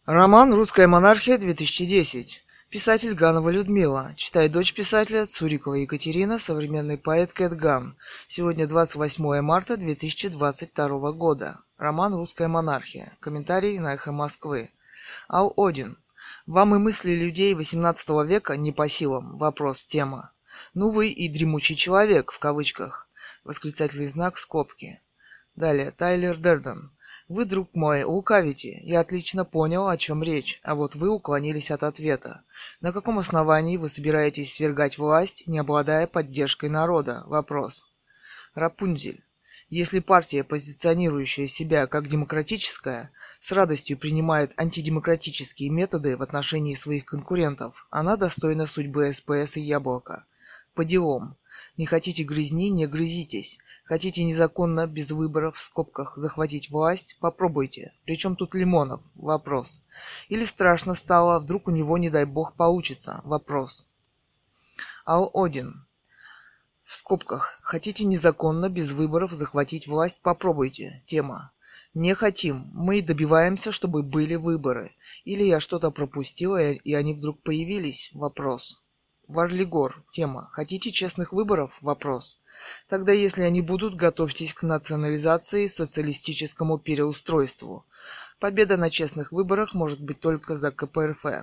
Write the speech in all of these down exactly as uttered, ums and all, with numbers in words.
Роман «Русская монархия» две тысячи десять. Писатель Ганова Людмила. Читает дочь писателя Цурикова Екатерина, современный поэт Кэт Ган. Сегодня двадцать восьмое марта две тысячи двадцать второго года. Роман «Русская монархия». Комментарий на Эхо Москвы. Ал Один. Вам и мысли людей восемнадцатого века не по силам. Вопрос, тема. Ну вы и дремучий человек, в кавычках. Восклицательный знак, скобки. Далее, Тайлер Дерден. Вы, друг мой, лукавите. Я отлично понял, о чем речь, а вот вы уклонились от ответа. На каком основании вы собираетесь свергать власть, не обладая поддержкой народа? Вопрос. Рапунзель. Если партия, позиционирующая себя как демократическая, с радостью принимает антидемократические методы в отношении своих конкурентов, она достойна судьбы СПС и Яблока. По делам. Не хотите грызни, не грызитесь. Хотите незаконно, без выборов, в скобках, захватить власть? Попробуйте. Причем тут Лимонов? Вопрос. Или страшно стало, вдруг у него, не дай бог, получится? Вопрос. Ал Один. В скобках. Хотите незаконно, без выборов, захватить власть? Попробуйте. Тема. Не хотим. Мы добиваемся, чтобы были выборы. Или я что-то пропустила, и они вдруг появились? Вопрос. Варлигор. Тема. Хотите честных выборов? Вопрос. Тогда, если они будут, готовьтесь к национализации и социалистическому переустройству. Победа на честных выборах может быть только за ка пэ эр эф.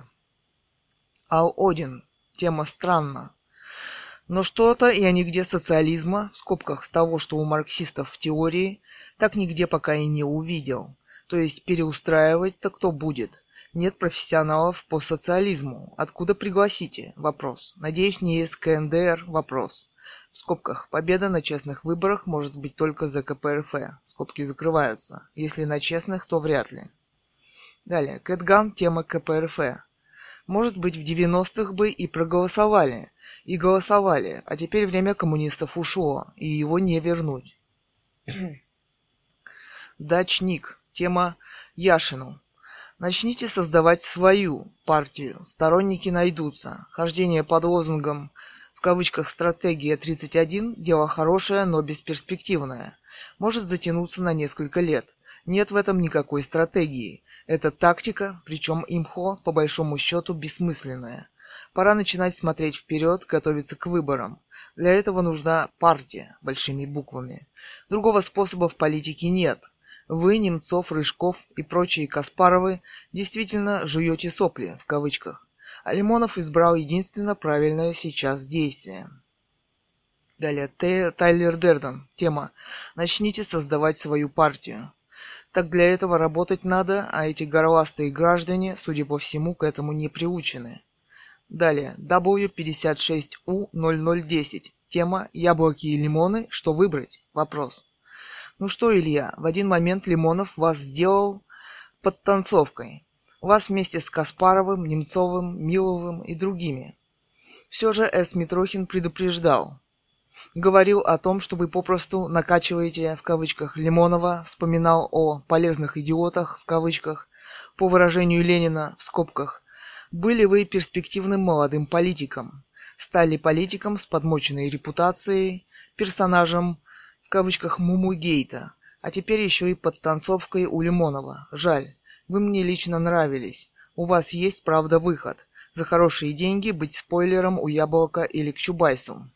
Ал Один. Тема странна. Но что-то я нигде социализма, в скобках того, что у марксистов в теории, так нигде пока и не увидел. То есть переустраивать-то кто будет? Нет профессионалов по социализму. Откуда пригласите? Вопрос. Надеюсь, не из ка эн дэ эр? Вопрос. В скобках. Победа на честных выборах может быть только за ка пэ эр эф. Скобки закрываются. Если на честных, то вряд ли. Далее. Кэт Ган. Тема ка пэ эр эф. Может быть, в девяностых бы и проголосовали. И голосовали. А теперь время коммунистов ушло. И его не вернуть. Дачник. Тема Яшину. Начните создавать свою партию. Сторонники найдутся. Хождение под лозунгом в кавычках «стратегия тридцать один» – дело хорошее, но бесперспективное. Может затянуться на несколько лет. Нет в этом никакой стратегии. Это тактика, причем имхо, по большому счету, бессмысленная. Пора начинать смотреть вперед, готовиться к выборам. Для этого нужна партия, большими буквами. Другого способа в политике нет. Вы, Немцов, Рыжков и прочие Каспаровы, действительно жуете сопли, в кавычках. А Лимонов избрал единственно правильное сейчас действие. Далее, Тайлер Дерден. Тема. Начните создавать свою партию. Так для этого работать надо, а эти горластые граждане, судя по всему, к этому не приучены. Далее, дабл ю пятьдесят шесть у ноль ноль десять. Тема. Яблоки и лимоны. Что выбрать? Вопрос. Ну что, Илья, в один момент Лимонов вас сделал подтанцовкой. Вас вместе с Каспаровым, Немцовым, Миловым и другими. Все же С. Митрохин предупреждал. Говорил о том, что вы попросту накачиваете, в кавычках, Лимонова, вспоминал о полезных идиотах, в кавычках, по выражению Ленина, в скобках. Были вы перспективным молодым политиком. Стали политиком с подмоченной репутацией, персонажем, в кавычках, Мумугейта, а теперь еще и под танцовкой у Лимонова. Жаль, вы мне лично нравились. У вас есть, правда, выход. За хорошие деньги быть спойлером у Яблока или к Чубайсу.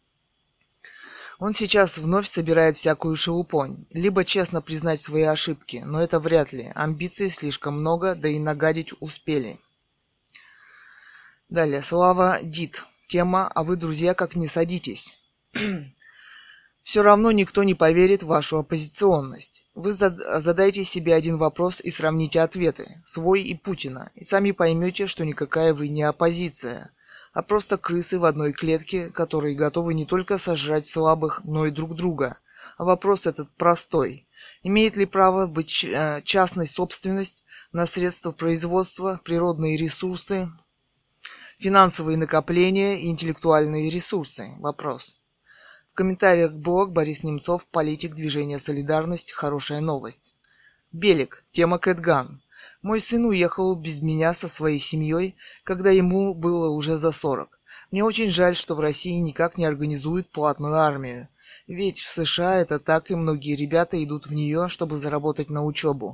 Он сейчас вновь собирает всякую шелупонь. Либо честно признать свои ошибки, но это вряд ли. Амбиций слишком много, да и нагадить успели. Далее, Слава Дит. Тема «А вы, друзья, как не садитесь». Все равно никто не поверит в вашу оппозиционность. Вы задайте себе один вопрос и сравните ответы, свой и Путина, и сами поймете, что никакая вы не оппозиция, а просто крысы в одной клетке, которые готовы не только сожрать слабых, но и друг друга. А вопрос этот простой. Имеет ли право быть частной собственность на средства производства, природные ресурсы, финансовые накопления и интеллектуальные ресурсы? Вопрос. В комментариях блог Борис Немцов, политик движения «Солидарность». Хорошая новость. Белик. Тема Кэт Ган. Мой сын уехал без меня со своей семьей, когда ему было уже за сорок. Мне очень жаль, что в России никак не организуют платную армию. Ведь в США это так, и многие ребята идут в нее, чтобы заработать на учебу.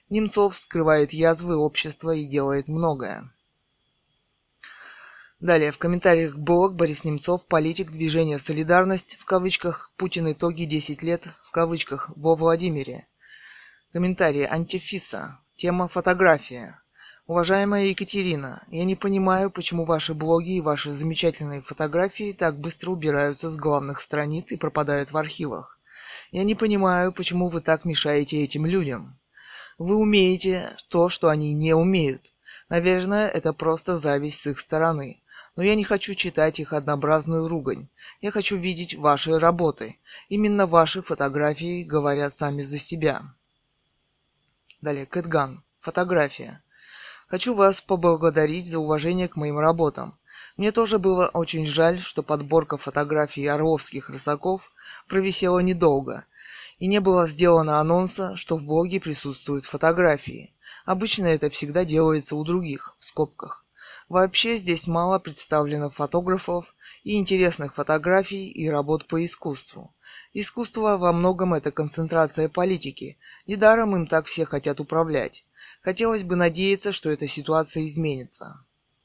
Немцов скрывает язвы общества и делает многое. Далее, в комментариях блог Борис Немцов, политик движения «Солидарность», в кавычках, Путин итоги десять лет, в кавычках, во Владимире. Комментарий Антифиса. Тема «Фотография». Уважаемая Екатерина, я не понимаю, почему ваши блоги и ваши замечательные фотографии так быстро убираются с главных страниц и пропадают в архивах. Я не понимаю, почему вы так мешаете этим людям. Вы умеете то, что они не умеют. Наверное, это просто зависть с их стороны. Но я не хочу читать их однообразную ругань. Я хочу видеть ваши работы. Именно ваши фотографии говорят сами за себя. Далее, Кэтган. Фотография. Хочу вас поблагодарить за уважение к моим работам. Мне тоже было очень жаль, что подборка фотографий орловских рысаков провисела недолго, и не было сделано анонса, что в блоге присутствуют фотографии. Обычно это всегда делается у других, в скобках. Вообще здесь мало представлено фотографов и интересных фотографий и работ по искусству. Искусство во многом это концентрация политики, недаром им так все хотят управлять. Хотелось бы надеяться, что эта ситуация изменится.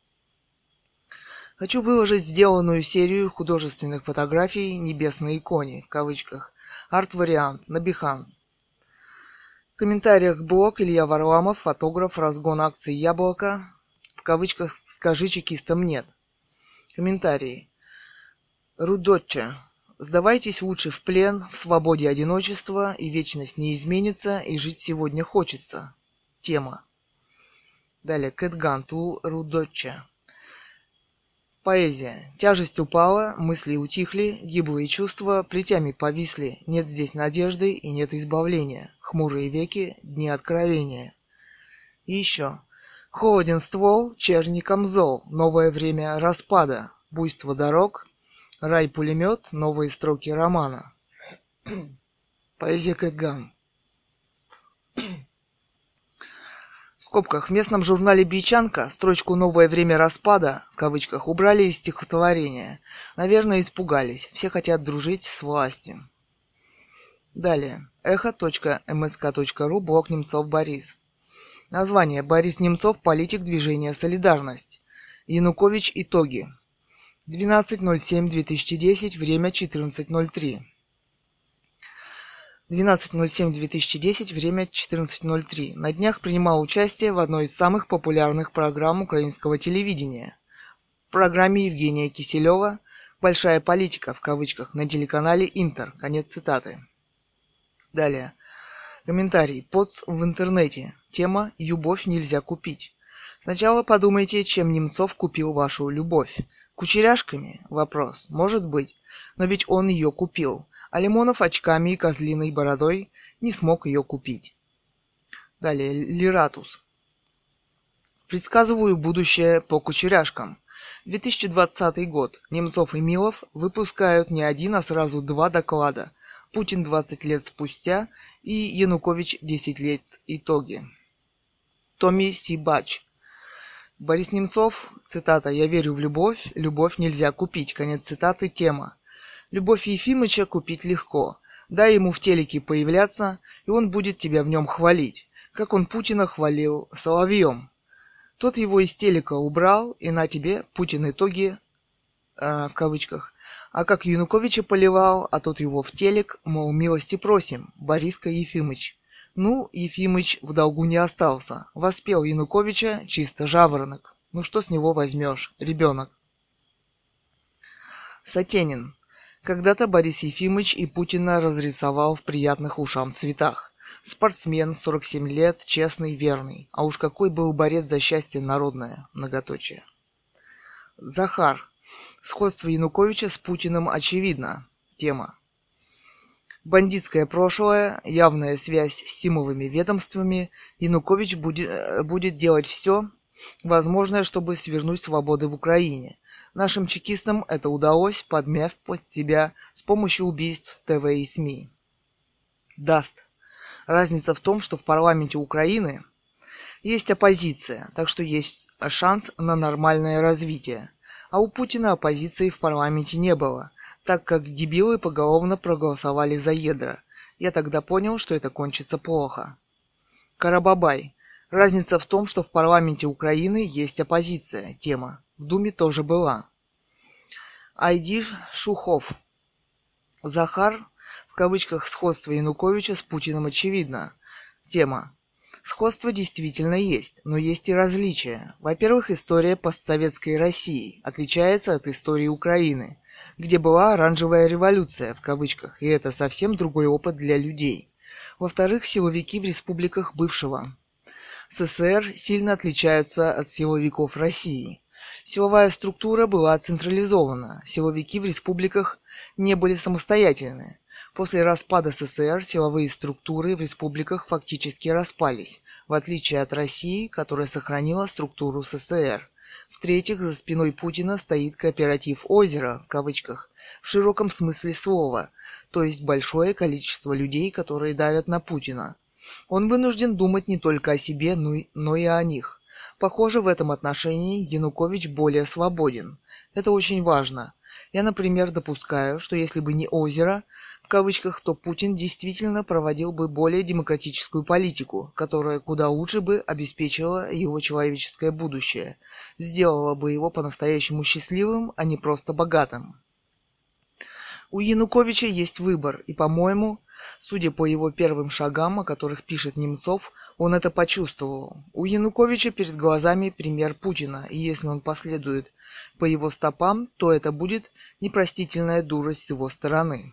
Хочу выложить сделанную серию художественных фотографий «Небесной иконе», в кавычках, арт-вариант, на Behance. В комментариях блог Илья Варламов, фотограф, разгон акции «Яблоко», в кавычках «Скажи чекистам нет». Комментарии. Рудотче. Сдавайтесь лучше в плен, в свободе одиночества, и вечность не изменится, и жить сегодня хочется. Тема. Далее, Кэтган Ту Рудотче. Поэзия. Тяжесть упала, мысли утихли, гиблые чувства плетями повисли, нет здесь надежды и нет избавления, хмурые веки, дни откровения. И еще. Холоден ствол, черни камзол, новое время распада, буйство дорог, рай-пулемет, новые строки романа. Поэзия Кэтган. В скобках, в местном журнале «Бичанка» строчку «Новое время распада» в кавычках убрали из стихотворения. Наверное, испугались. Все хотят дружить с властью. Далее. эхо точка эм эс ка точка ру, блог Немцов Борис. Название. Борис Немцов, политик движения «Солидарность». Янукович. Итоги. двенадцатое ноль семь две тысячи десять. Время четырнадцать ноль три. двенадцатое ноль семь две тысячи десять, время четырнадцать ноль три. На днях принимал участие в одной из самых популярных программ украинского телевидения. В программе Евгения Киселева «Большая политика» в кавычках на телеканале Интер. Конец цитаты. Далее. Комментарий. Поц в интернете. Тема «Любовь нельзя купить». Сначала подумайте, чем Немцов купил вашу любовь. Кучеряшками? Вопрос. Может быть. Но ведь он ее купил. А Лимонов очками и козлиной бородой не смог ее купить. Далее, Лиратус. Предсказываю будущее по кучеряшкам. две тысячи двадцатый год. Немцов и Милов выпускают не один, а сразу два доклада. Путин двадцать лет спустя и Янукович десять лет итоги. Томми Сибач. Борис Немцов, цитата, «Я верю в любовь, любовь нельзя купить», конец цитаты, тема. Любовь Ефимыча купить легко. Дай ему в телеке появляться, и он будет тебя в нем хвалить, как он Путина хвалил соловьем. Тот его из телека убрал, и на тебе Путин итоги, э, в кавычках. А как Януковича поливал, а тот его в телек, мол, милости просим, Бориска Ефимыч. Ну, Ефимыч в долгу не остался. Воспел Януковича чисто жаворонок. Ну что с него возьмешь, ребенок? Сатенин. Когда-то Борис Ефимыч и Путина разрисовал в приятных ушам цветах. Спортсмен, сорок семь лет, честный, верный. А уж какой был борец за счастье народное, многоточие. Захар. Сходство Януковича с Путиным очевидно. Тема. Бандитское прошлое, явная связь с симовыми ведомствами. Янукович будет, будет делать все возможное, чтобы свернуть свободы в Украине. Нашим чекистам это удалось, подмяв под себя с помощью убийств ТВ и СМИ. Даст. Разница в том, что в парламенте Украины есть оппозиция, так что есть шанс на нормальное развитие. А у Путина оппозиции в парламенте не было, так как дебилы поголовно проголосовали за ядра. Я тогда понял, что это кончится плохо. Карабабай. Разница в том, что в парламенте Украины есть оппозиция. Тема. В Думе тоже была. Айдиш Шухов. Захар, в кавычках, сходство Януковича с Путиным очевидно. Тема. Сходство действительно есть, но есть и различия. Во-первых, история постсоветской России отличается от истории Украины, где была оранжевая революция, в кавычках, и это совсем другой опыт для людей. Во-вторых, силовики в республиках бывшего СССР сильно отличаются от силовиков России. Силовая структура была централизована, силовики в республиках не были самостоятельны. После распада СССР силовые структуры в республиках фактически распались, в отличие от России, которая сохранила структуру СССР. В-третьих, за спиной Путина стоит кооператив «Озеро», в кавычках, в широком смысле слова, то есть большое количество людей, которые давят на Путина. Он вынужден думать не только о себе, но и о них. Похоже, в этом отношении Янукович более свободен. Это очень важно. Я, например, допускаю, что если бы не «Озеро», в кавычках, то Путин действительно проводил бы более демократическую политику, которая куда лучше бы обеспечила его человеческое будущее, сделала бы его по-настоящему счастливым, а не просто богатым. У Януковича есть выбор, и, по-моему, судя по его первым шагам, о которых пишет Немцов, он это почувствовал. У Януковича перед глазами пример Путина, и если он последует по его стопам, то это будет непростительная дурость с его стороны.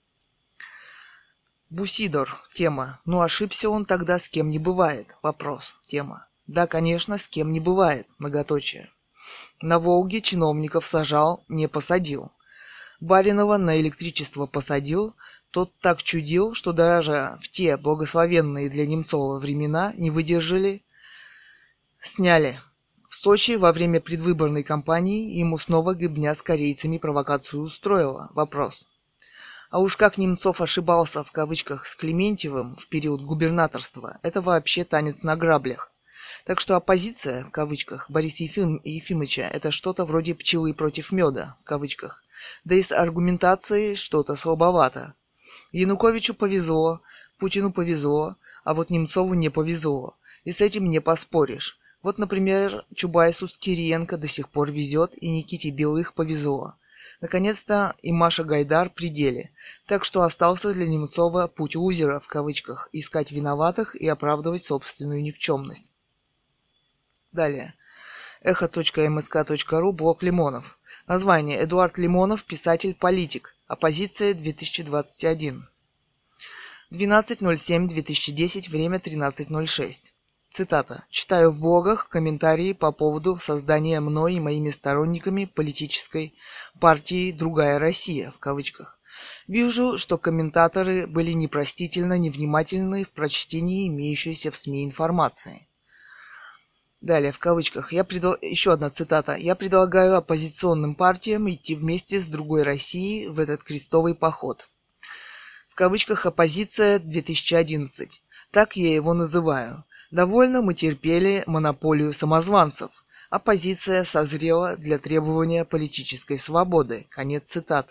Бусидор. Тема. Ну ошибся он тогда, с кем не бывает. Вопрос. Тема. Да, конечно, с кем не бывает. Многоточие. На Волге чиновников сажал, не посадил. Баринова на электричество посадил, тот так чудил, что даже в те благословенные для Немцова времена не выдержали, сняли. В Сочи во время предвыборной кампании ему снова гибня с корейцами провокацию устроила. Вопрос. А уж как Немцов ошибался, в кавычках, с Клементьевым в период губернаторства, это вообще танец на граблях. Так что оппозиция, в кавычках, Бориса Ефим, Ефимовича, это что-то вроде пчелы против меда, в кавычках. Да и с аргументацией что-то слабовато. Януковичу повезло, Путину повезло, а вот Немцову не повезло. И с этим не поспоришь. Вот, например, Чубайсу с Кириенко до сих пор везет, и Никите Белых повезло. Наконец-то и Маша Гайдар при деле. Так что остался для Немцова путь лузера, в кавычках, искать виноватых и оправдывать собственную никчемность. Далее. эхо точка эм эс ка точка ру, блог Лимонов. Название. Эдуард Лимонов, писатель-политик. Оппозиция, две тысячи двадцать один. двенадцатое ноль семь две тысячи десять, время тринадцать ноль шесть. Цитата. «Читаю в блогах комментарии по поводу создания мной и моими сторонниками политической партии «Другая Россия» в кавычках. Вижу, что комментаторы были непростительно невнимательны в прочтении имеющейся в СМИ информации». Далее, в кавычках. Я предла... Еще одна цитата. «Я предлагаю оппозиционным партиям идти вместе с «Другой Россией» в этот крестовый поход». В кавычках «Оппозиция две тысячи одиннадцать». Так я его называю. Довольно мы терпели монополию самозванцев. Оппозиция созрела для требования политической свободы. Конец цитат.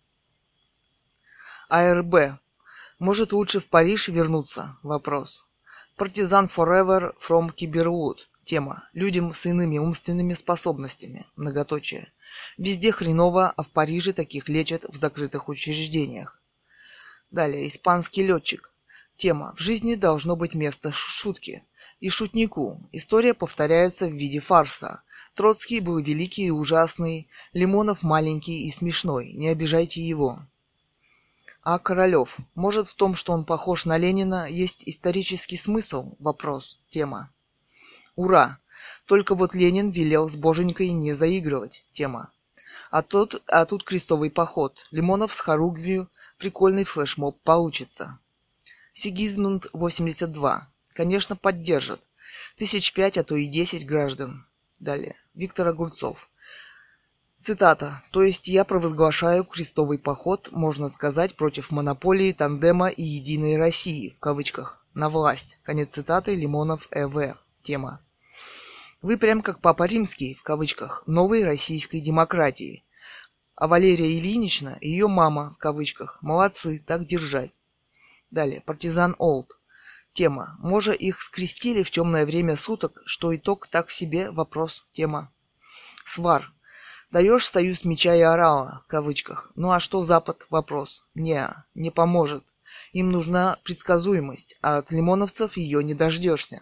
АРБ. Может лучше в Париж вернуться? Вопрос. Партизан Forever from Кибервуд. Тема. Людям с иными умственными способностями. Многоточие. Везде хреново, а в Париже таких лечат в закрытых учреждениях. Далее. Испанский летчик. Тема. В жизни должно быть место шутки. И шутнику. История повторяется в виде фарса. Троцкий был великий и ужасный, Лимонов маленький и смешной. Не обижайте его. А Королев. Может, в том, что он похож на Ленина, есть исторический смысл? Вопрос. Тема. Ура! Только вот Ленин велел с боженькой не заигрывать. Тема. А, тот, а тут крестовый поход. Лимонов с Хоругвию. Прикольный флешмоб получится. Сигизмунд восемьдесят два. Конечно, поддержат. Тысяч пять, а то и десять граждан. Далее. Виктор Огурцов. Цитата. То есть я провозглашаю крестовый поход, можно сказать, против монополии, тандема и единой России, в кавычках, на власть. Конец цитаты. Лимонов Э В. Тема. Вы прям как Папа Римский, в кавычках, новой российской демократии. А Валерия Ильинична и ее мама, в кавычках, молодцы, так держать. Далее. Партизан Олд. Тема. Может, их скрестили в темное время суток, что итог так себе? Вопрос. Тема. Свар. Даешь союз меча и орала, в кавычках. Ну а что Запад? Вопрос. Не, не поможет. Им нужна предсказуемость, а от лимоновцев ее не дождешься.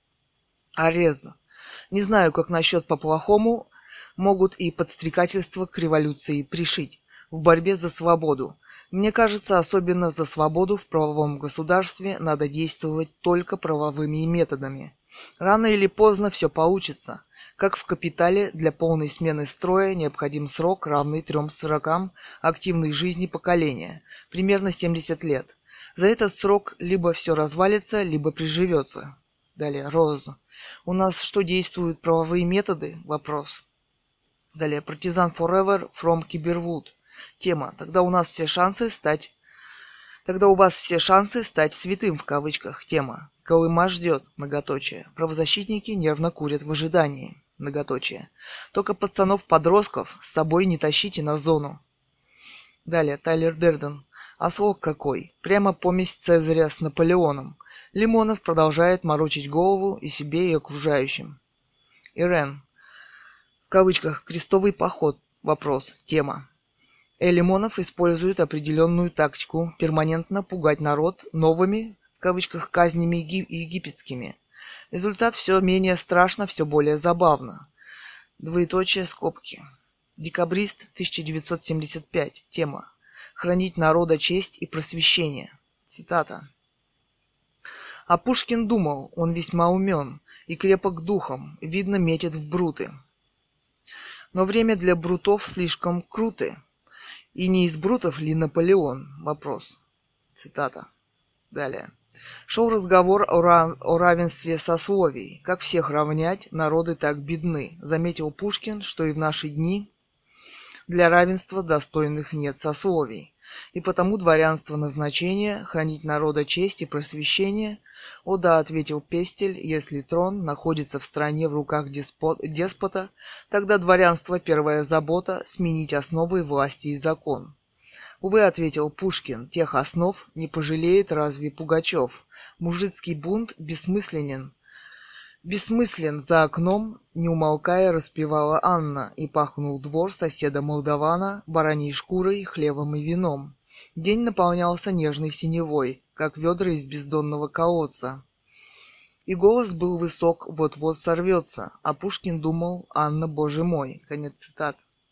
Арез. Не знаю, как насчет по-плохому, могут и подстрекательство к революции пришить в борьбе за свободу. Мне кажется, особенно за свободу в правовом государстве надо действовать только правовыми методами. Рано или поздно все получится. Как в «Капитале», для полной смены строя необходим срок, равный трем сорокам активной жизни поколения, примерно семьдесят лет. За этот срок либо все развалится, либо приживется. Далее, Роз. У нас что, действуют правовые методы? Вопрос. Далее, Партизан Forever from Cyberwood. Тема. Тогда у нас все шансы стать... Тогда у вас все шансы стать святым, в кавычках. Тема. Колыма ждет, многоточие. Правозащитники нервно курят в ожидании, многоточие. Только пацанов-подростков с собой не тащите на зону. Далее, Тайлер Дерден. А слог какой? Прямо помесь Цезаря с Наполеоном. Лимонов продолжает морочить голову и себе, и окружающим. Ирен. В кавычках. Крестовый поход. Вопрос. Тема. Э. Лимонов использует определенную тактику перманентно пугать народ новыми, в кавычках, казнями египетскими. Результат все менее страшно, все более забавно. Двоеточие, скобки. Декабрист, тысяча девятьсот семьдесят пять. Тема. Хранить народа честь и просвещение. Цитата. А Пушкин думал, он весьма умен и крепок духом, видно, метит в бруты. Но время для брутов слишком круто. И не из брутов ли Наполеон? Вопрос. Цитата. Далее. Шел разговор о, рав... о равенстве сословий. Как всех равнять, народы так бедны. Заметил Пушкин, что и в наши дни для равенства достойных нет сословий. И потому дворянство назначение, хранить народа честь и просвещение. О да, ответил Пестель, если трон находится в стране в руках деспот... деспота, тогда дворянство первая забота сменить основы власти и закон. Увы, ответил Пушкин, тех основ не пожалеет разве Пугачев. Мужицкий бунт бессмысленен. Бессмыслен за окном, не умолкая, распевала Анна, и пахнул двор соседа молдавана бараньей шкурой, хлебом и вином. День наполнялся нежной синевой, как ведра из бездонного колодца. И голос был высок, вот-вот сорвется, а Пушкин думал, Анна, боже мой. Конец цитат.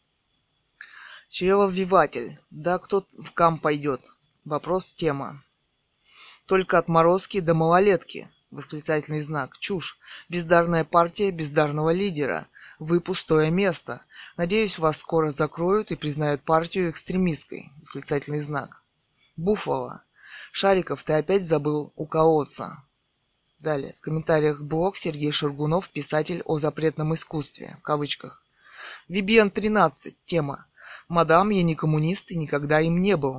Чревовиватель. Да кто в кам пойдет? Вопрос, тема. Только отморозки до малолетки. Восклицательный знак. Чушь. Бездарная партия бездарного лидера. Вы пустое место. Надеюсь, вас скоро закроют и признают партию экстремистской. Восклицательный знак. Буффало. Шариков, ты опять забыл у колодца. Далее. В комментариях блог Сергей Шаргунов, писатель о запретном искусстве. В кавычках. Ви Би Эн тринадцать. Тема. Мадам, я не коммунист и никогда им не был.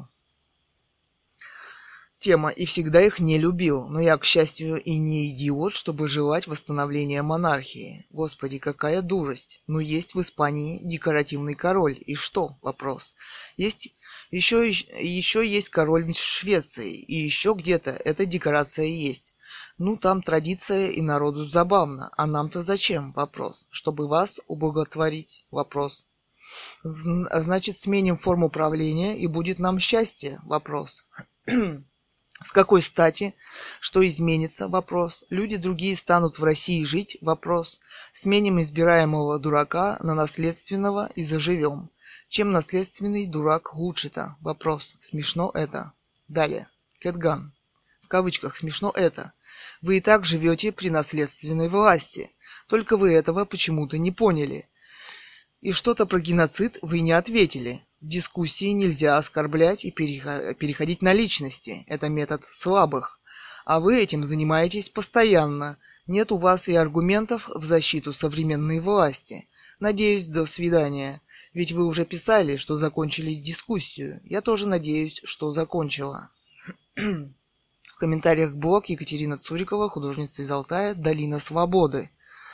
Тема. И всегда их не любил, но я, к счастью, и не идиот, чтобы желать восстановления монархии. Господи, какая дурость. Но есть в Испании декоративный король. И что? Вопрос. Есть еще, еще есть король в Швеции. И еще где-то эта декорация есть. Ну, там традиция и народу забавно. А нам-то зачем? Вопрос. Чтобы вас ублаготворить? Вопрос. Значит, сменим форму правления, и будет нам счастье? Вопрос. С какой стати? Что изменится? Вопрос. Люди другие станут в России жить? Вопрос. Сменим избираемого дурака на наследственного и заживем. Чем наследственный дурак лучше-то? Вопрос. Смешно это. Далее. Кэтган. В кавычках смешно это. Вы и так живете при наследственной власти. Только вы этого почему-то не поняли. И что-то про геноцид вы не ответили. В дискуссии нельзя оскорблять и переходить на личности. Это метод слабых. А вы этим занимаетесь постоянно. Нет у вас и аргументов в защиту современной власти. Надеюсь, до свидания. Ведь вы уже писали, что закончили дискуссию. Я тоже надеюсь, что закончила. В комментариях блог Екатерина Цурикова, художница из Алтая, «Долина свободы».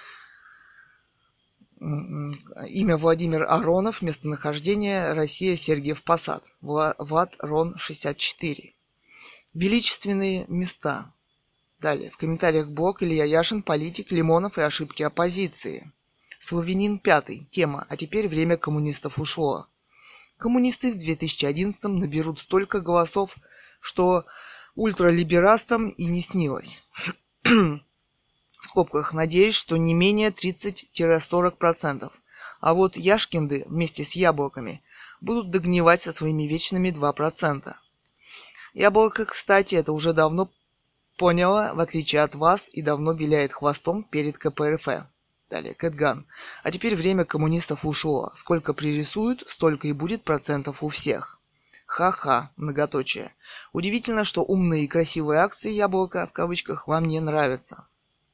Имя Владимир Аронов, местонахождение Россия, Сергиев Посад, Влад Рон шестьдесят четыре. Величественные места. Далее. В комментариях блог Илья Яшин, политик, Лимонов и ошибки оппозиции. Славянин пятый. Тема. А теперь время коммунистов ушло. Коммунисты в две тысячи одиннадцатом наберут столько голосов, что ультралиберастам и не снилось. В скобках. Надеюсь, что не менее тридцать-сорок процентов. А вот яшкинды вместе с яблоками будут догнивать со своими вечными два процента. Яблоко, кстати, это уже давно поняло, в отличие от вас, и давно виляет хвостом перед ка пэ эр эф. Далее, Кэтган. А теперь время коммунистов ушло. Сколько пририсуют, столько и будет процентов у всех. Ха-ха, многоточие. Удивительно, что умные и красивые акции яблока, в кавычках, вам не нравятся.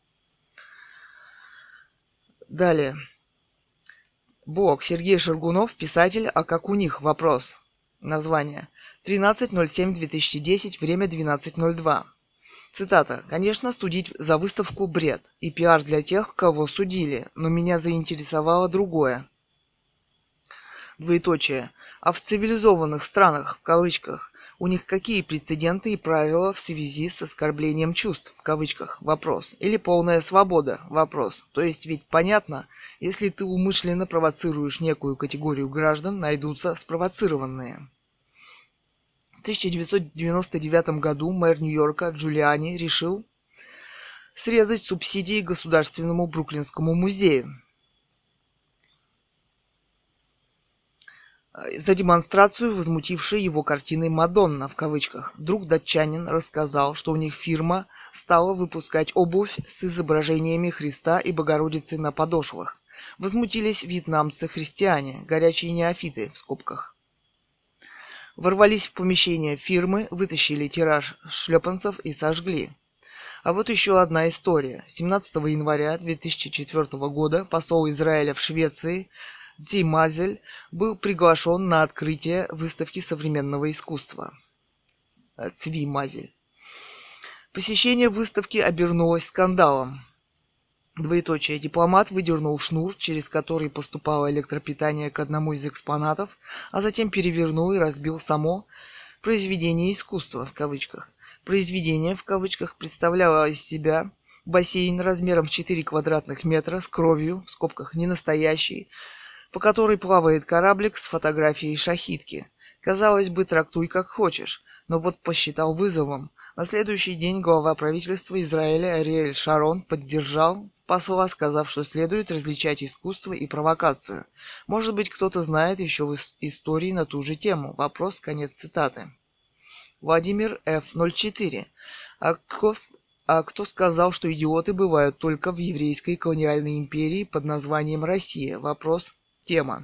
Далее. Блог. Сергей Шаргунов, писатель, а как у них? Вопрос. Название. тринадцатое ноль семь две тысячи десять, время двенадцать ноль два. Цитата. «Конечно, судить за выставку – бред, и пиар для тех, кого судили, но меня заинтересовало другое. Двоеточие. А в цивилизованных странах, в кавычках, у них какие прецеденты и правила в связи с оскорблением чувств, в кавычках, вопрос, или полная свобода, вопрос. То есть ведь понятно, если ты умышленно провоцируешь некую категорию граждан, найдутся спровоцированные». В тысяча девятьсот девяносто девятом году мэр Нью-Йорка Джулиани решил срезать субсидии Государственному Бруклинскому музею за демонстрацию, возмутившей его картины «Мадонна», в кавычках. Друг датчанин рассказал, что у них фирма стала выпускать обувь с изображениями Христа и Богородицы на подошвах. Возмутились вьетнамцы-христиане, горячие неофиты, в скобках. Ворвались в помещение фирмы, вытащили тираж шлепанцев и сожгли. А вот еще одна история. семнадцатого января две тысячи четвёртого года посол Израиля в Швеции Цви Мазель был приглашен на открытие выставки современного искусства. Цви Мазель. Посещение выставки обернулось скандалом. Двоеточие. Дипломат выдернул шнур, через который поступало электропитание к одному из экспонатов, а затем перевернул и разбил само произведение искусства, в кавычках. Произведение, в кавычках, представляло из себя бассейн размером в четыре квадратных метра с кровью, в скобках, не настоящей, по которой плавает кораблик с фотографией шахидки. Казалось бы, трактуй как хочешь, но вот посчитал вызовом. На следующий день глава правительства Израиля Ариэль Шарон поддержал посла, сказав, что следует различать искусство и провокацию. Может быть, кто-то знает еще в истории на ту же тему. Вопрос, конец цитаты. Владимир Ф. ноль четыре. А кто, а кто сказал, что идиоты бывают только в еврейской колониальной империи под названием Россия? Вопрос, тема.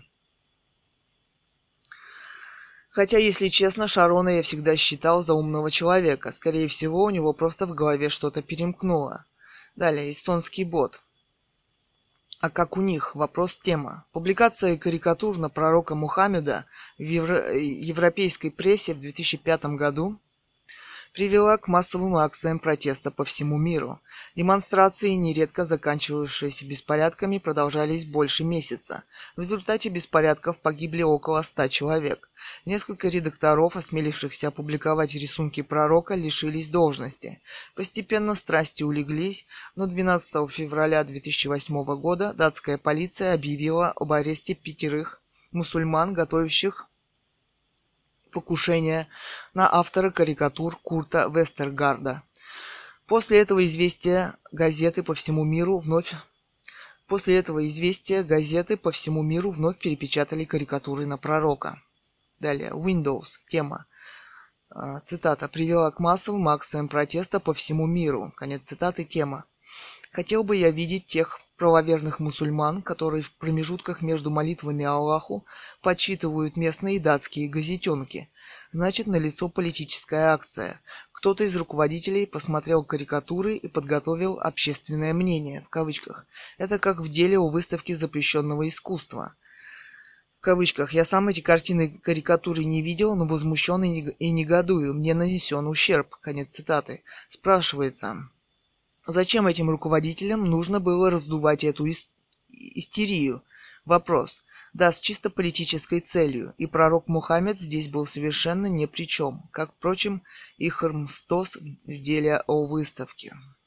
Хотя, если честно, Шарона я всегда считал за умного человека. Скорее всего, у него просто в голове что-то перемкнуло. Далее, эстонский бот. А как у них? Вопрос, тема. Публикация карикатур на пророка Мухаммеда в евро... европейской прессе в две тысячи пятом году привела к массовым акциям протеста по всему миру. Демонстрации, нередко заканчивавшиеся беспорядками, продолжались больше месяца. В результате беспорядков погибли около ста человек. Несколько редакторов, осмелившихся опубликовать рисунки пророка, лишились должности. Постепенно страсти улеглись, но двенадцатого февраля две тысячи восьмого года датская полиция объявила об аресте пятерых мусульман, готовящих покушение на автора карикатур Курта Вестергарда. После этого известия газеты по всему миру вновь После этого известия газеты по всему миру вновь перепечатали карикатуры на пророка. Далее. Windows. Тема. Цитата. Привела к массовым акциям протеста по всему миру. Конец цитаты. Тема. Хотел бы я видеть тех правоверных мусульман, которые в промежутках между молитвами Аллаху подсчитывают местные датские газетенки. Значит, налицо политическая акция. Кто-то из руководителей посмотрел карикатуры и подготовил общественное мнение, в кавычках. Это как в деле о выставке запрещенного искусства. В кавычках. Я сам эти картины карикатуры не видел, но возмущен и негодую. Мне нанесен ущерб. Конец цитаты. Спрашивается, зачем этим руководителям нужно было раздувать эту ис- истерию? Вопрос. Да, с чисто политической целью, и пророк Мухаммед здесь был совершенно ни при чем, как, впрочем, и Христос в деле о выставке.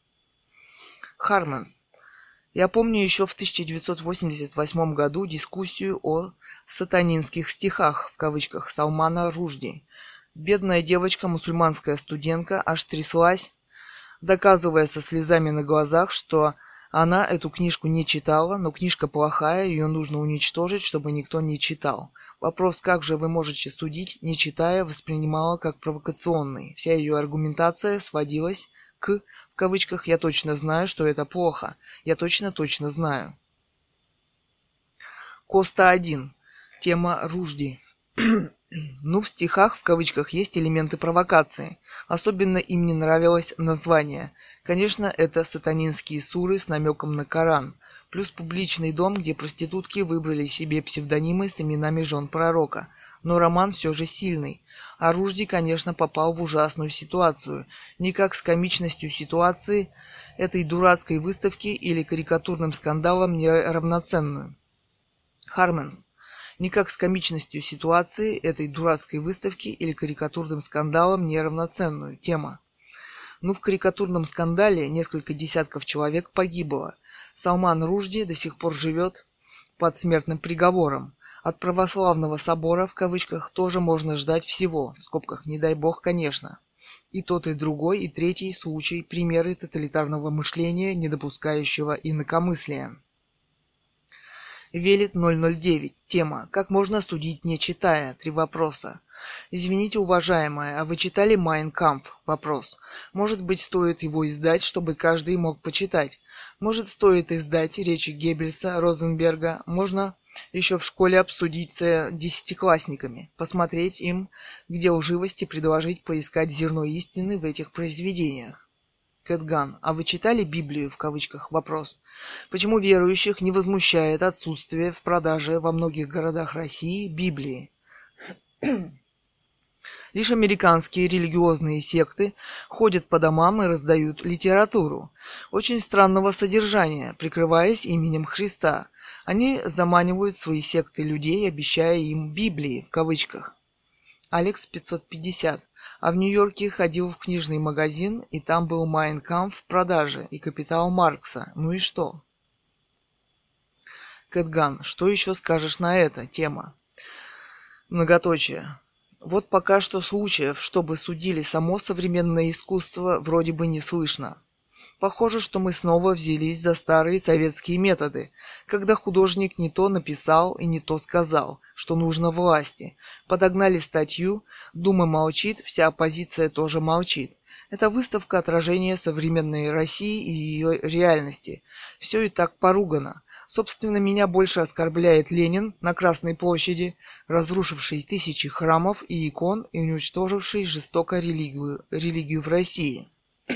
Харменс. Я помню еще в тысяча девятьсот восемьдесят восьмом году дискуссию о «сатанинских стихах» в кавычках Салмана Ружди. Бедная девочка, мусульманская студентка, аж тряслась, доказывая со слезами на глазах, что она эту книжку не читала, но книжка плохая, ее нужно уничтожить, чтобы никто не читал. Вопрос, как же вы можете судить, не читая, воспринимала как провокационный. Вся ее аргументация сводилась к, в кавычках, «я точно знаю, что это плохо. Я точно-точно знаю». Коста один. Тема Ружди. Ну, в стихах, в кавычках, есть элементы провокации. Особенно им не нравилось название. Конечно, это сатанинские суры с намеком на Коран. Плюс публичный дом, где проститутки выбрали себе псевдонимы с именами жен пророка. Но роман все же сильный. А Ружди, конечно, попал в ужасную ситуацию. Никак с комичностью ситуации этой дурацкой выставки или карикатурным скандалом не равноценную. Харменс. Никак с комичностью ситуации этой дурацкой выставки или карикатурным скандалом не равноценную. Тема. Ну, в карикатурном скандале несколько десятков человек погибло. Салман Ружди до сих пор живет под смертным приговором. От православного собора, в кавычках, тоже можно ждать всего, в скобках, не дай бог, конечно. И тот, и другой, и третий случай – примеры тоталитарного мышления, не допускающего инакомыслия. Велит ноль ноль девять. Тема. Как можно судить, не читая? Три вопроса. Извините, уважаемая, а вы читали «Майн Кампф»? Вопрос. Может быть, стоит его издать, чтобы каждый мог почитать? Может, стоит издать речи Геббельса, Розенберга? Можно еще в школе обсудить с десятиклассниками, посмотреть им, где лживость, и предложить поискать зерно истины в этих произведениях. Кэтган. А вы читали Библию, в кавычках? Вопрос. Почему верующих не возмущает отсутствие в продаже во многих городах России Библии? Лишь американские религиозные секты ходят по домам и раздают литературу очень странного содержания, прикрываясь именем Христа. Они заманивают в свои секты людей, обещая им Библии, в кавычках. Алекс пятьсот пятьдесят. А в Нью-Йорке ходил в книжный магазин, и там был «Майн Кампф» в продаже и «Капитал Маркса». Ну и что? Кэтган. Что еще скажешь на это? Тема. Многоточие. Вот пока что случаев, чтобы судили само современное искусство, вроде бы не слышно. Похоже, что мы снова взялись за старые советские методы, когда художник не то написал и не то сказал, что нужно власти. Подогнали статью, Дума молчит, вся оппозиция тоже молчит. Это выставка отражения современной России и ее реальности. Все и так поругано. Собственно, меня больше оскорбляет Ленин на Красной площади, разрушивший тысячи храмов и икон и уничтоживший жестоко религию, религию в России.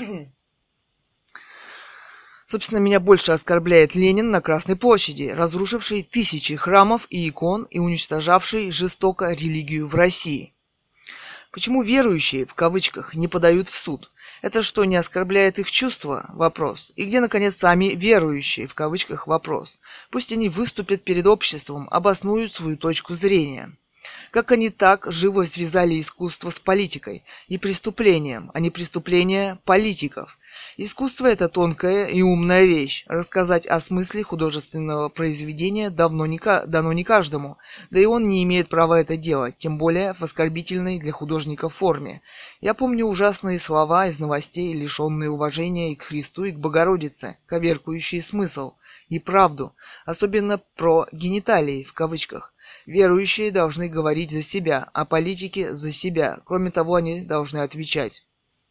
Собственно, меня больше оскорбляет Ленин на Красной площади, разрушивший тысячи храмов и икон и уничтожавший жестоко религию в России. Почему верующие, в кавычках, не подают в суд? Это что, не оскорбляет их чувства? Вопрос. И где, наконец, сами верующие, в кавычках, вопрос? Пусть они выступят перед обществом, обоснуют свою точку зрения. Как они так живо связали искусство с политикой и преступлением, а не преступления политиков? Искусство – это тонкая и умная вещь. Рассказать о смысле художественного произведения давно не, дано не каждому, да и он не имеет права это делать, тем более в оскорбительной для художника форме. Я помню ужасные слова из новостей, лишенные уважения и к Христу, и к Богородице, коверкующие смысл и правду, особенно про гениталии, в кавычках. Верующие должны говорить за себя, а политики за себя. Кроме того, они должны отвечать.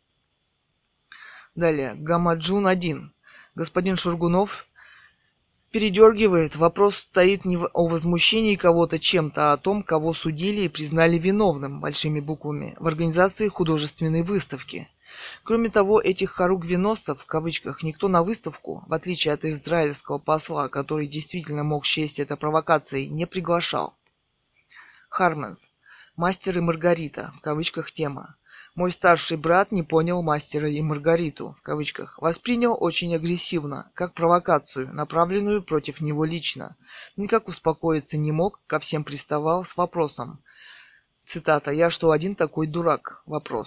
Далее. Гамаджун один. Господин Шургунов передергивает. Вопрос стоит не о возмущении кого-то чем-то, а о том, кого судили и признали виновным, большими буквами, в организации художественной выставки. Кроме того, этих хоругвеносцев, в кавычках, никто на выставку, в отличие от израильского посла, который действительно мог счесть это провокацией, не приглашал. Харменс. Мастер и Маргарита, в кавычках, тема. Мой старший брат не понял «Мастера и Маргариту», в кавычках, воспринял очень агрессивно, как провокацию, направленную против него лично. Никак успокоиться не мог, ко всем приставал с вопросом. Цитата. «Я что, один такой дурак?» Вопрос.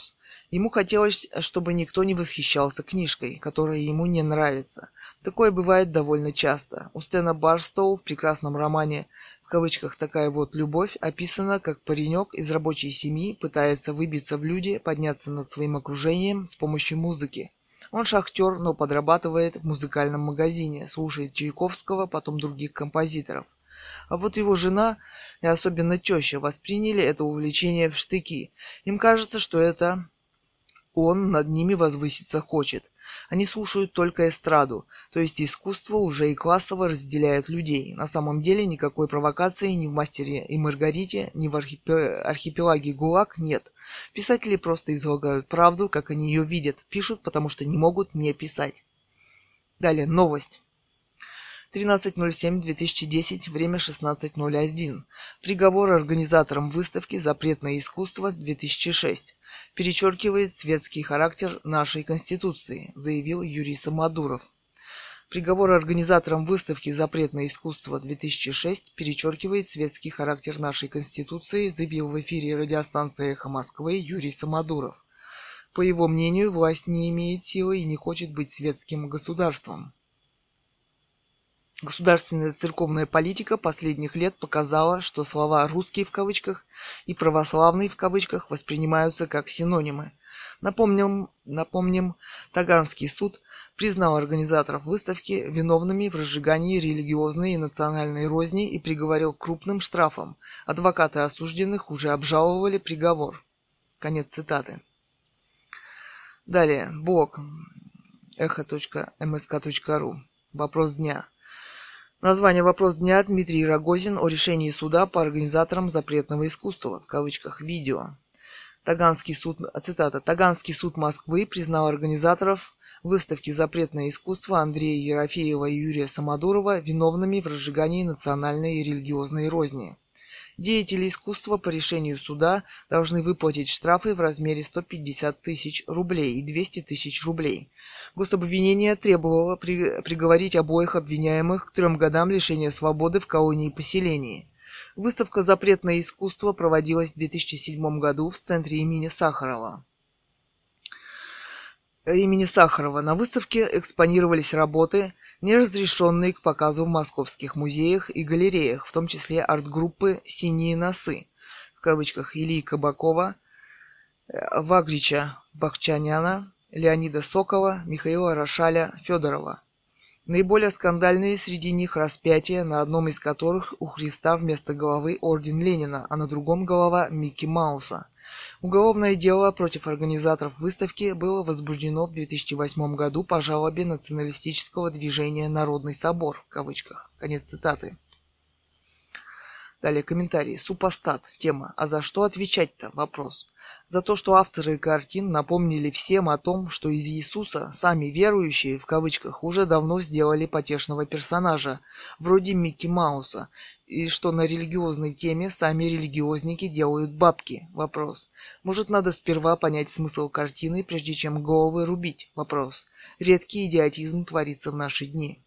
Ему хотелось, чтобы никто не восхищался книжкой, которая ему не нравится. Такое бывает довольно часто. У Стэна Барстоу в прекрасном романе в кавычках «Такая вот любовь» описано, как паренек из рабочей семьи пытается выбиться в люди, подняться над своим окружением с помощью музыки. Он шахтер, но подрабатывает в музыкальном магазине, слушает Чайковского, потом других композиторов. А вот его жена и особенно теща восприняли это увлечение в штыки. Им кажется, что это он над ними возвыситься хочет. Они слушают только эстраду, то есть искусство уже и классово разделяет людей. На самом деле никакой провокации ни в «Мастере и Маргарите», ни в архипе- архипелаге ГУЛАГ нет. Писатели просто излагают правду, как они ее видят, пишут, потому что не могут не писать. Далее, новость. тринадцатое ноль семь две тысячи десять, время шестнадцать ноль один. Приговор организаторам выставки «Запретное искусство две тысячи шесть» перечеркивает светский характер нашей Конституции, заявил Юрий Самодуров. Приговор организаторам выставки «Запретное искусство две тысячи шесть» перечеркивает светский характер нашей Конституции, заявил в эфире радиостанции «Эхо Москвы» Юрий Самодуров. По его мнению, власть не имеет силы и не хочет быть светским государством. Государственная церковная политика последних лет показала, что слова «русский» в кавычках и «православный» в кавычках воспринимаются как синонимы. Напомним, напомним, Таганский суд признал организаторов выставки виновными в разжигании религиозной и национальной розни и приговорил к крупным штрафам. Адвокаты осужденных уже обжаловали приговор. Конец цитаты. Далее. Блог эхо точка эм эс ка точка ру. Вопрос дня. Название «Вопрос дня» Дмитрий Рогозин о решении суда по организаторам запретного искусства, в кавычках, видео. Таганский суд, цитата, «Таганский суд Москвы признал организаторов выставки «Запретное искусство» Андрея Ерофеева и Юрия Самодурова виновными в разжигании национальной и религиозной розни. Деятели искусства по решению суда должны выплатить штрафы в размере сто пятьдесят тысяч рублей и двести тысяч рублей. Гособвинение требовало при... приговорить обоих обвиняемых к трем годам лишения свободы в колонии и поселении. Выставка «Запретное искусство» проводилась в две тысячи седьмом году в центре имени Сахарова. имени Сахарова. На выставке экспонировались работы, не разрешенные к показу в московских музеях и галереях, в том числе арт-группы «Синие носы», в кавычках, Ильи Кабакова, Вагрича Бахчаняна, Леонида Сокола, Михаила Рошаля, Федорова. Наиболее скандальные среди них распятия, на одном из которых у Христа вместо головы орден Ленина, а на другом голова Микки Мауса. Уголовное дело против организаторов выставки было возбуждено в две тысячи восьмом году по жалобе националистического движения «Народный собор», в кавычках. Конец цитаты. Далее комментарий. Супостат. Тема. А за что отвечать-то? Вопрос. За то, что авторы картин напомнили всем о том, что из Иисуса сами верующие, в кавычках, уже давно сделали потешного персонажа, вроде Микки Мауса, и что на религиозной теме сами религиозники делают бабки. Вопрос. Может, надо сперва понять смысл картины, прежде чем головы рубить? Вопрос. Редкий идиотизм творится в наши дни.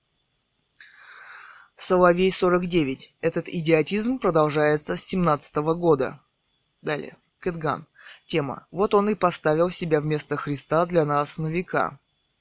Соловей сорок девять. Этот идиотизм продолжается с семнадцатого года. Далее. Кэтган. Тема. Вот он и поставил себя вместо Христа для нас на века.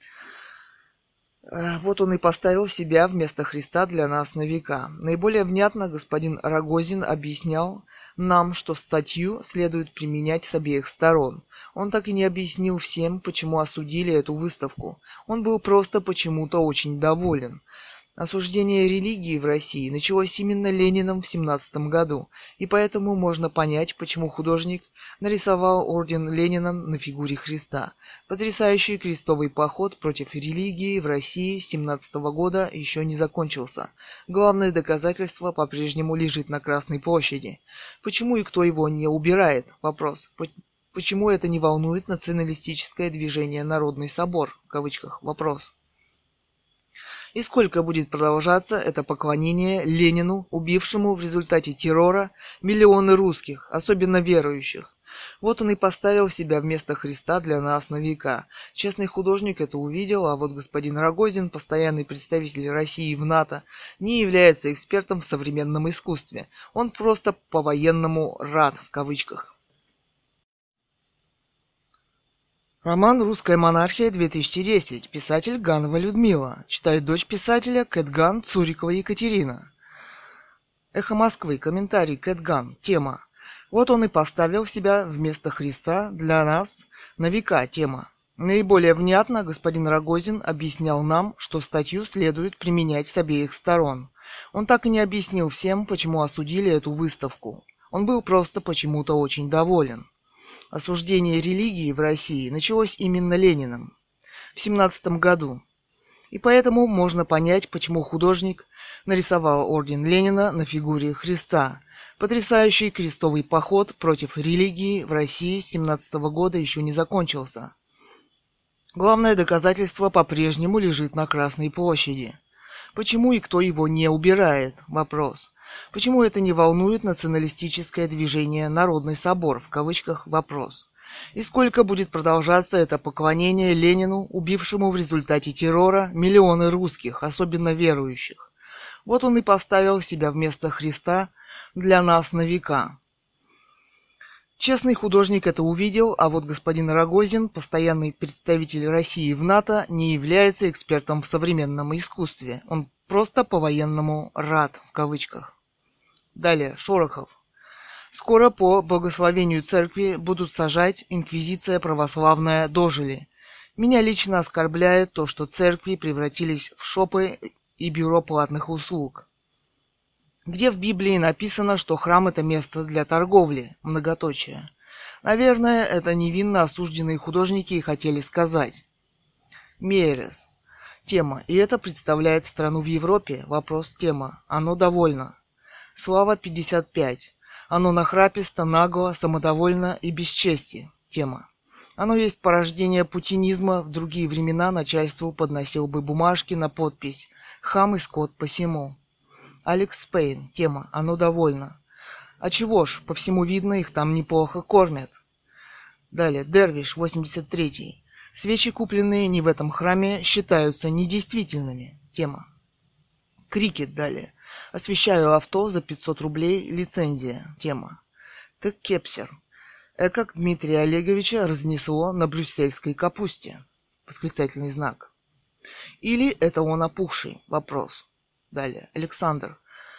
Вот он и поставил себя вместо Христа для нас на века. Наиболее внятно господин Рогозин объяснял нам, что статью следует применять с обеих сторон. Он так и не объяснил всем, почему осудили эту выставку. Он был просто почему-то очень доволен. Осуждение религии в России началось именно Лениным в семнадцатом году, и поэтому можно понять, почему художник нарисовал орден Ленина на фигуре Христа. Потрясающий крестовый поход против религии в России с семнадцатого года еще не закончился. Главное доказательство по-прежнему лежит на Красной площади. Почему и кто его не убирает? Вопрос. Почему это не волнует националистическое движение «Народный собор»? В кавычках. Вопрос. И сколько будет продолжаться это поклонение Ленину, убившему в результате террора миллионы русских, особенно верующих? Вот он и поставил себя вместо Христа для нас на века. Честный художник это увидел, а вот господин Рогозин, постоянный представитель России в НАТО, не является экспертом в современном искусстве. Он просто по-военному рад, в кавычках. Роман «Русская монархия» две тысячи десять. Писатель Ганова Людмила. Читает дочь писателя Кэт Ган, Цурикова Екатерина. Эхо Москвы. Комментарий Кэт Ган. Тема. Вот он и поставил себя вместо Христа для нас на века. Тема. Наиболее внятно господин Рогозин объяснял нам, что статью следует применять с обеих сторон. Он так и не объяснил всем, почему осудили эту выставку. Он был просто почему-то очень доволен. Осуждение религии в России началось именно Лениным в семнадцатом году. И поэтому можно понять, почему художник нарисовал орден Ленина на фигуре Христа. Потрясающий крестовый поход против религии в России с семнадцатого года еще не закончился. Главное доказательство по-прежнему лежит на Красной площади. Почему и кто его не убирает? Вопрос. Почему это не волнует националистическое движение «Народный собор» в кавычках вопрос? И сколько будет продолжаться это поклонение Ленину, убившему в результате террора миллионы русских, особенно верующих? Вот он и поставил себя вместо Христа для нас на века. Честный художник это увидел, а вот господин Рогозин, постоянный представитель России в НАТО, не является экспертом в современном искусстве. Он просто по-военному «рад» в кавычках. Далее, Шорохов. Скоро по благословению церкви будут сажать, инквизиция православная дожили. Меня лично оскорбляет то, что церкви превратились в шопы и бюро платных услуг. Где в Библии написано, что храм это место для торговли? Многоточие. Наверное, это невинно осужденные художники и хотели сказать. Мейерес. Тема. И это представляет страну в Европе? Вопрос. Тема. Оно довольно. Слава пятьдесят пять. Оно нахраписто, нагло, самодовольно и без чести. Тема. Оно есть порождение путинизма. В другие времена начальству подносил бы бумажки на подпись «Хам и скот посему». Алекс Пейн. Тема. Оно довольно. А чего ж, по всему видно, их там неплохо кормят. Далее. Дервиш, восемьдесят третий. Свечи, купленные не в этом храме, считаются недействительными. Тема. Крикет. Далее. Освещаю авто за пятьсот рублей. Лицензия. Тема. Так Кепсер. Экак Дмитрия Олеговича разнесло на брюссельской капусте. Восклицательный знак. Или это он опухший? Вопрос. Далее. Александр.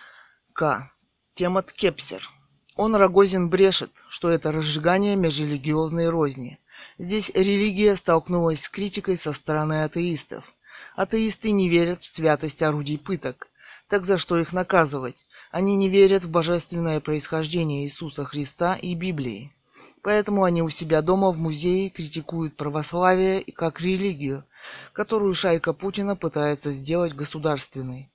К. Тема Ткепсер. Он, Рогозин, брешет, что это разжигание межрелигиозной розни. Здесь религия столкнулась с критикой со стороны атеистов. Атеисты не верят в святость орудий пыток. Так за что их наказывать? Они не верят в божественное происхождение Иисуса Христа и Библии. Поэтому они у себя дома в музее критикуют православие как религию, которую шайка Путина пытается сделать государственной.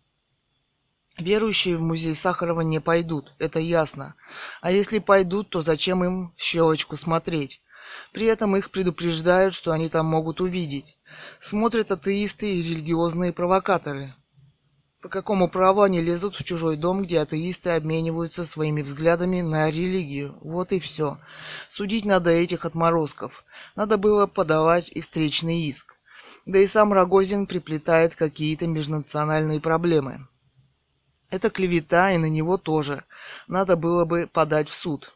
Верующие в музей Сахарова не пойдут, это ясно. А если пойдут, то зачем им щелочку смотреть? При этом их предупреждают, что они там могут увидеть. Смотрят атеисты и религиозные провокаторы. По какому праву они лезут в чужой дом, где атеисты обмениваются своими взглядами на религию? Вот и все. Судить надо этих отморозков. Надо было подавать и встречный иск. Да и сам Рогозин приплетает какие-то межнациональные проблемы. Это клевета, и на него тоже. Надо было бы подать в суд.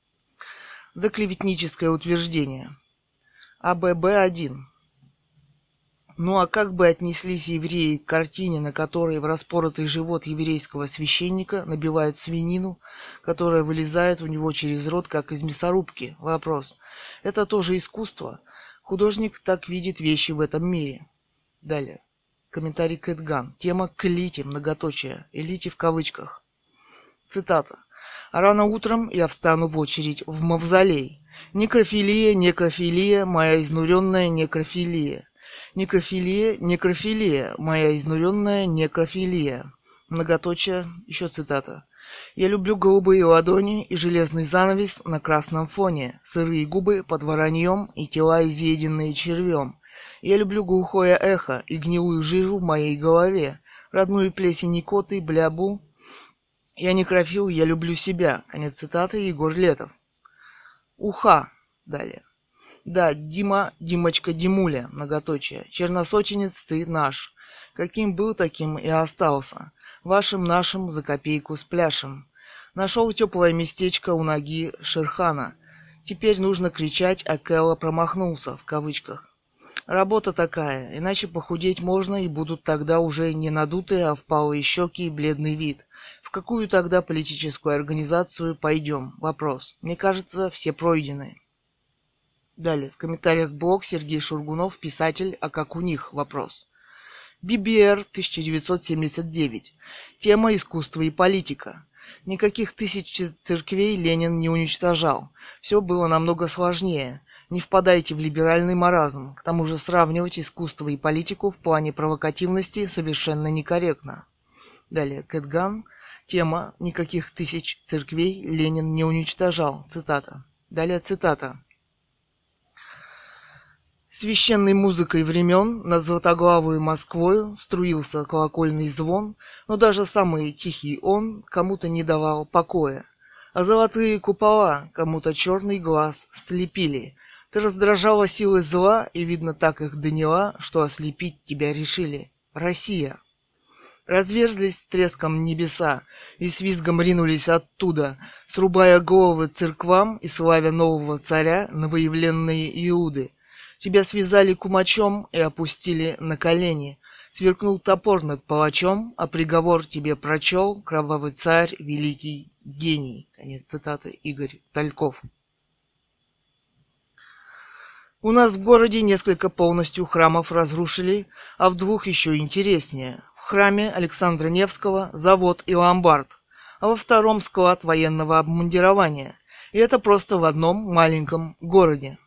За клеветническое утверждение. А Б Б один. Ну а как бы отнеслись евреи к картине, на которой в распоротый живот еврейского священника набивают свинину, которая вылезает у него через рот, как из мясорубки? Вопрос. Это тоже искусство? Художник так видит вещи в этом мире. Далее. Комментарий Кэт Ган. Тема к элите, многоточие. Элите в кавычках. Цитата. «Рано утром я встану в очередь в мавзолей. Некрофилия, некрофилия, моя изнуренная некрофилия. Некрофилия, некрофилия, моя изнуренная некрофилия». Многоточие. Еще цитата. «Я люблю голубые ладони и железный занавес на красном фоне, сырые губы под вороньем и тела, изъеденные червем. Я люблю глухое эхо и гнилую жижу в моей голове, родную плесень икоты, блябу. Я некрофил, я люблю себя». Конец цитаты. Егор Летов. Уха. Далее. Да, Дима, Димочка, Димуля, многоточие. Черносотенец ты наш. Каким был, таким и остался. Вашим нашим за копейку спляшем. Нашел теплое местечко у ноги Шерхана. Теперь нужно кричать, а Кэлла промахнулся, в кавычках. Работа такая, иначе похудеть можно, и будут тогда уже не надутые, а впалые щеки и бледный вид. В какую тогда политическую организацию пойдем? Вопрос. Мне кажется, все пройдены. Далее, в комментариях блог Сергей Шургунов, писатель, а как у них? Вопрос. би би эр тысяча девятьсот семьдесят девять. Тема «Искусство и политика». Никаких тысяч церквей Ленин не уничтожал. Все было намного сложнее. Не впадайте в либеральный маразм. К тому же сравнивать искусство и политику в плане провокативности совершенно некорректно. Далее, Кэтган. Тема «Никаких тысяч церквей Ленин не уничтожал». Цитата. Далее цитата. Священной музыкой времен над златоглавую Москвою струился колокольный звон, но даже самый тихий он кому-то не давал покоя. А золотые купола кому-то черный глаз слепили. Ты раздражала силы зла, и, видно, так их доняла, что ослепить тебя решили. Россия. Разверзлись с треском небеса, и с визгом ринулись оттуда, срубая головы церквам и славя нового царя новоявленные Иуды. Тебя связали кумачом и опустили на колени. Сверкнул топор над палачом, а приговор тебе прочел кровавый царь, великий гений. Конец цитаты. Игорь Тальков. У нас в городе несколько полностью храмов разрушили, а в двух еще интереснее. В храме Александра Невского завод и ломбард, а во втором склад военного обмундирования. И это просто в одном маленьком городе.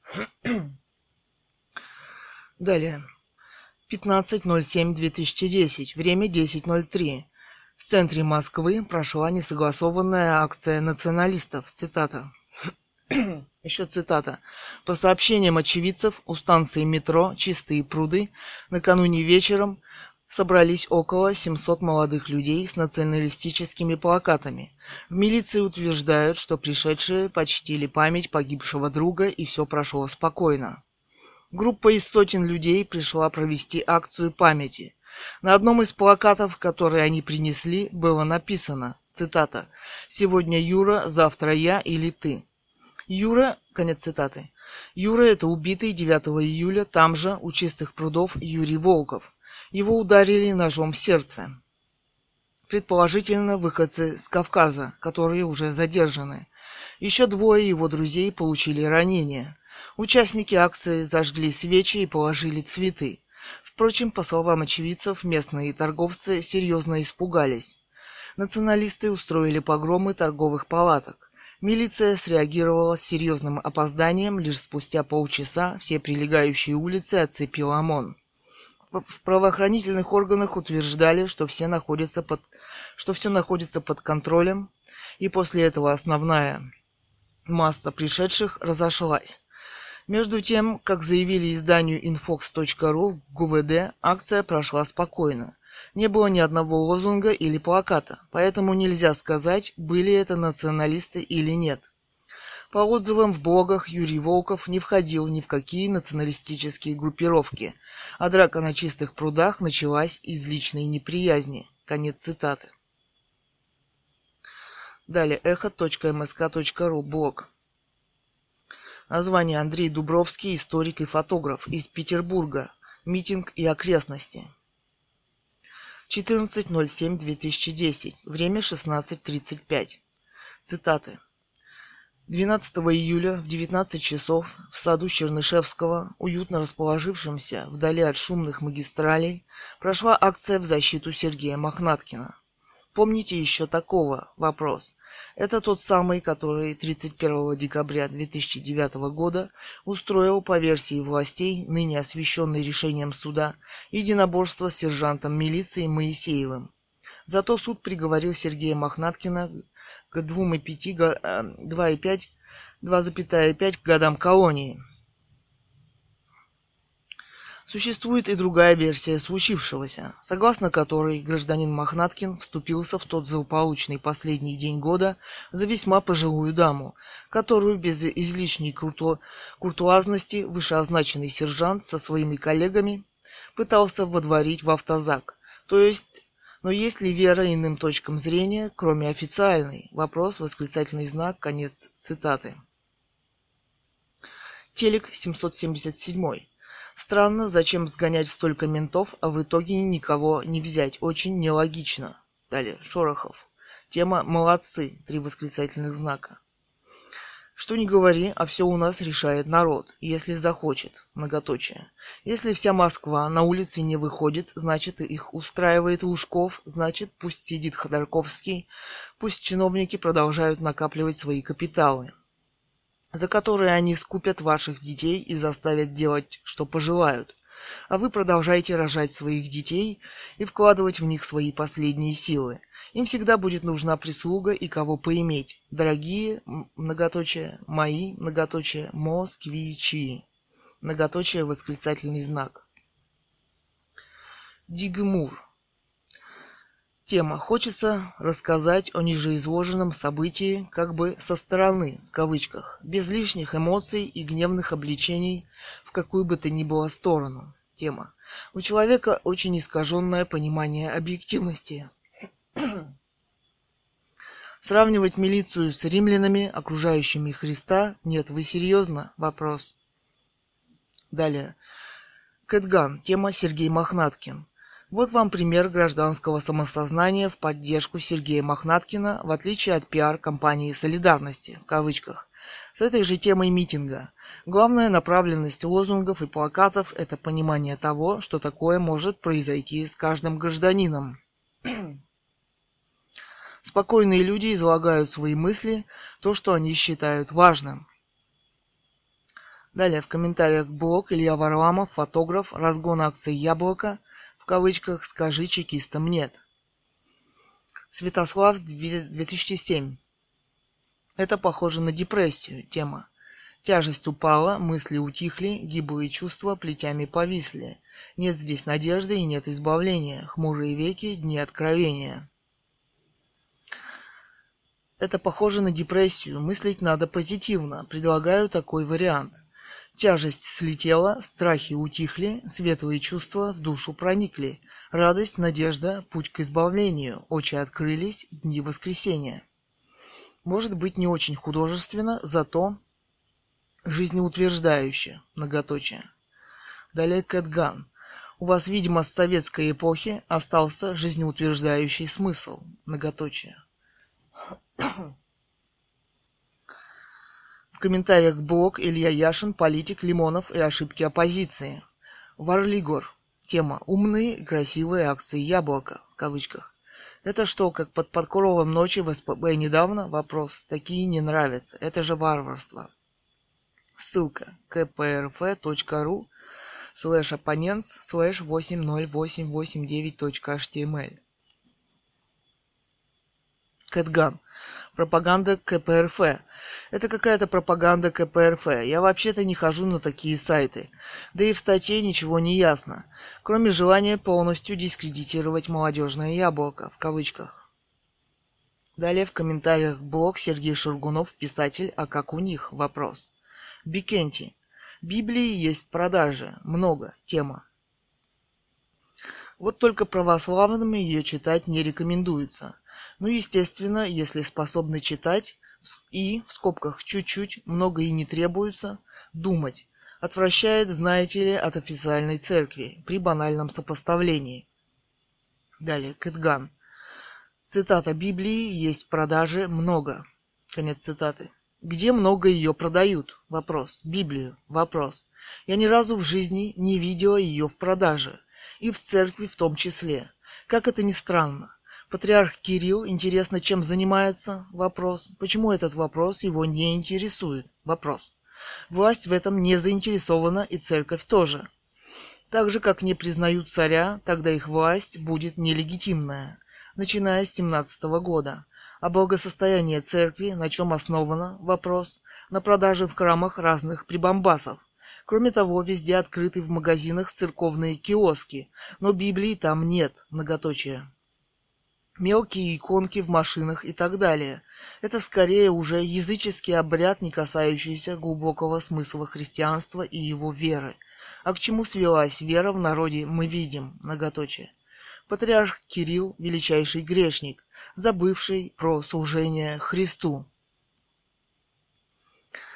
Далее. пятнадцатое ноль семь две тысячи десять. Время десять ноль три. В центре Москвы прошла несогласованная акция националистов. Цитата. Еще цитата. По сообщениям очевидцев, у станции метро «Чистые пруды» накануне вечером собрались около семисот молодых людей с националистическими плакатами. В милиции утверждают, что пришедшие почтили память погибшего друга, и все прошло спокойно. Группа из сотен людей пришла провести акцию памяти. На одном из плакатов, которые они принесли, было написано, цитата, «Сегодня Юра, завтра я или ты». Юра, конец цитаты. Юра – это убитый девятого июля там же, у Чистых прудов, Юрий Волков. Его ударили ножом в сердце. Предположительно, выходцы с Кавказа, которые уже задержаны. Еще двое его друзей получили ранения. Участники акции зажгли свечи и положили цветы. Впрочем, по словам очевидцев, местные торговцы серьезно испугались. Националисты устроили погромы торговых палаток. Милиция среагировала с серьезным опозданием, лишь спустя полчаса все прилегающие улицы оцепил ОМОН. В правоохранительных органах утверждали, что все находятся под, что все находится под контролем, и после этого основная масса пришедших разошлась. Между тем, как заявили изданию инфокс точка ру в гэ вэ дэ, акция прошла спокойно. Не было ни одного лозунга или плаката, поэтому нельзя сказать, были это националисты или нет. По отзывам в блогах, Юрий Волков не входил ни в какие националистические группировки, а драка на Чистых прудах началась из личной неприязни. Конец цитаты. Далее эхо точка эм эс ка точка ру, блог. Название: Андрей Дубровский, историк и фотограф, из Петербурга. Митинг и окрестности. четырнадцатое ноль семь две тысячи десять. Время шестнадцать тридцать пять. Цитаты. двенадцатого июля в девятнадцать часов в саду Чернышевского, уютно расположившемся вдали от шумных магистралей, прошла акция в защиту Сергея Мохнаткина. Помните еще такого? Вопрос. Это тот самый, который тридцать первого декабря две тысячи девятого года устроил, по версии властей, ныне освященный решением суда, единоборство с сержантом милиции Моисеевым. Зато суд приговорил Сергея Мохнаткина к двум и пяти, два и пять, два и пять годам колонии. Существует и другая версия случившегося, согласно которой гражданин Мохнаткин вступился в тот злополучный последний день года за весьма пожилую даму, которую без излишней курту... куртуазности вышеозначенный сержант со своими коллегами пытался водворить в автозак. То есть, но есть ли вера иным точкам зрения, кроме официальной? Вопрос, восклицательный знак, конец цитаты. Телек семьсот семьдесят семь. Странно, зачем сгонять столько ментов, а в итоге никого не взять. Очень нелогично. Далее, Шорохов. Тема «Молодцы». Три восклицательных знака. Что ни говори, а все у нас решает народ, если захочет. Многоточие. Если вся Москва на улице не выходит, значит их устраивает Лужков, значит пусть сидит Ходорковский, пусть чиновники продолжают накапливать свои капиталы, за которые они скупят ваших детей и заставят делать, что пожелают. А вы продолжаете рожать своих детей и вкладывать в них свои последние силы. Им всегда будет нужна прислуга и кого поиметь. Дорогие, многоточие, мои, многоточие, москвичи. Многоточие, восклицательный знак. Дигмур. Тема. Хочется рассказать о нижеизложенном событии как бы со стороны, в кавычках, без лишних эмоций и гневных обличений в какую бы то ни было сторону. Тема. У человека очень искаженное понимание объективности. Сравнивать милицию с римлянами, окружающими Христа, нет, вы серьезно? Вопрос. Далее. Кэтган. Тема Сергей Мохнаткин. Вот вам пример гражданского самосознания в поддержку Сергея Мохнаткина, в отличие от пиар-компании «Солидарности», в кавычках, с этой же темой митинга. Главная направленность лозунгов и плакатов – это понимание того, что такое может произойти с каждым гражданином. Спокойные люди излагают свои мысли, то, что они считают важным. Далее в комментариях блог Илья Варламов, фотограф, разгон акции «Яблоко», в кавычках «Скажи чекистам нет». Святослав, две тысячи семь. Это похоже на депрессию. Тема. Тяжесть упала, мысли утихли, гиблые чувства плетями повисли. Нет здесь надежды и нет избавления. Хмурые веки, дни откровения. Это похоже на депрессию. Мыслить надо позитивно. Предлагаю такой вариант. Тяжесть слетела, страхи утихли, светлые чувства в душу проникли. Радость, надежда, путь к избавлению. Очи открылись, дни воскресения. Может быть, не очень художественно, зато жизнеутверждающе. Многоточие. Далее Кэтган. У вас, видимо, с советской эпохи остался жизнеутверждающий смысл. Многоточие. В комментариях блог Илья Яшин, политик, Лимонов и ошибки оппозиции. Варлигор. Тема «Умные и красивые акции Яблоко», в кавычках. Это что, как под покровом ночи в СПБ недавно? Вопрос. Такие не нравятся. Это же варварство. Ссылка kprf.ru слэш оппонентс слэш восемь ноль восемь восемь девять точка эйч ти эм эль. Кэтган. Пропаганда ка пэ эр эф. Это какая-то пропаганда ка пэ эр эф. Я вообще-то не хожу на такие сайты. Да и в статье ничего не ясно, кроме желания полностью дискредитировать молодежное яблоко, в кавычках. Далее в комментариях блог Сергей Шургунов, писатель, а как у них? Вопрос. Бикенти. Библии есть в продаже. Много. Тема. Вот только православным ее читать не рекомендуется. Ну, естественно, если способны читать, и, в скобках, чуть-чуть, много и не требуется, думать. Отвращает, знаете ли, от официальной церкви, при банальном сопоставлении. Далее, Кэтган. Цитата Библии есть в продаже много. Конец цитаты. Где много ее продают? Вопрос. Библию? Вопрос. Я ни разу в жизни не видела ее в продаже. И в церкви в том числе. Как это ни странно. Патриарх Кирилл, интересно, чем занимается? Вопрос. Почему этот вопрос его не интересует? Вопрос. Власть в этом не заинтересована, и церковь тоже. Так же, как не признают царя, тогда их власть будет нелегитимная, начиная с семнадцатого года. А благосостояние церкви на чем основано? Вопрос. На продаже в храмах разных прибамбасов. Кроме того, везде открыты в магазинах церковные киоски, но Библии там нет. Многоточие. Мелкие иконки в машинах и так далее. Это скорее уже языческий обряд, не касающийся глубокого смысла христианства и его веры. А к чему свелась вера в народе, мы видим. Многоточие. Патриарх Кирилл – величайший грешник, забывший про служение Христу.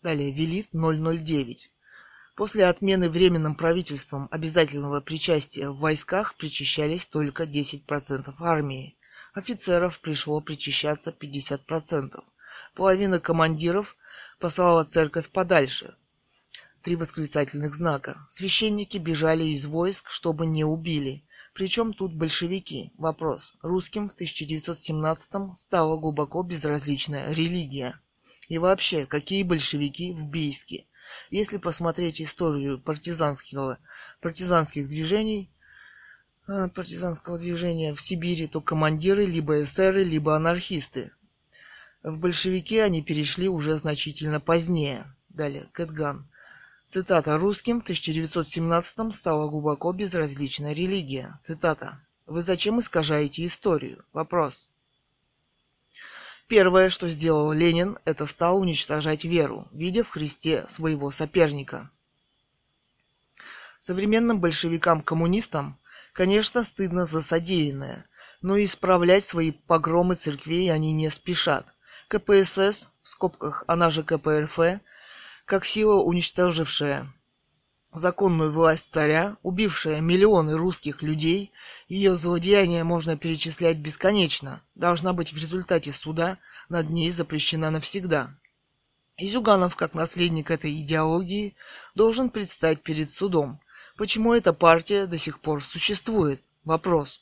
Далее, Велит ноль ноль девять. После отмены Временным правительством обязательного причастия в войсках причащались только десять процентов армии. Офицеров пришло причащаться пятьдесят процентов. Половина командиров послала церковь подальше. Три восклицательных знака. Священники бежали из войск, чтобы не убили. Причем тут большевики? Вопрос. Русским в тысяча девятьсот семнадцатом стала глубоко безразличная религия. И вообще, какие большевики в Бийске? Если посмотреть историю партизанского, партизанских движений, партизанского движения в Сибири, то командиры либо эсеры, либо анархисты. В большевики они перешли уже значительно позднее. Далее, Кэтган. Цитата. «Русским в тысяча девятьсот семнадцатом стала глубоко безразличная религия». Цитата. «Вы зачем искажаете историю?» Вопрос. Первое, что сделал Ленин, это стал уничтожать веру, видя в Христе своего соперника. Современным большевикам-коммунистам, конечно, стыдно за содеянное, но и исправлять свои погромы церквей они не спешат. ка пэ эс эс, в скобках она же ка пэ эр эф, как сила, уничтожившая законную власть царя, убившая миллионы русских людей, ее злодеяния можно перечислять бесконечно, должна быть в результате суда над ней запрещена навсегда. И Зюганов, как наследник этой идеологии, должен предстать перед судом. Почему эта партия до сих пор существует? Вопрос.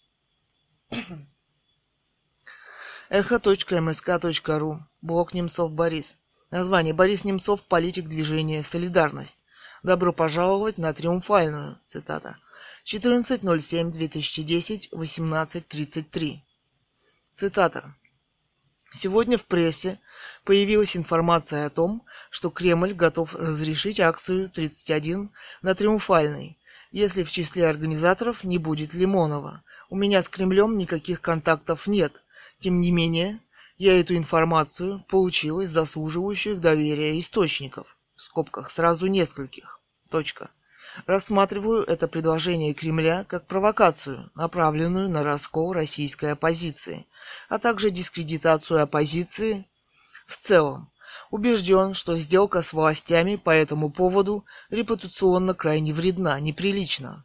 эхо точка эм эс ка точка ру. Блог Немцов Борис. Название. Борис Немцов, политик движения «Солидарность». Добро пожаловать на Триумфальную. Цитата. четырнадцатое ноль семь две тысячи десять, восемнадцать тридцать три. Цитата. Сегодня в прессе появилась информация о том, что Кремль готов разрешить акцию тридцать один на Триумфальной, если в числе организаторов не будет Лимонова. У меня с Кремлем никаких контактов нет. Тем не менее, я эту информацию получил из заслуживающих доверия источников, в скобках сразу нескольких. Точка. Рассматриваю это предложение Кремля как провокацию, направленную на раскол российской оппозиции, а также дискредитацию оппозиции в целом. Убежден, что сделка с властями по этому поводу репутационно крайне вредна, неприлична.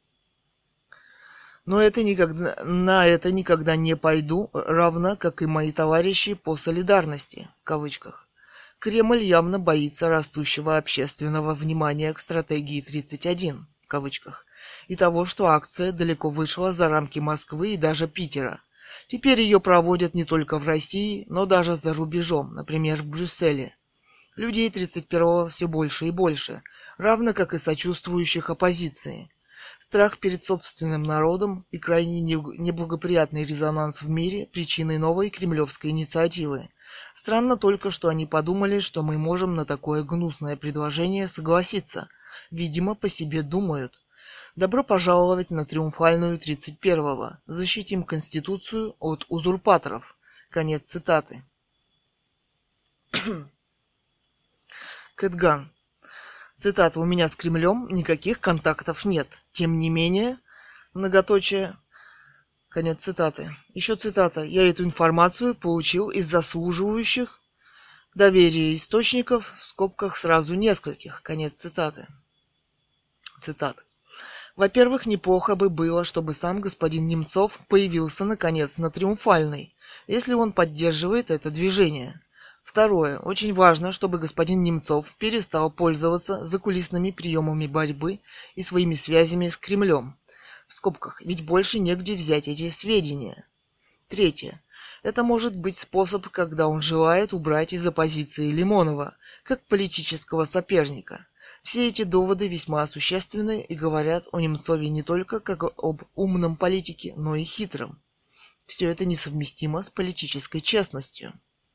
Но это никогда, на это никогда не пойду, равно как и мои товарищи по солидарности, в кавычках. Кремль явно боится растущего общественного внимания к стратегии тридцать один, в кавычках, и того, что акция далеко вышла за рамки Москвы и даже Питера. Теперь ее проводят не только в России, но даже за рубежом, например, в Брюсселе. Людей тридцать первого все больше и больше, равно как и сочувствующих оппозиции. Страх перед собственным народом и крайне неблагоприятный резонанс в мире – причиной новой кремлевской инициативы. Странно только, что они подумали, что мы можем на такое гнусное предложение согласиться. Видимо, по себе думают. Добро пожаловать на Триумфальную тридцать первого. Защитим Конституцию от узурпаторов. Конец цитаты. Кэтган. Цитата. «У меня с Кремлем никаких контактов нет. Тем не менее...» Многоточие. Конец цитаты. Еще цитата. «Я эту информацию получил из заслуживающих доверия источников, в скобках сразу нескольких». Конец цитаты. Цитат. «Во-первых, неплохо бы было, чтобы сам господин Немцов появился, наконец, на Триумфальной, если он поддерживает это движение. Второе. Очень важно, чтобы господин Немцов перестал пользоваться закулисными приемами борьбы и своими связями с Кремлем. В скобках, ведь больше негде взять эти сведения. Третье. Это может быть способ, когда он желает убрать из оппозиции Лимонова, как политического соперника. Все эти доводы весьма существенны и говорят о Немцове не только как об умном политике, но и хитром. Все это несовместимо с политической честностью».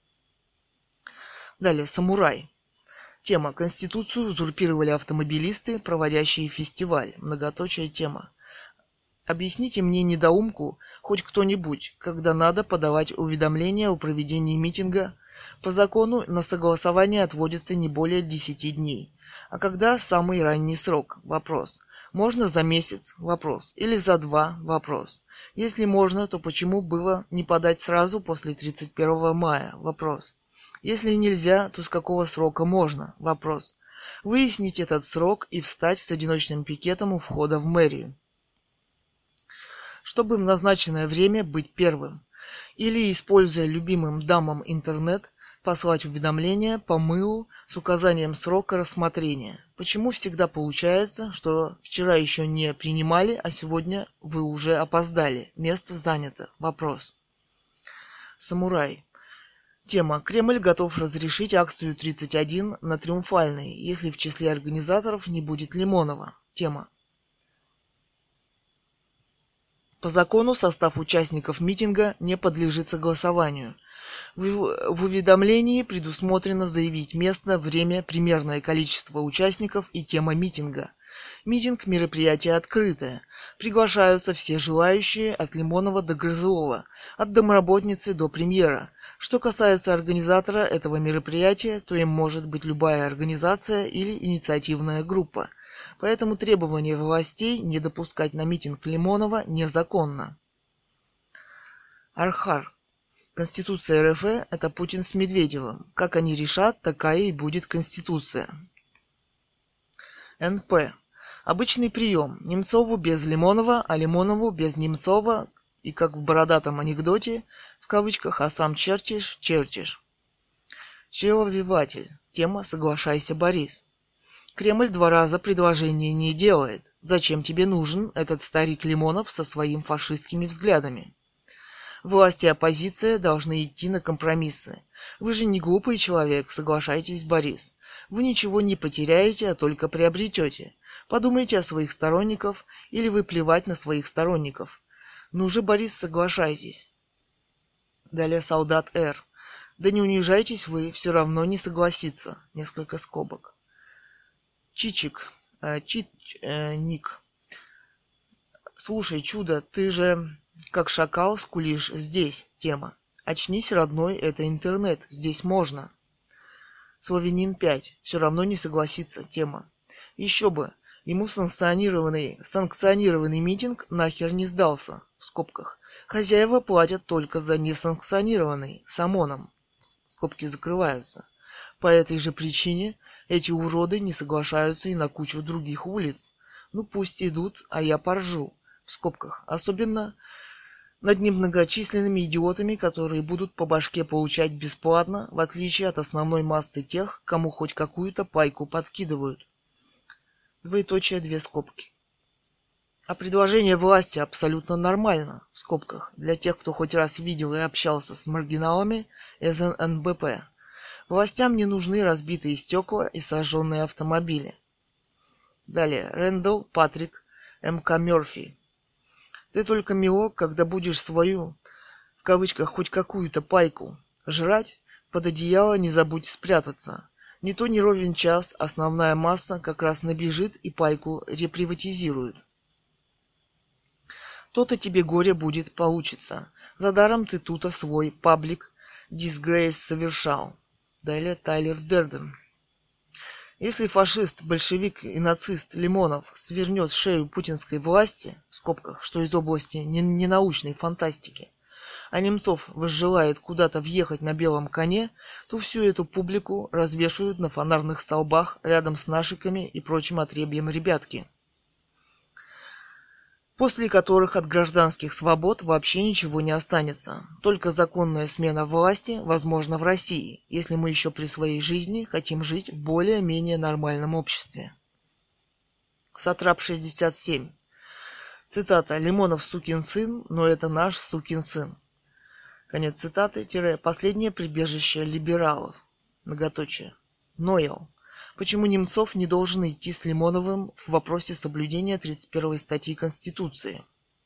Далее, «Самурай». Тема. Конституцию узурпировали автомобилисты, проводящие фестиваль. Многоточие тема. Объясните мне, недоумку, хоть кто-нибудь, когда надо подавать уведомление о проведении митинга. По закону на согласование отводится не более десяти дней. А когда самый ранний срок? Вопрос. Можно за месяц? Вопрос. Или за два? Вопрос. Если можно, то почему было не подать сразу после тридцать первого мая? Вопрос. Если нельзя, то с какого срока можно? Вопрос. Выяснить этот срок и встать с одиночным пикетом у входа в мэрию. Чтобы в назначенное время быть первым. Или, используя любимым дамам интернет, послать уведомление по мейлу с указанием срока рассмотрения. Почему всегда получается, что вчера еще не принимали, а сегодня вы уже опоздали? Место занято. Вопрос. Самурай. Тема. Кремль готов разрешить акцию тридцать один на Триумфальной, если в числе организаторов не будет Лимонова. Тема. По закону состав участников митинга не подлежит согласованию. В, в уведомлении предусмотрено заявить место, время, примерное количество участников и тема митинга. Митинг – мероприятие открытое. Приглашаются все желающие от Лимонова до Грызлова, от домработницы до премьера. Что касается организатора этого мероприятия, то им может быть любая организация или инициативная группа. Поэтому требование властей не допускать на митинг Лимонова незаконно. Архар. Конституция РФ – это Путин с Медведевым. Как они решат, такая и будет Конституция. эн пэ. Обычный прием. Немцову без Лимонова, а Лимонову без Немцова. И как в бородатом анекдоте, в кавычках, а сам чертишь, чертишь. Чревовиватель. Тема «Соглашайся, Борис». Кремль два раза предложение не делает. Зачем тебе нужен этот старик Лимонов со своими фашистскими взглядами? Власть и оппозиция должны идти на компромиссы. Вы же не глупый человек, соглашайтесь, Борис. Вы ничего не потеряете, а только приобретете. Подумайте о своих сторонниках, или вы плевать на своих сторонников. Ну же, Борис, соглашайтесь. Далее солдат Р. Да не унижайтесь вы, все равно не согласиться. Несколько скобок. Чичик. Э, Чич, э, Ник. Слушай, чудо, ты же... Как шакал скулишь здесь. Тема. Очнись, родной, это интернет. Здесь можно. Славянин пять. Все равно не согласится. Тема. Еще бы. Ему санкционированный, санкционированный митинг нахер не сдался. В скобках. Хозяева платят только за несанкционированный. С ОМОНом. Скобки закрываются. По этой же причине эти уроды не соглашаются и на кучу других улиц. Ну пусть идут, а я поржу. В скобках. Особенно над немногочисленными идиотами, которые будут по башке получать бесплатно, в отличие от основной массы тех, кому хоть какую-то пайку подкидывают. Двоеточие, две скобки. А предложение власти абсолютно нормально, в скобках, для тех, кто хоть раз видел и общался с маргиналами из эн бэ пэ. Властям не нужны разбитые стекла и сожженные автомобили. Далее. Рэндалл Патрик эм ка Мёрфи. Ты только милок, когда будешь свою, в кавычках, хоть какую-то пайку жрать, под одеяло не забудь спрятаться. Не то не ровен час, основная масса как раз набежит и пайку реприватизируют. То-то тебе горе будет получится. За даром ты тут свой паблик дисгрейс совершал. Далее Тайлер Дерден. Если фашист, большевик и нацист Лимонов свернет шею путинской власти, в скобках, что из области ненаучной фантастики, а Немцов возжелает куда-то въехать на белом коне, то всю эту публику развешают на фонарных столбах рядом с нашиками и прочим отребьем ребятки, после которых от гражданских свобод вообще ничего не останется. Только законная смена власти возможна в России, если мы еще при своей жизни хотим жить в более-менее нормальном обществе. Сатрап шестьдесят семь. Цитата. Лимонов сукин сын, но это наш сукин сын. Конец цитаты. Тире. Последнее прибежище либералов. Многоточие. Ноэл. Почему Немцов не должен идти с Лимоновым в вопросе соблюдения тридцать первой статьи Конституции?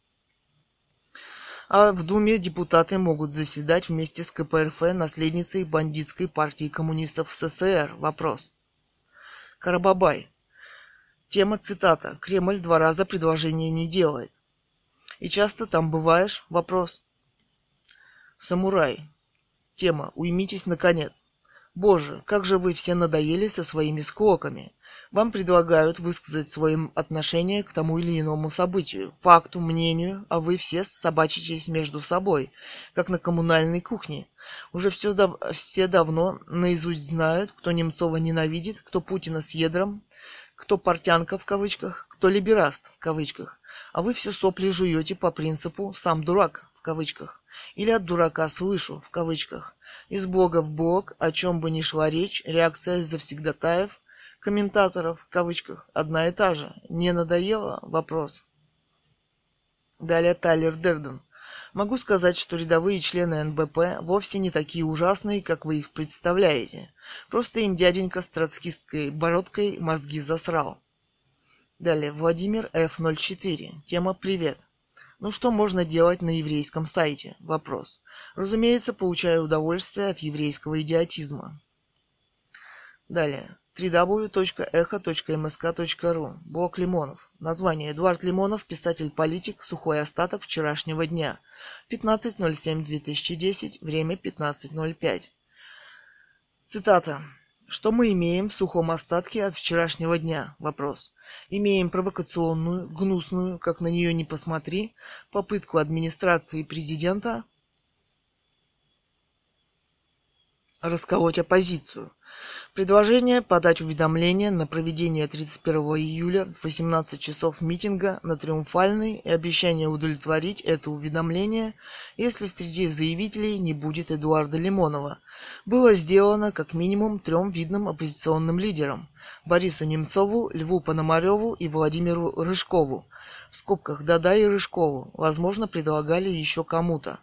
А в Думе депутаты могут заседать вместе с ка пэ эр эф, наследницей бандитской партии коммунистов эс эс эс эр. Вопрос. Карабабай. Тема цитата. Кремль два раза предложение не делает. И часто там бываешь? Вопрос. Самурай. Тема. Уймитесь наконец. Боже, как же вы все надоели со своими склоками. Вам предлагают высказать свое отношение к тому или иному событию, факту, мнению, а вы все собачитесь между собой, как на коммунальной кухне. Уже все, дав- все давно наизусть знают, кто Немцова ненавидит, кто Путина с ядром, кто портянка в кавычках, кто либераст в кавычках. А вы все сопли жуете по принципу «сам дурак» в кавычках. Или «от дурака слышу» в кавычках. Из блога в блог, о чем бы ни шла речь, реакция завсегдатаев, комментаторов в кавычках, одна и та же. Не надоело? Вопрос. Далее Тайлер Дерден. Могу сказать, что рядовые члены эн бэ пэ вовсе не такие ужасные, как вы их представляете. Просто им дяденька с троцкистской бородкой мозги засрал. Далее Владимир эф ноль четыре. Тема «Привет». Ну что можно делать на еврейском сайте? Вопрос. Разумеется, получаю удовольствие от еврейского идиотизма. Далее. дабл ю дабл ю дабл ю точка эхо точка эм эс ка точка ру. Блог Лимонов. Название. Эдуард Лимонов, писатель-политик, сухой остаток вчерашнего дня. пятнадцатое ноль семь две тысячи десять. Время пятнадцать ноль пять. Цитата. Что мы имеем в сухом остатке от вчерашнего дня? Вопрос. Имеем провокационную, гнусную, как на нее не посмотри, попытку администрации президента расколоть оппозицию. Предложение подать уведомление на проведение тридцать первого июля в восемнадцать часов митинга на Триумфальной и обещание удовлетворить это уведомление, если среди заявителей не будет Эдуарда Лимонова, было сделано как минимум трем видным оппозиционным лидерам – Борису Немцову, Льву Пономареву и Владимиру Рыжкову. В скобках «да-да» и Рыжкову. Возможно, предлагали еще кому-то.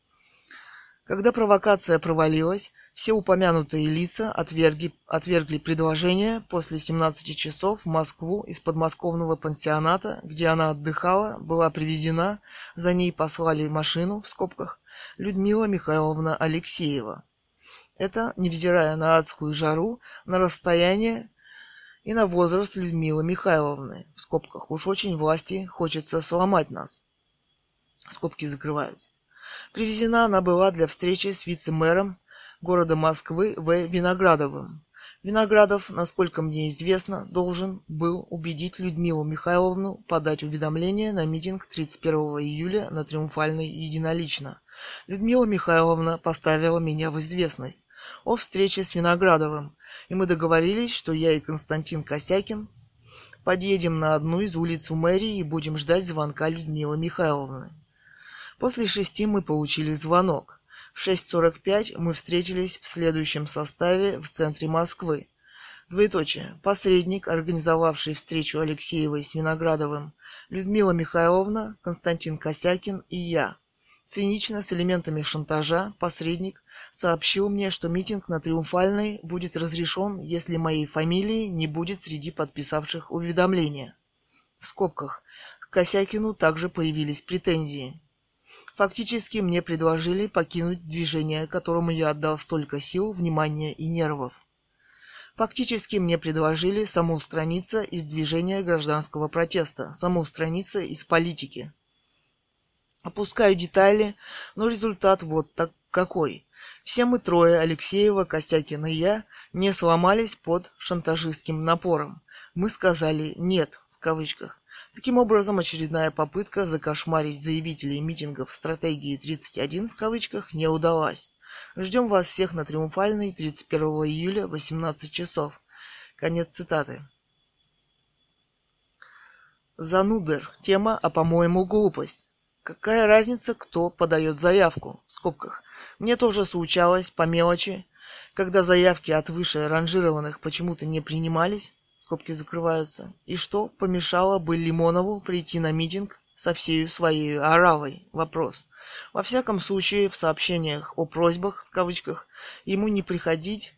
Когда провокация провалилась, все упомянутые лица отвергли, отвергли предложение после семнадцати часов в Москву из подмосковного пансионата, где она отдыхала, была привезена, за ней послали машину, в скобках, Людмила Михайловна Алексеева. Это, невзирая на адскую жару, на расстояние и на возраст Людмилы Михайловны, в скобках, уж очень власти хочется сломать нас. Скобки закрываются. Привезена она была для встречи с вице-мэром города Москвы В. Виноградовым. Виноградов, насколько мне известно, должен был убедить Людмилу Михайловну подать уведомление на митинг тридцать первого июля на Триумфальной единолично. Людмила Михайловна поставила меня в известность о встрече с Виноградовым, и мы договорились, что я и Константин Косякин подъедем на одну из улиц в мэрии и будем ждать звонка Людмилы Михайловны. После шести мы получили звонок. В шесть сорок пять мы встретились в следующем составе в центре Москвы. Двоеточие. Посредник, организовавший встречу Алексеевой с Виноградовым, Людмила Михайловна, Константин Косякин и я. Цинично, с элементами шантажа, посредник сообщил мне, что митинг на Триумфальной будет разрешен, если моей фамилии не будет среди подписавших уведомления. В скобках. К Косякину также появились претензии. Фактически мне предложили покинуть движение, которому я отдал столько сил, внимания и нервов. Фактически мне предложили самоустраниться из движения гражданского протеста, самоустраниться из политики. Опускаю детали, но результат вот так какой. Все мы трое, Алексеева, Косякин и я, не сломались под шантажистским напором. Мы сказали «нет» в кавычках. Таким образом, очередная попытка закошмарить заявителей митингов «Стратегии тридцать один» в кавычках не удалась. Ждем вас всех на Триумфальной тридцать первого июля в восемнадцать часов. Конец цитаты. Занудер. Тема «А по-моему глупость». Какая разница, кто подает заявку? В скобках. Мне тоже случалось по мелочи, когда заявки от выше ранжированных почему-то не принимались. Скобки закрываются. И что помешало бы Лимонову прийти на митинг со всею своей оравой? Вопрос. Во всяком случае, в сообщениях о просьбах, в кавычках, ему не приходить,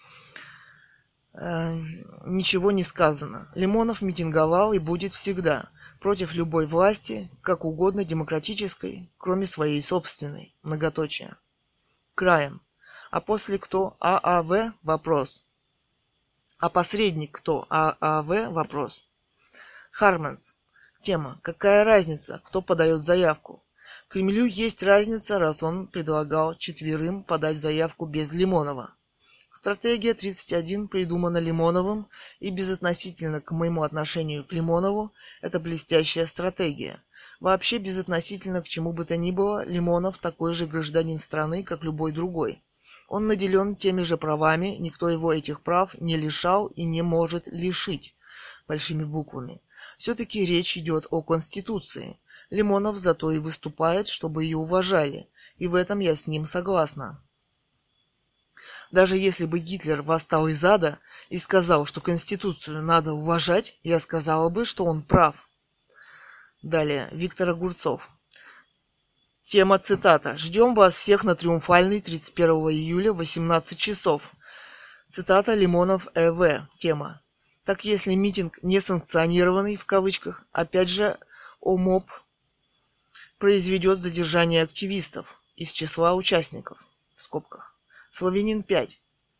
э, ничего не сказано. Лимонов митинговал и будет всегда против любой власти, как угодно демократической, кроме своей собственной. Многоточие. Краем. А после кто? а а вэ? Вопрос. А посредник кто? а а вэ? Вопрос. Харманс. Тема. Какая разница, кто подает заявку? Кремлю есть разница, раз он предлагал четверым подать заявку без Лимонова. Стратегия тридцать один придумана Лимоновым, и безотносительно к моему отношению к Лимонову, это блестящая стратегия. Вообще, безотносительно к чему бы то ни было, Лимонов такой же гражданин страны, как любой другой. Он наделен теми же правами, никто его этих прав не лишал и не может лишить. Большими буквами. Все-таки речь идет о Конституции. Лимонов зато и выступает, чтобы ее уважали, и в этом я с ним согласна. Даже если бы Гитлер восстал из ада и сказал, что Конституцию надо уважать, я сказала бы, что он прав. Далее, Виктор Огурцов. Тема цитата. «Ждем вас всех на Триумфальный тридцать первого июля в восемнадцать часов». Цитата Лимонов Э В. Тема. Так если митинг несанкционированный, в кавычках, опять же, ОМОП произведет задержание активистов из числа участников, в скобках. Славянин пять.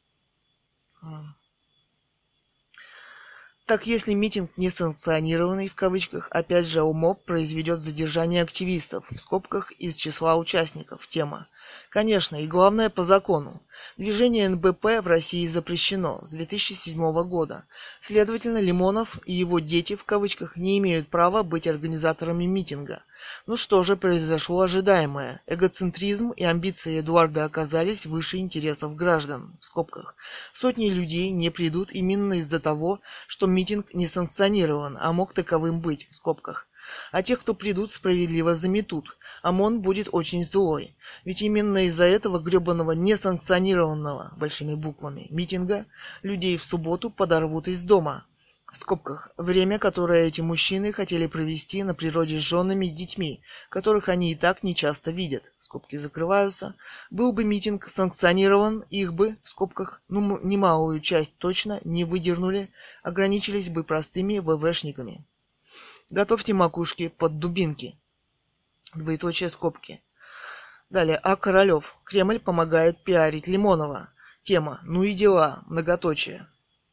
Так если митинг несанкционированный, в кавычках, опять же ОМОП произведет задержание активистов, в скобках, из числа участников. Тема. Конечно, и главное по закону. Движение Эн Бэ Пэ в России запрещено с две тысячи седьмого года. Следовательно, Лимонов и его дети, в кавычках, не имеют права быть организаторами митинга. Ну что же, произошло ожидаемое. Эгоцентризм и амбиции Эдуарда оказались выше интересов граждан, в скобках. Сотни людей не придут именно из-за того, что митинг не санкционирован, а мог таковым быть, в скобках. А тех, кто придут, справедливо заметут. ОМОН будет очень злой. Ведь именно из-за этого гребаного несанкционированного, большими буквами, митинга людей в субботу подорвут из дома. В скобках. Время, которое эти мужчины хотели провести на природе с женами и детьми, которых они и так нечасто видят. Скобки закрываются. Был бы митинг санкционирован, их бы, в скобках, ну немалую часть точно не выдернули, ограничились бы простыми вэ вэшниками. Готовьте макушки под дубинки. Двоеточие скобки. Далее. А. Королев. Кремль помогает пиарить Лимонова. Тема. Ну и дела. Многоточие.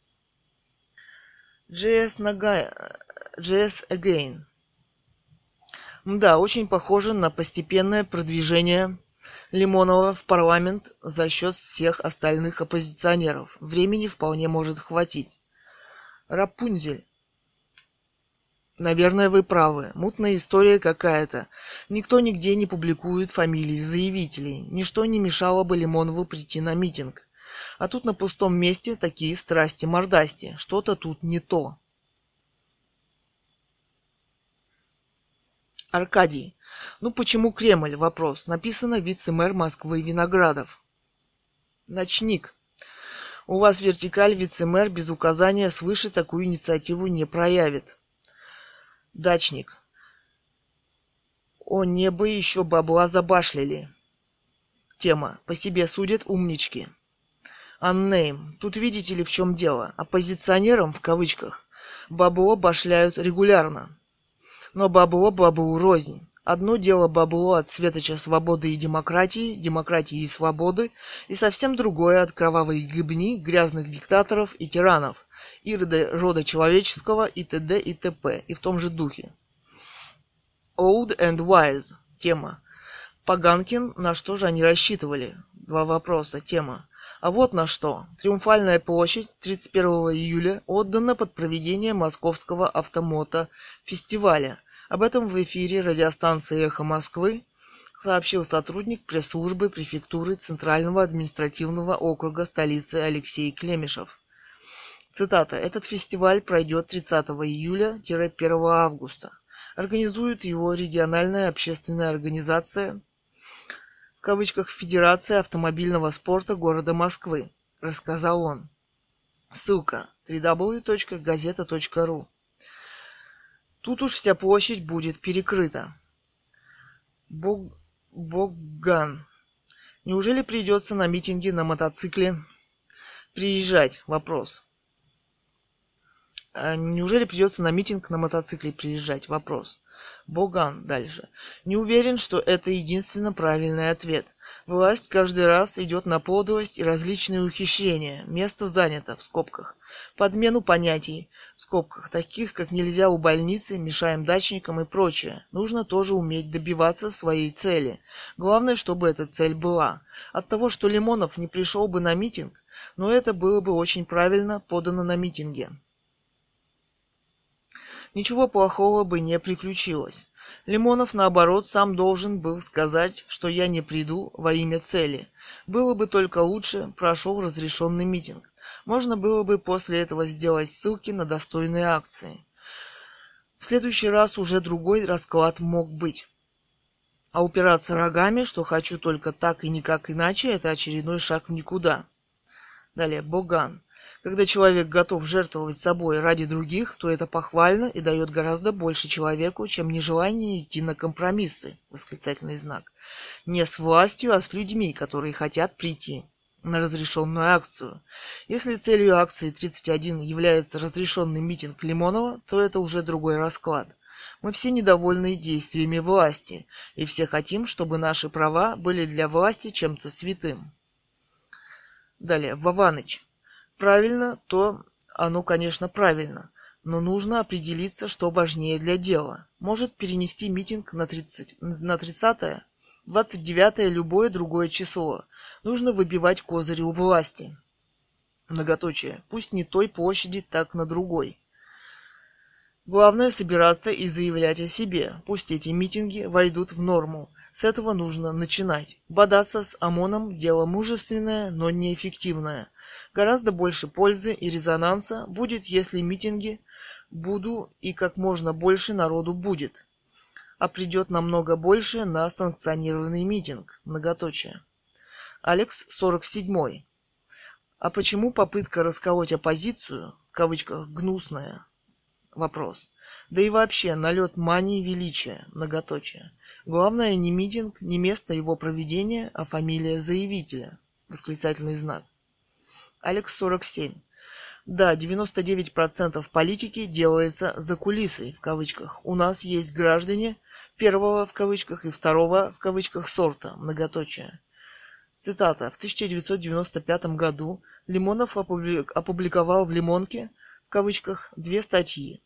джей эс Нагай... джей эс Again. Да, очень похоже на постепенное продвижение Лимонова в парламент за счет всех остальных оппозиционеров. Времени вполне может хватить. Рапунзель. Наверное, вы правы. Мутная история какая-то. Никто нигде не публикует фамилии заявителей. Ничто не мешало бы Лимонову прийти на митинг. А тут на пустом месте такие страсти-мордасти. Что-то тут не то. Аркадий. Ну почему Кремль? Вопрос. Написано вице-мэр Москвы Виноградов. Ночник. У вас вертикаль вице-мэр без указания свыше такую инициативу не проявит. Дачник. О небо еще бабла забашляли. Тема. По себе судят умнички. Аннейм. Тут видите ли в чем дело. Оппозиционерам, в кавычках, бабло башляют регулярно. Но бабло баблу рознь. Одно дело бабло от светоча свободы и демократии, демократии и свободы, и совсем другое от кровавой гибни, грязных диктаторов и тиранов, и рода человеческого, и т.д. и т.п. и в том же духе. Old and wise. Тема. Поганкин, на что же они рассчитывали? Два вопроса. Тема. А вот на что. Триумфальная площадь тридцать первого июля отдана под проведение Московского автомото-фестиваля. Об этом в эфире радиостанции «Эхо Москвы» сообщил сотрудник пресс-службы префектуры Центрального административного округа столицы Алексей Клемешев. Цитата. «Этот фестиваль пройдет тридцатого июля — первого августа. Организует его региональная общественная организация, в кавычках, Федерация автомобильного спорта города Москвы», рассказал он. Ссылка дабл ю дабл ю дабл ю точка газета точка ру. Тут уж вся площадь будет перекрыта. Бог... Богган. Неужели придется на митинги на мотоцикле приезжать? Вопрос. А неужели придется на митинг на мотоцикле приезжать? Вопрос. Боган дальше. Не уверен, что это единственно правильный ответ. Власть каждый раз идет на подлость и различные ухищрения. Место занято, в скобках. Подмену понятий, в скобках, таких, как нельзя у больницы, мешаем дачникам и прочее. Нужно тоже уметь добиваться своей цели. Главное, чтобы эта цель была. От того, что Лимонов не пришел бы на митинг, но это было бы очень правильно подано на митинге. Ничего плохого бы не приключилось. Лимонов, наоборот, сам должен был сказать, что я не приду во имя цели. Было бы только лучше, прошел разрешенный митинг. Можно было бы после этого сделать ссылки на достойные акции. В следующий раз уже другой расклад мог быть. А упираться рогами, что хочу только так и никак иначе, это очередной шаг в никуда. Далее, Боган. Когда человек готов жертвовать собой ради других, то это похвально и дает гораздо больше человеку, чем нежелание идти на компромиссы, восклицательный знак. Не с властью, а с людьми, которые хотят прийти на разрешенную акцию. Если целью акции тридцать один является разрешенный митинг Лимонова, то это уже другой расклад. Мы все недовольны действиями власти, и все хотим, чтобы наши права были для власти чем-то святым. Далее, Вованыч. Правильно, то оно, конечно, правильно, но нужно определиться, что важнее для дела. Может перенести митинг на тридцатое, двадцать девятое, любое другое число. Нужно выбивать козыри у власти. Многоточие. Пусть не той площади, так на другой. Главное собираться и заявлять о себе. Пусть эти митинги войдут в норму. С этого нужно начинать. Бодаться с ОМОНом – дело мужественное, но неэффективное. Гораздо больше пользы и резонанса будет, если митинги буду и как можно больше народу будет. А придет намного больше на санкционированный митинг. Многоточие. Алекс сорок семь. А почему попытка расколоть оппозицию, в кавычках, гнусная? Вопрос. Да и вообще, налет мании величия, многоточие. Главное не митинг, не место его проведения, а фамилия заявителя, восклицательный знак. Алекс сорок семь. Да, девяносто девять процентов политики делается за кулисой, в кавычках. У нас есть граждане первого, в кавычках, и второго, в кавычках, сорта, многоточие. Цитата. В тысяча девятьсот девяносто пятом году Лимонов опубликовал в «Лимонке», в кавычках, две статьи.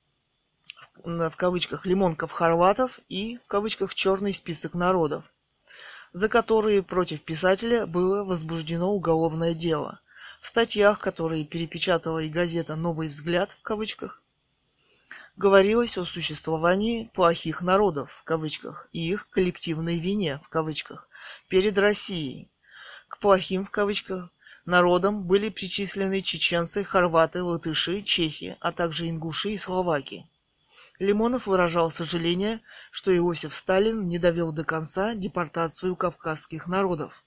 В кавычках «Лимонков хорватов» и в кавычках «Черный список народов», за которые против писателя было возбуждено уголовное дело. В статьях, которые перепечатала и газета «Новый взгляд», в кавычках, говорилось о существовании плохих народов, в кавычках, и их коллективной вине, в кавычках, перед Россией. К плохим, в кавычках, народам были причислены чеченцы, хорваты, латыши, чехи, а также ингуши и словаки. Лимонов выражал сожаление, что Иосиф Сталин не довел до конца депортацию кавказских народов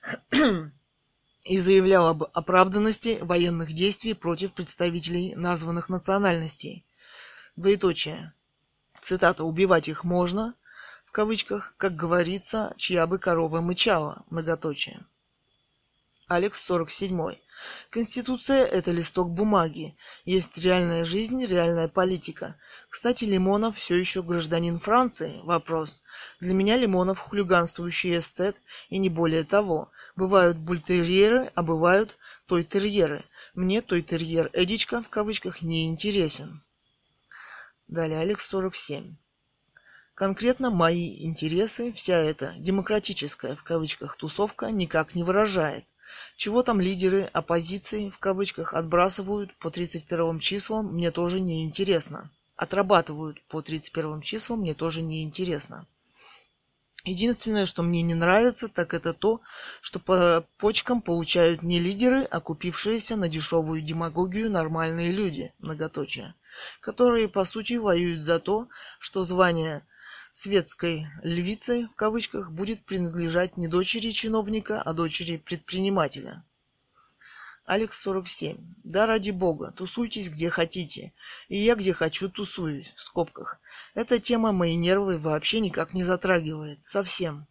и заявлял об оправданности военных действий против представителей названных национальностей. Двоеточие. Цитата. «Убивать их можно», в кавычках, как говорится, чья бы корова мычала, многоточие. Алекс сорок семь. Конституция – это листок бумаги. Есть реальная жизнь, реальная политика. Кстати, Лимонов все еще гражданин Франции? Вопрос. Для меня Лимонов хулиганствующий эстет, и не более того. Бывают бультерьеры, а бывают тойтерьеры. Мне тойтерьер Эдичка, в кавычках, не интересен. Далее, Алекс сорок семь. Конкретно мои интересы вся эта демократическая, в кавычках, тусовка никак не выражает. Чего там лидеры оппозиции, в кавычках, отбрасывают по тридцать первым числам, мне тоже не интересно. Отрабатывают по тридцать первым числам, мне тоже не интересно. Единственное, что мне не нравится, так это то, что по почкам получают не лидеры, а купившиеся на дешевую демагогию нормальные люди, многоточие, которые, по сути, воюют за то, что звание светской львицы, в кавычках, будет принадлежать не дочери чиновника, а дочери предпринимателя. Алекс сорок семь. Да, ради бога, тусуйтесь где хотите. И я где хочу тусуюсь, в скобках. Эта тема мои нервы вообще никак не затрагивает. Совсем.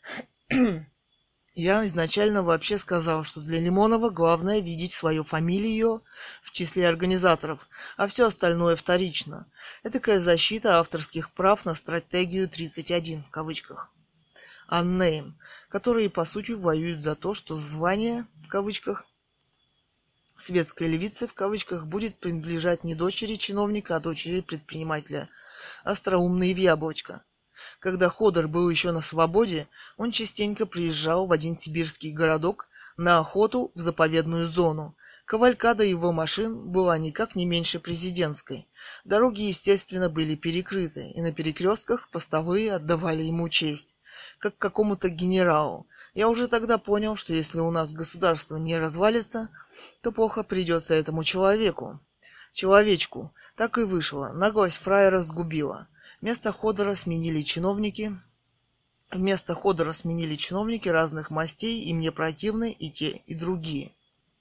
Я изначально вообще сказал, что для Лимонова главное видеть свою фамилию в числе организаторов, а все остальное вторично. Этакая защита авторских прав на стратегию тридцать один, в кавычках. Unnamed, которые по сути воюют за то, что звание, в кавычках, светской львицы, в кавычках, будет принадлежать не дочери чиновника, а дочери предпринимателя. Остроумный в яблочко. Когда Ходор был еще на свободе, он частенько приезжал в один сибирский городок на охоту в заповедную зону. Кавалькада его машин была никак не меньше президентской. Дороги, естественно, были перекрыты, и на перекрестках постовые отдавали ему честь, как какому-то генералу. Я уже тогда понял, что если у нас государство не развалится, то плохо придется этому человеку. Человечку. Так и вышло. Наглость фраера сгубила. Вместо Ходора сменили чиновники... Вместо Ходора сменили чиновники разных мастей, и мне противны и те, и другие.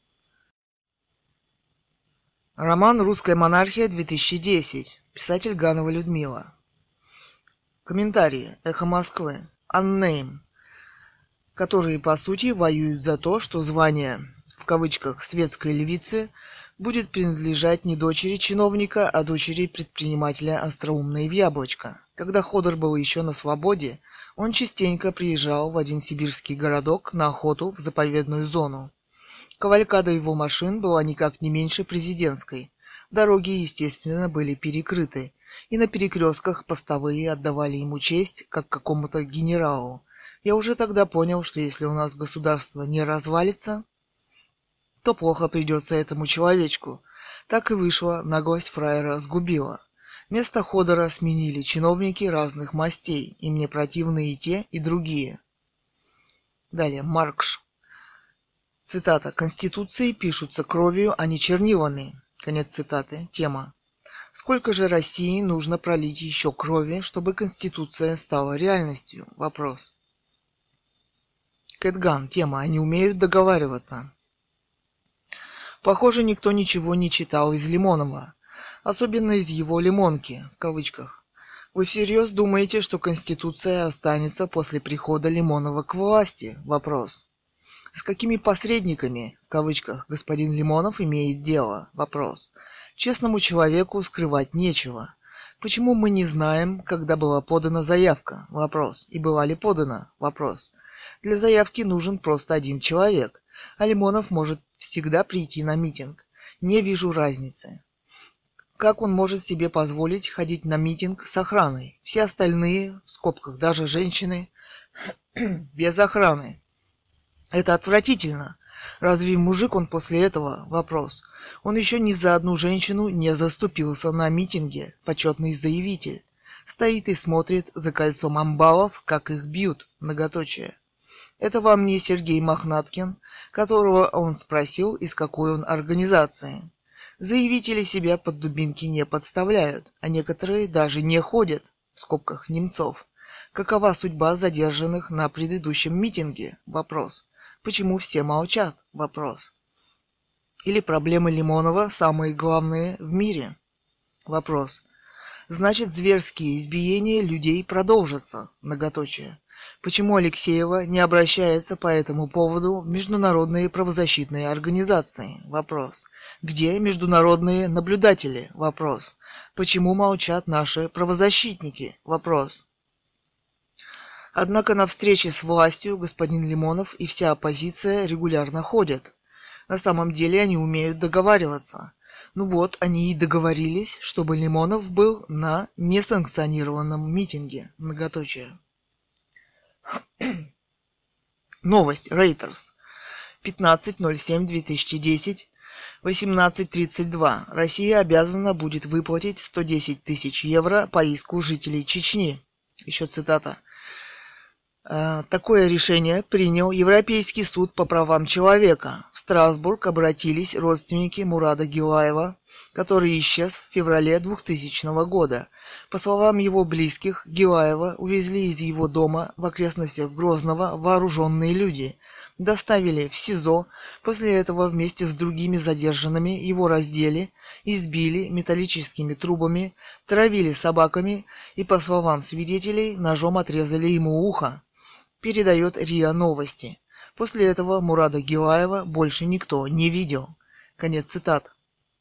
Роман «Русская монархия» две тысячи десять. Писатель Ганова Людмила. Комментарии. Эхо Москвы. Unnamed. Которые, по сути, воюют за то, что звание, в кавычках, светской львицы будет принадлежать не дочери чиновника, а дочери предпринимателя остроумной в яблочко. Когда Ходор был еще на свободе, он частенько приезжал в один сибирский городок на охоту в заповедную зону. Кавалькада его машин была никак не меньше президентской. Дороги, естественно, были перекрыты, и на перекрестках постовые отдавали ему честь, как какому-то генералу. Я уже тогда понял, что если у нас государство не развалится, то плохо придется этому человечку. Так и вышло, наглость фраера сгубила. Вместо Ходора сменили чиновники разных мастей, и мне противны и те, и другие. Далее, Маркш. Цитата. «Конституции пишутся кровью, а не чернилами». Конец цитаты. Тема. Сколько же России нужно пролить еще крови, чтобы Конституция стала реальностью? Вопрос. Кэтган. Тема. Они умеют договариваться. Похоже, никто ничего не читал из Лимонова. Особенно из его «лимонки», в кавычках. Вы всерьез думаете, что Конституция останется после прихода Лимонова к власти? Вопрос. С какими посредниками, в кавычках, господин Лимонов имеет дело? Вопрос. Честному человеку скрывать нечего. Почему мы не знаем, когда была подана заявка? Вопрос. И была ли подана? Вопрос. Для заявки нужен просто один человек, а Лимонов может всегда прийти на митинг. Не вижу разницы. Как он может себе позволить ходить на митинг с охраной? Все остальные, в скобках даже женщины, без охраны. Это отвратительно. Разве мужик он после этого? Вопрос. Он еще ни за одну женщину не заступился на митинге, почетный заявитель. Стоит и смотрит за кольцом амбалов, как их бьют, многоточие. Это вам не Сергей Мохнаткин, которого он спросил, из какой он организации. Заявители себя под дубинки не подставляют, а некоторые даже не ходят, в скобках немцов. Какова судьба задержанных на предыдущем митинге? Вопрос. Почему все молчат? Вопрос. Или проблемы Лимонова самые главные в мире? Вопрос. Значит, зверские избиения людей продолжатся, многоточие. Почему Алексеева не обращается по этому поводу в международные правозащитные организации? Вопрос. Где международные наблюдатели? Вопрос. Почему молчат наши правозащитники? Вопрос. Однако на встрече с властью господин Лимонов и вся оппозиция регулярно ходят. На самом деле они умеют договариваться. Ну вот, они и договорились, чтобы Лимонов был на несанкционированном митинге. Многоточие. Новость. Reuters. пятнадцатое ноль семь две тысячи десять. восемнадцать тридцать два. Россия обязана будет выплатить сто десять тысяч евро по иску жителей Чечни. Еще цитата. Такое решение принял Европейский суд по правам человека. В Страсбург обратились родственники Мурада Гилаева, который исчез в феврале двухтысячного года. По словам его близких, Гилаева увезли из его дома в окрестностях Грозного вооруженные люди, доставили в СИЗО, после этого вместе с другими задержанными его раздели, избили металлическими трубами, травили собаками и, по словам свидетелей, ножом отрезали ему ухо. Передает РИА Новости. После этого Мурада Гилаева больше никто не видел. Конец цитат.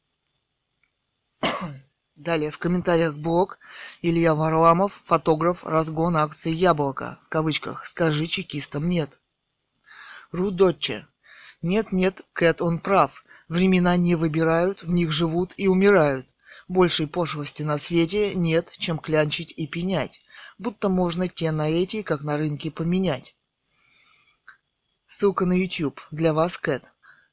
Далее в комментариях блог Илья Варламов, фотограф, разгон акции «Яблоко», в кавычках, «Скажи чекистам нет». Рудотче. Нет-нет, Кэт, он прав. Времена не выбирают, в них живут и умирают. Большей пошлости на свете нет, чем клянчить и пенять. Будто можно те на эти, как на рынке, поменять. Ссылка на YouTube. Для вас, Кэт.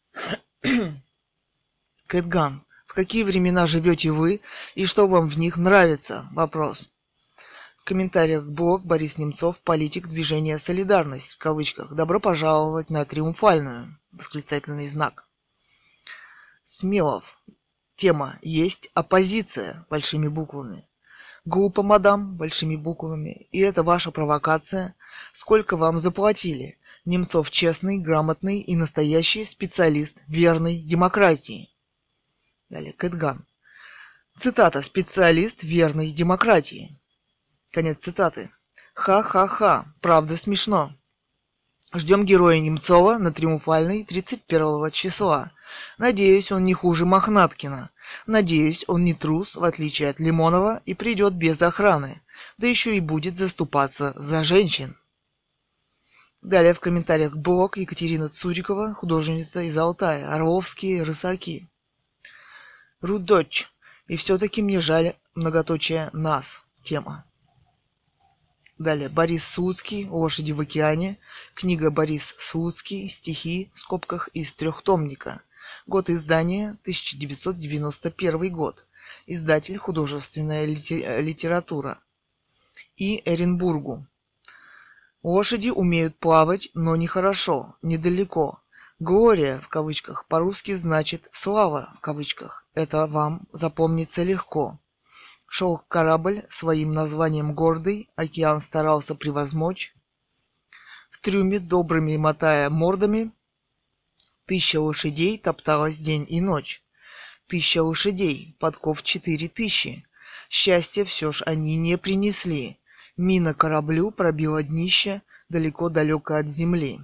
Кэтган. В какие времена живете вы и что вам в них нравится? Вопрос. В комментариях блог Борис Немцов, политик движения «Солидарность», в кавычках. Добро пожаловать на триумфальную. Восклицательный знак. Смелов. Тема «Есть оппозиция» большими буквами. Глупо, мадам, большими буквами. И это ваша провокация. Сколько вам заплатили? Немцов честный, грамотный и настоящий специалист верной демократии. Далее, Кэтган. Цитата. Специалист верной демократии. Конец цитаты. Ха-ха-ха. Правда смешно. Ждем героя Немцова на триумфальной тридцать первого числа. Надеюсь, он не хуже Мохнаткина. Надеюсь, он не трус, в отличие от Лимонова, и придет без охраны. Да еще и будет заступаться за женщин. Далее в комментариях блог Екатерина Цурикова, художница из Алтая, Орловские рысаки. Рудочь. И все-таки мне жаль многоточие нас. Тема. Далее Борис Слуцкий, «Лошади в океане», книга Борис Слуцкий, стихи, в скобках, из трехтомника. Год издания тысяча девятьсот девяносто первый год. Издатель художественная литература. И Эренбургу. Лошади умеют плавать, но нехорошо, недалеко. Глория, в кавычках, по-русски значит слава, в кавычках. Это вам запомнится легко. Шел корабль своим названием гордый, океан старался превозмочь. В трюме, добрыми мотая мордами, тысяча лошадей топталась день и ночь. Тысяча лошадей, подков четыре тысячи. Счастья все ж они не принесли. Мина кораблю пробила днище далеко-далеко от земли.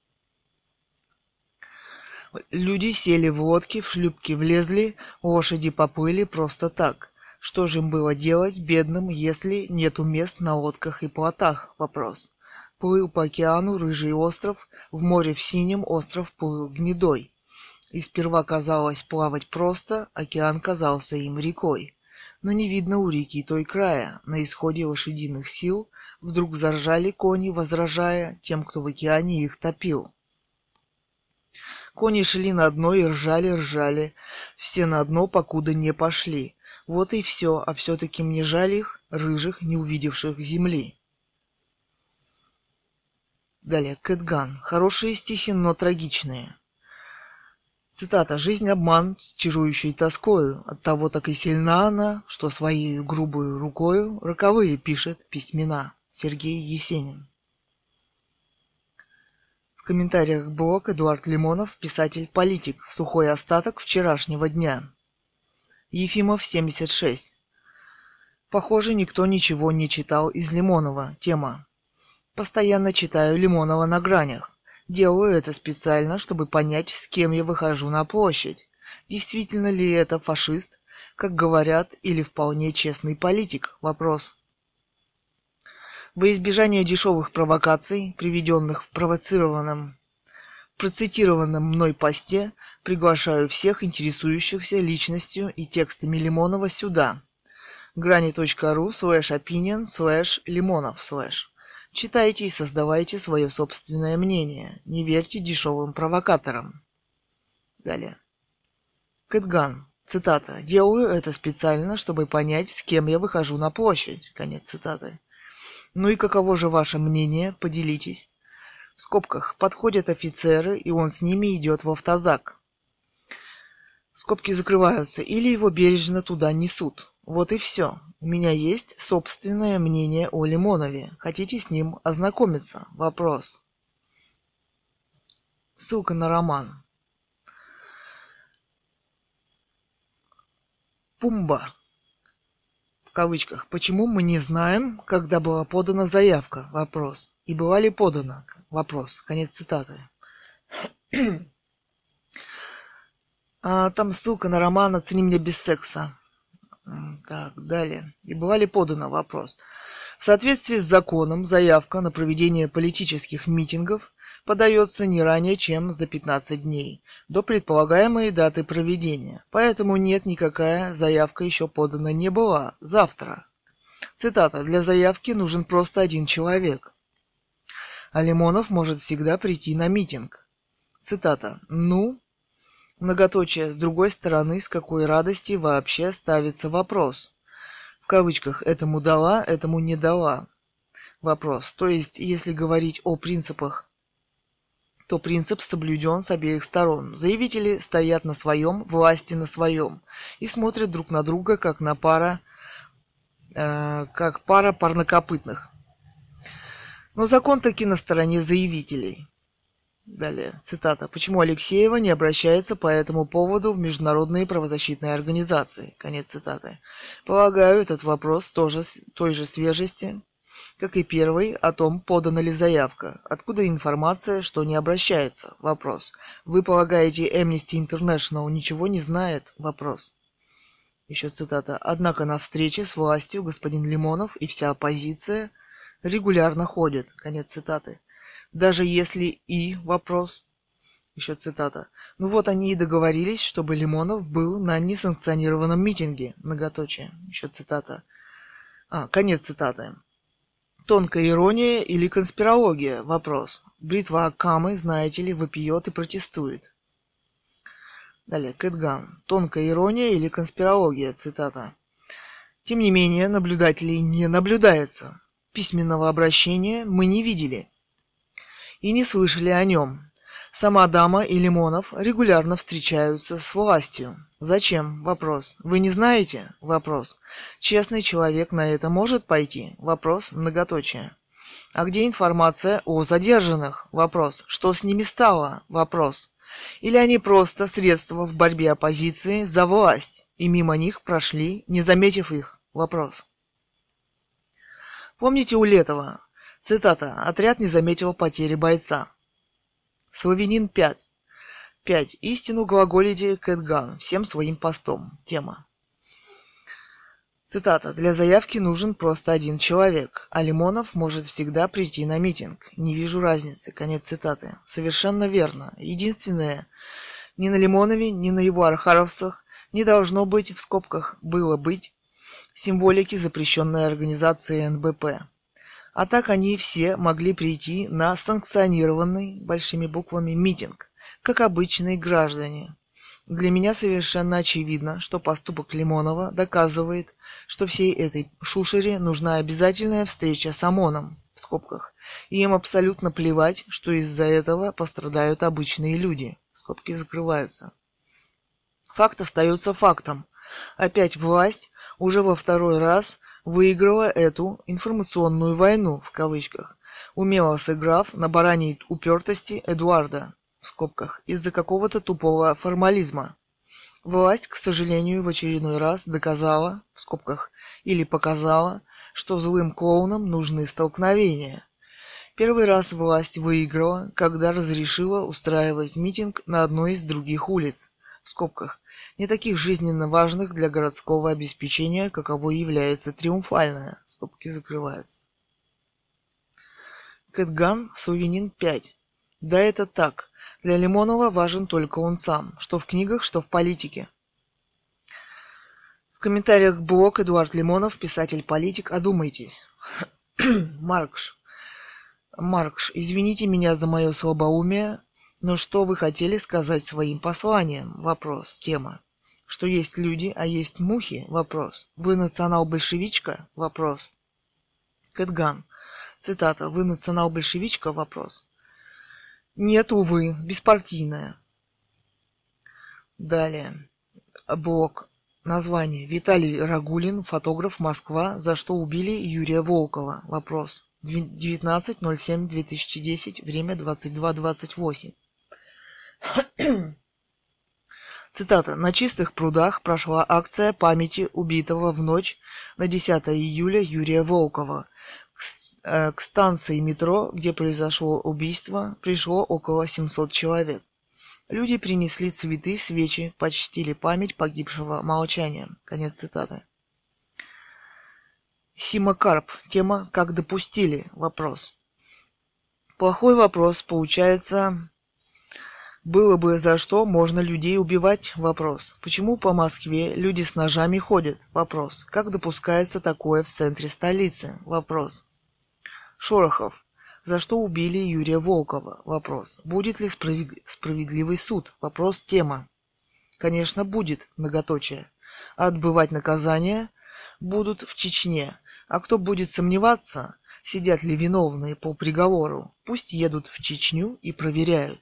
Люди сели в лодки, в шлюпки влезли, лошади поплыли просто так. Что же им было делать, бедным, если нету мест на лодках и плотах? Вопрос. Плыл по океану рыжий остров, в море в синем остров плыл гнедой. И сперва казалось плавать просто, океан казался им рекой. Но не видно у реки той края, на исходе лошадиных сил вдруг заржали кони, возражая тем, кто в океане их топил. Кони шли на дно и ржали, ржали, все на дно, покуда не пошли. Вот и все, а все-таки мне жаль их, рыжих, не увидевших земли. Далее, Кэтган. Хорошие стихи, но трагичные. Цитата. «Жизнь обман с чарующей тоскою, оттого так и сильна она, что своей грубою рукою роковые пишет письмена». Сергей Есенин. В комментариях блог Эдуард Лимонов, писатель-политик, сухой остаток вчерашнего дня. Ефимов, семьдесят шесть. Похоже, никто ничего не читал из Лимонова. Тема. Постоянно читаю Лимонова на гранях. Делаю это специально, чтобы понять, с кем я выхожу на площадь. Действительно ли это фашист, как говорят, или вполне честный политик? Вопрос. Во избежание дешевых провокаций, приведенных в провоцированном, процитированном мной посте, приглашаю всех интересующихся личностью и текстами Лимонова сюда. грани.ру слэш opinion слэш лимонов слэш. Читайте и создавайте свое собственное мнение. Не верьте дешевым провокаторам. Далее. Кэтган. Цитата. «Делаю это специально, чтобы понять, с кем я выхожу на площадь». Конец цитаты. Ну и каково же ваше мнение? Поделитесь. В скобках. Подходят офицеры, и он с ними идет в автозак. Скобки закрываются, или его бережно туда несут. Вот и все. У меня есть собственное мнение о Лимонове. Хотите с ним ознакомиться? Вопрос. Ссылка на роман. Пумба. В кавычках. Почему мы не знаем, когда была подана заявка? Вопрос. И была ли подана? Вопрос. Конец цитаты. А, там ссылка на роман «Оцени меня без секса». Так, далее. И была ли подана? Вопрос. В соответствии с законом заявка на проведение политических митингов подается не ранее, чем за пятнадцать дней до предполагаемой даты проведения. Поэтому нет, никакая заявка еще подана не была. Завтра. Цитата. «Для заявки нужен просто один человек». а Лимонов может всегда прийти на митинг. Цитата. Ну, многоточие, с другой стороны, с какой радости вообще ставится вопрос? В кавычках «этому дала, этому не дала». Вопрос. То есть, если говорить о принципах, то принцип соблюден с обеих сторон. Заявители стоят на своем, власти на своем, и смотрят друг на друга, как на пара, э, как пара парнокопытных. Но закон таки на стороне заявителей. Далее, цитата. «Почему Алексеева не обращается по этому поводу в международные правозащитные организации?» Конец цитаты. Полагаю, этот вопрос тоже той же свежести, как и первый, о том, подана ли заявка. Откуда информация, что не обращается? Вопрос. Вы полагаете, Amnesty International ничего не знает? Вопрос. Еще цитата. «Однако на встрече с властью господин Лимонов и вся оппозиция регулярно ходят». Конец цитаты. Даже если и вопрос. Еще цитата. «Ну вот они и договорились, чтобы Лимонов был на несанкционированном митинге». Многоточие. Еще цитата. А, конец цитаты. «Тонкая ирония или конспирология?» Вопрос. «Бритва Акамы, знаете ли, вопиет и протестует». Далее, Кэтган. «Тонкая ирония или конспирология?» Цитата. «Тем не менее, наблюдателей не наблюдается. Письменного обращения мы не видели и не слышали о нем. Сама дама и Лимонов регулярно встречаются с властью. Зачем? Вопрос. Вы не знаете? Вопрос. Честный человек на это может пойти? Вопрос. Многоточие. А где информация о задержанных? Вопрос. Что с ними стало? Вопрос. Или они просто средства в борьбе оппозиции за власть, и мимо них прошли, не заметив их? Вопрос». Помните у Летова? Цитата. «Отряд не заметил потери бойца». Славянин пять. пять. Истину глаголите Кэтган всем своим постом. Тема. Цитата. «Для заявки нужен просто один человек, а Лимонов может всегда прийти на митинг. Не вижу разницы». Конец цитаты. Совершенно верно. Единственное, ни на Лимонове, ни на его архаровцах не должно быть, в скобках было быть, символики запрещенной организации эн бэ пэ. А так они все могли прийти на санкционированный, большими буквами, митинг, как обычные граждане. Для меня совершенно очевидно, что поступок Лимонова доказывает, что всей этой шушере нужна обязательная встреча с ОМОНом, в скобках, и им абсолютно плевать, что из-за этого пострадают обычные люди, скобки закрываются. Факт остается фактом. Опять власть уже во второй раз выиграла эту информационную войну, в кавычках, умело сыграв на бараньей упертости Эдуарда, в скобках, из-за какого-то тупого формализма. Власть, к сожалению, в очередной раз доказала, в скобках, или показала, что злым клоунам нужны столкновения. Первый раз власть выиграла, когда разрешила устраивать митинг на одной из других улиц, в скобках, не таких жизненно важных для городского обеспечения, каково является Триумфальная, скобки закрываются. Кэтган, Славянин пять. Да, это так. Для Лимонова важен только он сам, что в книгах, что в политике. В комментариях блог Эдуард Лимонов, писатель-политик, одумайтесь. Маркш. Маркш, извините меня за мое слабоумие, но что вы хотели сказать своим посланием? Вопрос. Тема. Что есть люди, а есть мухи? Вопрос. Вы национал-большевичка? Вопрос. Кэтган. Цитата. Вы национал-большевичка? Вопрос. Нет, увы, беспартийная. Далее. Блог. Название. Виталий Рагулин, фотограф, Москва. За что убили Юрия Волкова? Вопрос. девятнадцатое ноль седьмое две тысячи десятого. Время двадцать два двадцать восемь. Цитата. На Чистых прудах прошла акция памяти убитого в ночь на десятое июля Юрия Волкова. К, к станции метро, где произошло убийство, пришло около семисот человек. Люди принесли цветы, свечи, почтили память погибшего молчанием. Конец цитаты. Сима Карп. Тема «Как допустили?» Вопрос. Плохой вопрос. Получается, было бы за что можно людей убивать? Вопрос. Почему по Москве люди с ножами ходят? Вопрос. Как допускается такое в центре столицы? Вопрос. Шорохов. За что убили Юрия Волкова? Вопрос. Будет ли справед... справедливый суд? Вопрос. Тема. Конечно, будет, многоточие. А отбывать наказание будут в Чечне. А кто будет сомневаться, сидят ли виновные по приговору, пусть едут в Чечню и проверяют.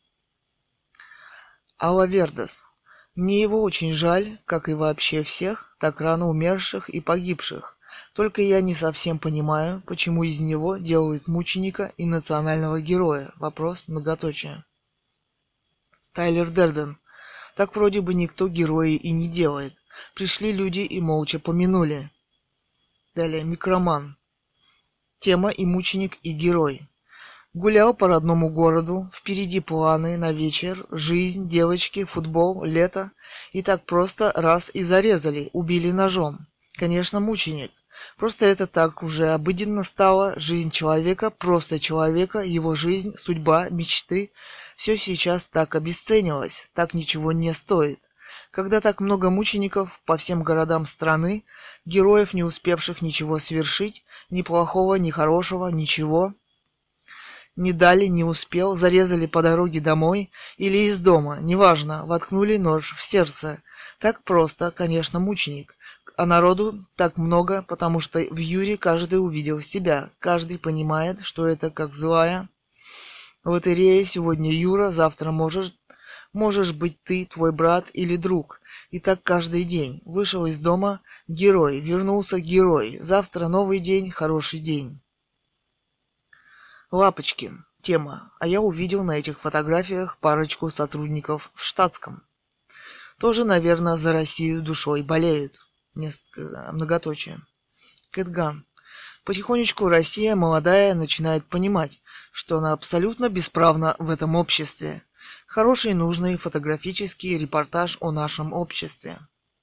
Алла Вердес. Мне его очень жаль, как и вообще всех, так рано умерших и погибших. Только я не совсем понимаю, почему из него делают мученика и национального героя. Вопрос. Многоточие. Тайлер Дерден. Так вроде бы никто герои и не делает. Пришли люди и молча помянули. Далее. Микроман. Тема и мученик, и герой. Гулял по родному городу, впереди планы на вечер, жизнь, девочки, футбол, лето. И так просто раз и зарезали, убили ножом. Конечно, мученик. Просто это так уже обыденно стало. Жизнь человека, просто человека, его жизнь, судьба, мечты. Все сейчас так обесценилось, так ничего не стоит. Когда так много мучеников по всем городам страны, героев, не успевших ничего совершить, ни плохого, ни хорошего, ничего, не дали, не успел, зарезали по дороге домой или из дома, неважно, воткнули нож в сердце. Так просто, конечно, мученик. А народу так много, потому что в Юре каждый увидел себя, каждый понимает, что это как злая лотерея. Сегодня Юра, завтра можешь, можешь быть ты, твой брат или друг. И так каждый день. Вышел из дома — герой, вернулся — герой. Завтра новый день, хороший день. Лапочкин. Тема. А я увидел на этих фотографиях парочку сотрудников в штатском. Тоже, наверное, за Россию душой болеют. Несколько многоточие. Кэтган. Потихонечку Россия молодая начинает понимать, что она абсолютно бесправна в этом обществе. Хороший, нужный фотографический репортаж о нашем обществе.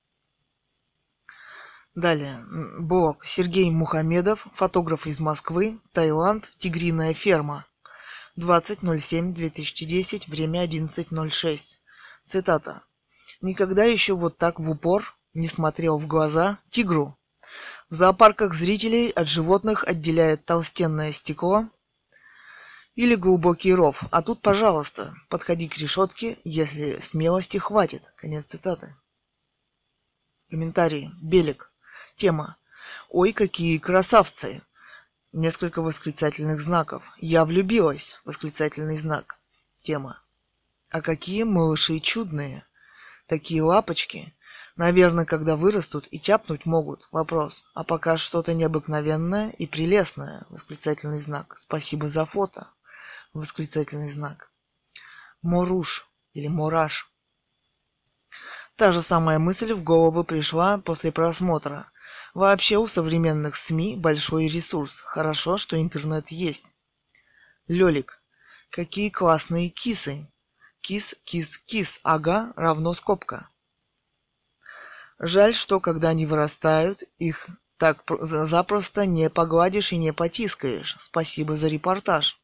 Далее. Блог. Сергей Мухамедов, фотограф из Москвы, Таиланд, тигриная ферма. двадцать ноль семь две тысячи десять, время одиннадцать ноль шесть. Цитата. Никогда еще вот так в упор не смотрел в глаза тигру. В зоопарках зрителей от животных отделяет толстенное стекло или глубокий ров. А тут, пожалуйста, подходи к решетке, если смелости хватит. Конец цитаты. Комментарий. Белик. Тема. Ой, какие красавцы. Несколько восклицательных знаков. Я влюбилась. Восклицательный знак. Тема. А какие малыши чудные. Такие лапочки. Наверное, когда вырастут и тяпнуть могут. Вопрос. А пока что-то необыкновенное и прелестное. Восклицательный знак. Спасибо за фото. Восклицательный знак. Моруш или Мораж. Та же самая мысль в голову пришла после просмотра. Вообще у современных СМИ большой ресурс. Хорошо, что интернет есть. Лёлик. Какие классные кисы. Кис, кис, кис. Ага, равно скобка. Жаль, что когда они вырастают, их так запросто не погладишь и не потискаешь. Спасибо за репортаж.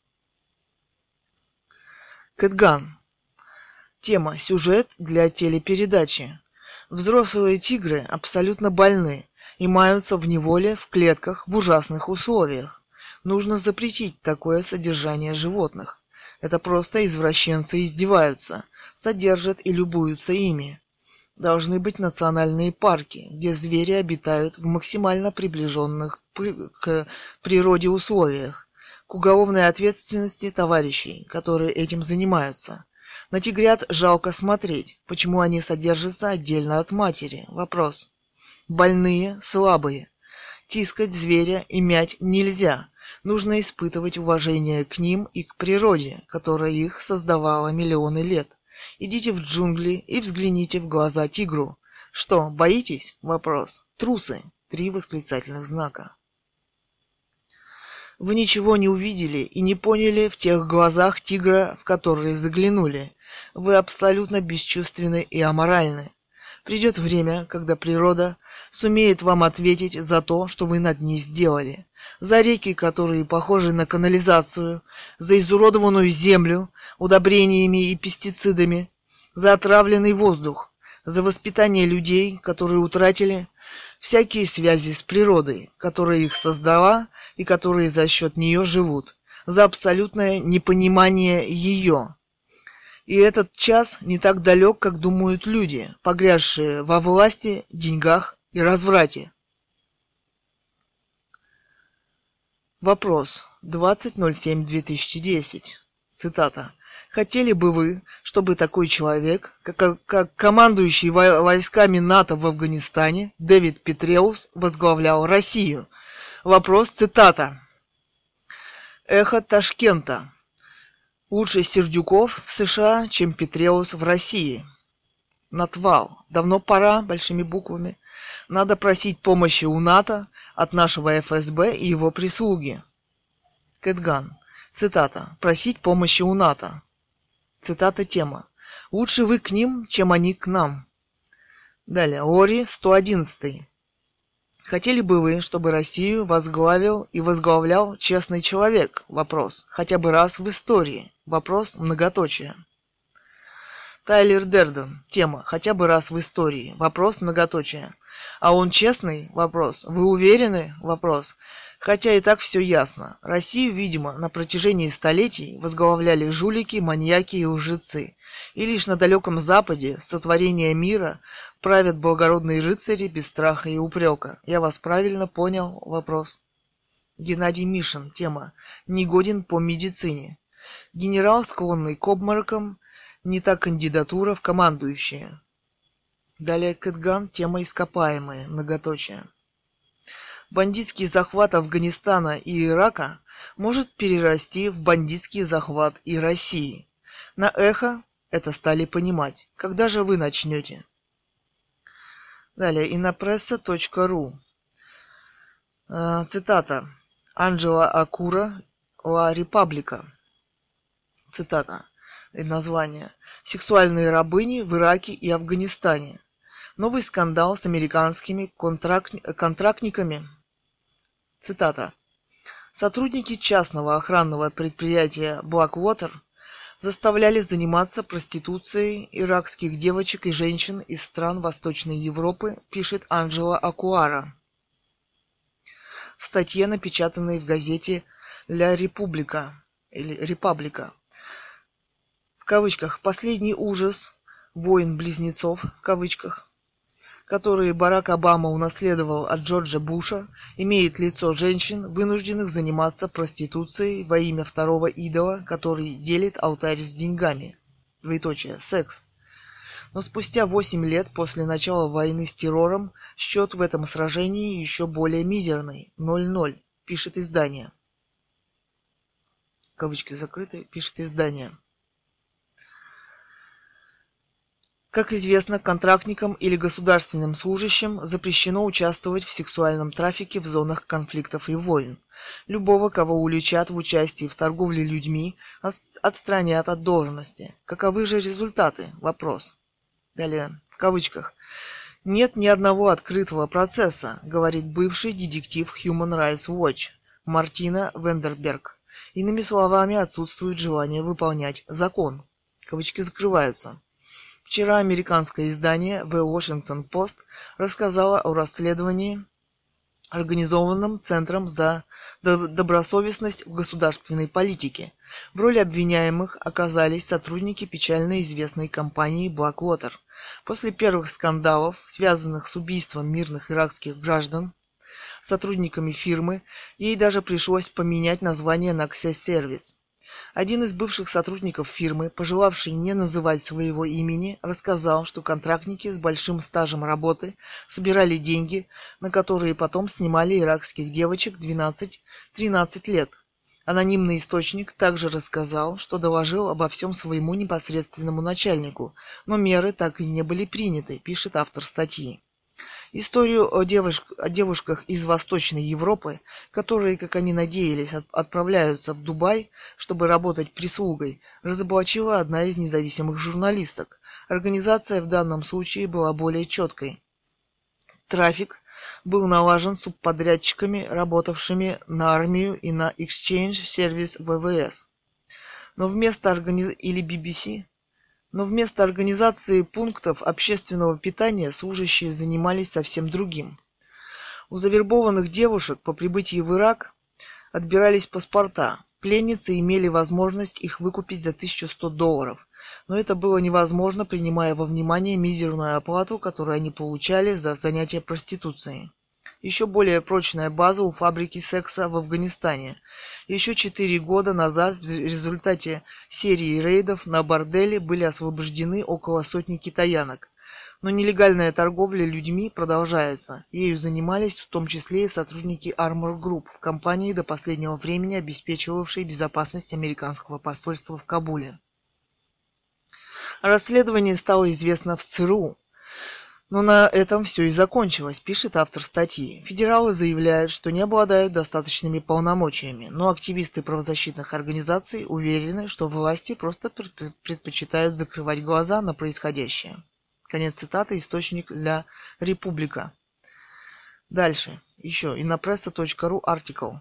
Кэтган. Тема. Сюжет для телепередачи. Взрослые тигры абсолютно больны и маются в неволе, в клетках, в ужасных условиях. Нужно запретить такое содержание животных. Это просто извращенцы издеваются, содержат и любуются ими. Должны быть национальные парки, где звери обитают в максимально приближенных к природе условиях, к уголовной ответственности товарищей, которые этим занимаются. На тигрят жалко смотреть, почему они содержатся отдельно от матери. Вопрос. Больные, слабые. Тискать зверя и мять нельзя. Нужно испытывать уважение к ним и к природе, которая их создавала миллионы лет. Идите в джунгли и взгляните в глаза тигру. Что, боитесь? Вопрос. Трусы. Три восклицательных знака. Вы ничего не увидели и не поняли в тех глазах тигра, в которые заглянули. Вы абсолютно бесчувственны и аморальны. Придет время, когда природа сумеет вам ответить за то, что вы над ней сделали. За реки, которые похожи на канализацию, за изуродованную землю удобрениями и пестицидами, за отравленный воздух, за воспитание людей, которые утратили всякие связи с природой, которая их создала и которые за счет нее живут. за абсолютное непонимание ее. И этот час не так далек, как думают люди, погрязшие во власти, деньгах и разврате. Вопрос. двадцать ноль семь две тысячи десять. Цитата. Хотели бы вы, чтобы такой человек, как, как командующий войсками НАТО в Афганистане, Дэвид Петреус, возглавлял Россию? Вопрос. Цитата. Эхо Ташкента. Лучше Сердюков в США, чем Петреус в России. Натвал. Давно пора, большими буквами. Надо просить помощи у НАТО от нашего эф эс бэ и его прислуги. Кэтган. Цитата. Просить помощи у НАТО. Цитата тема. Лучше вы к ним, чем они к нам. Далее. Ори сто одиннадцать. Хотели бы вы, чтобы Россию возглавил и возглавлял честный человек? Вопрос. Хотя бы раз в истории. Вопрос. Многоточие. Тайлер Дерден. Тема. Хотя бы раз в истории. Вопрос. Многоточие. А он честный? Вопрос. Вы уверены? Вопрос. Хотя и так все ясно. Россию, видимо, на протяжении столетий возглавляли жулики, маньяки и лжецы. И лишь на далеком Западе сотворение мира правят благородные рыцари без страха и упрека. Я вас правильно понял? Вопрос. Геннадий Мишин. Тема. Негоден по медицине. Генерал, склонный к обморокам, не та кандидатура в командующие. Далее Кэтган. Тема ископаемые. Многоточие. Бандитский захват Афганистана и Ирака может перерасти в бандитский захват и России. На эхо это стали понимать. Когда же вы начнете? Далее. Инопресса точка ру. Цитата. Анджела Акура, Ла Репаблика. Цитата. Название. Сексуальные рабыни в Ираке и Афганистане. Новый скандал с американскими контракт... контрактниками. Цитата. Сотрудники частного охранного предприятия Blackwater заставляли заниматься проституцией иракских девочек и женщин из стран Восточной Европы, пишет Анджела Акуара в статье, напечатанной в газете «Ля Република» или «Репаблика». В кавычках «последний ужас войн-близнецов», в кавычках, которые Барак Обама унаследовал от Джорджа Буша, имеет лицо женщин, вынужденных заниматься проституцией во имя второго идола, который делит алтарь с деньгами. Двоеточие. Секс. Но спустя восемь лет после начала войны с террором счет в этом сражении еще более мизерный. ноль ноль, пишет издание. Кавычки закрыты, пишет издание. Как известно, контрактникам или государственным служащим запрещено участвовать в сексуальном трафике в зонах конфликтов и войн. Любого, кого уличат в участии в торговле людьми, отстранят от должности. Каковы же результаты? Вопрос. Далее, в кавычках. Нет ни одного открытого процесса, говорит бывший детектив Human Rights Watch Мартина Вендерберг. Иными словами, отсутствует желание выполнять закон. Кавычки закрываются. Вчера американское издание The Washington Post рассказало о расследовании, организованном Центром за добросовестность в государственной политике. В роли обвиняемых оказались сотрудники печально известной компании Blackwater. После первых скандалов, связанных с убийством мирных иракских граждан, сотрудниками фирмы, ей даже пришлось поменять название на Access Service. Один из бывших сотрудников фирмы, пожелавший не называть своего имени, рассказал, что контрактники с большим стажем работы собирали деньги, на которые потом снимали иракских девочек двенадцать-тринадцать лет. Анонимный источник также рассказал, что доложил обо всем своему непосредственному начальнику, но меры так и не были приняты, пишет автор статьи. Историю о, девушк, о девушках из Восточной Европы, которые, как они надеялись, от, отправляются в Дубай, чтобы работать прислугой, разоблачила одна из независимых журналисток. Организация в данном случае была более четкой. Трафик был налажен субподрядчиками, работавшими на армию и на Exchange Service вэ вэ эс. Но вместо организ... или би би си... Но вместо организации пунктов общественного питания служащие занимались совсем другим. У завербованных девушек по прибытии в Ирак отбирались паспорта, Пленницы имели возможность их выкупить за тысячу сто долларов, но это было невозможно, принимая во внимание мизерную оплату, которую они получали за занятие проституцией. Еще более прочная база у фабрики секса в Афганистане. Еще четыре года назад в результате серии рейдов на бордели были освобождены около сотни китаянок. Но нелегальная торговля людьми продолжается. Ею занимались в том числе и сотрудники Armor Group, в компании до последнего времени обеспечивавшей безопасность американского посольства в Кабуле. Расследование стало известно в ЦРУ. Но на этом все и закончилось, пишет автор статьи. Федералы заявляют, что не обладают достаточными полномочиями, но активисты правозащитных организаций уверены, что власти просто предпочитают закрывать глаза на происходящее. Конец цитаты, источник для Република. Дальше. Еще. инопресса точка ру артикл.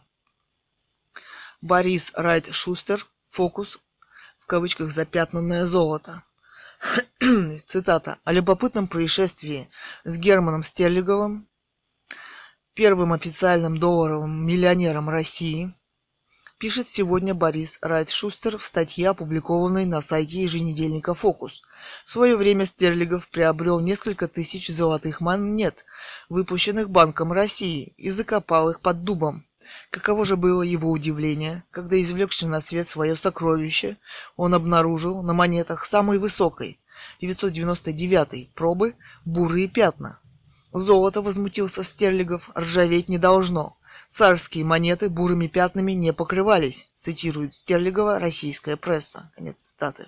Борис Райт Шустер. Фокус. В кавычках запятнанное золото. Цитата. О любопытном происшествии с Германом Стерлиговым, первым официальным долларовым миллионером России, пишет сегодня Борис Райт Шустер в статье, опубликованной на сайте еженедельника «Фокус». В свое время Стерлигов приобрел несколько тысяч золотых монет, выпущенных Банком России, и закопал их под дубом. Каково же было его удивление, когда, извлекши на свет свое сокровище, он обнаружил на монетах самой высокой, девятьсот девяносто девятой пробы, бурые пятна. Золото, возмутился Стерлигов, ржаветь не должно. Царские монеты бурыми пятнами не покрывались, цитирует Стерлигова российская пресса. Конец цитаты.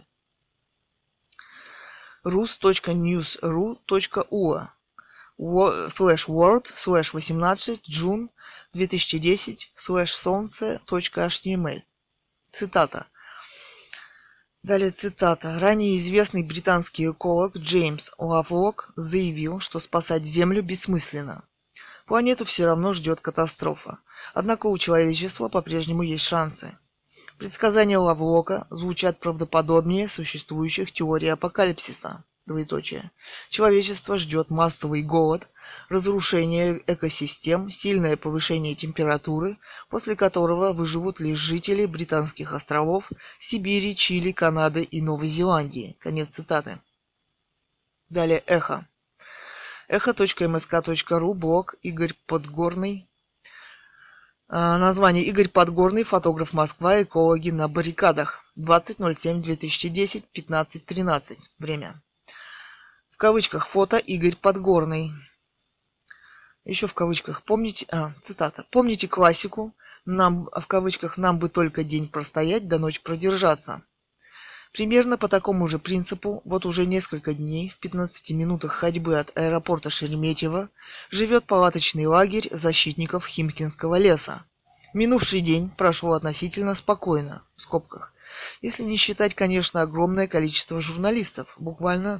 рус точка ньюс точка ру точка уа слэш word слэш восемнадцать джун две тысячи десять слэш солнце точка эйч ти эм эль. Цитата. Далее цитата. Ранее известный британский эколог Джеймс Лавлок заявил, что спасать Землю бессмысленно. Планету все равно ждет катастрофа. Однако у человечества по-прежнему есть шансы. Предсказания Лавлока звучат правдоподобнее существующих теорий апокалипсиса. Двоеточие. Человечество ждет массовый голод, разрушение экосистем, сильное повышение температуры, после которого выживут лишь жители британских островов, Сибири, Чили, Канады и Новой Зеландии. Конец цитаты. Далее Эхо. эхо точка эм эс ка точка ру, блог Игорь Подгорный. А, название Игорь Подгорный, фотограф Москва, экологи на баррикадах. двадцать ноль семь две тысячи десять, пятнадцать тринадцать. Время. В кавычках фото Игорь Подгорный. Еще в кавычках помните, а, цитата. Помните классику? Нам, в кавычках, нам бы только день простоять, до ночи продержаться. Примерно по такому же принципу, вот уже несколько дней, в пятнадцати минутах ходьбы от аэропорта Шереметьево, живет палаточный лагерь защитников Химкинского леса. Минувший день прошел относительно спокойно, в скобках, если не считать, конечно, огромное количество журналистов, буквально,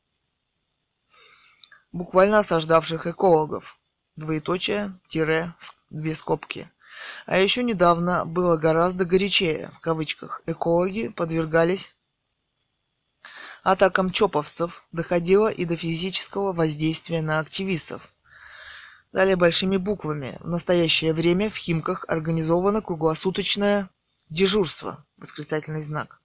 буквально осаждавших экологов, двоеточие, тире, две скобки. А еще недавно было гораздо горячее, в кавычках, экологи подвергались атакам чоповцев, доходило и до физического воздействия на активистов. Далее большими буквами. В настоящее время в Химках организовано круглосуточное дежурство, восклицательный знак.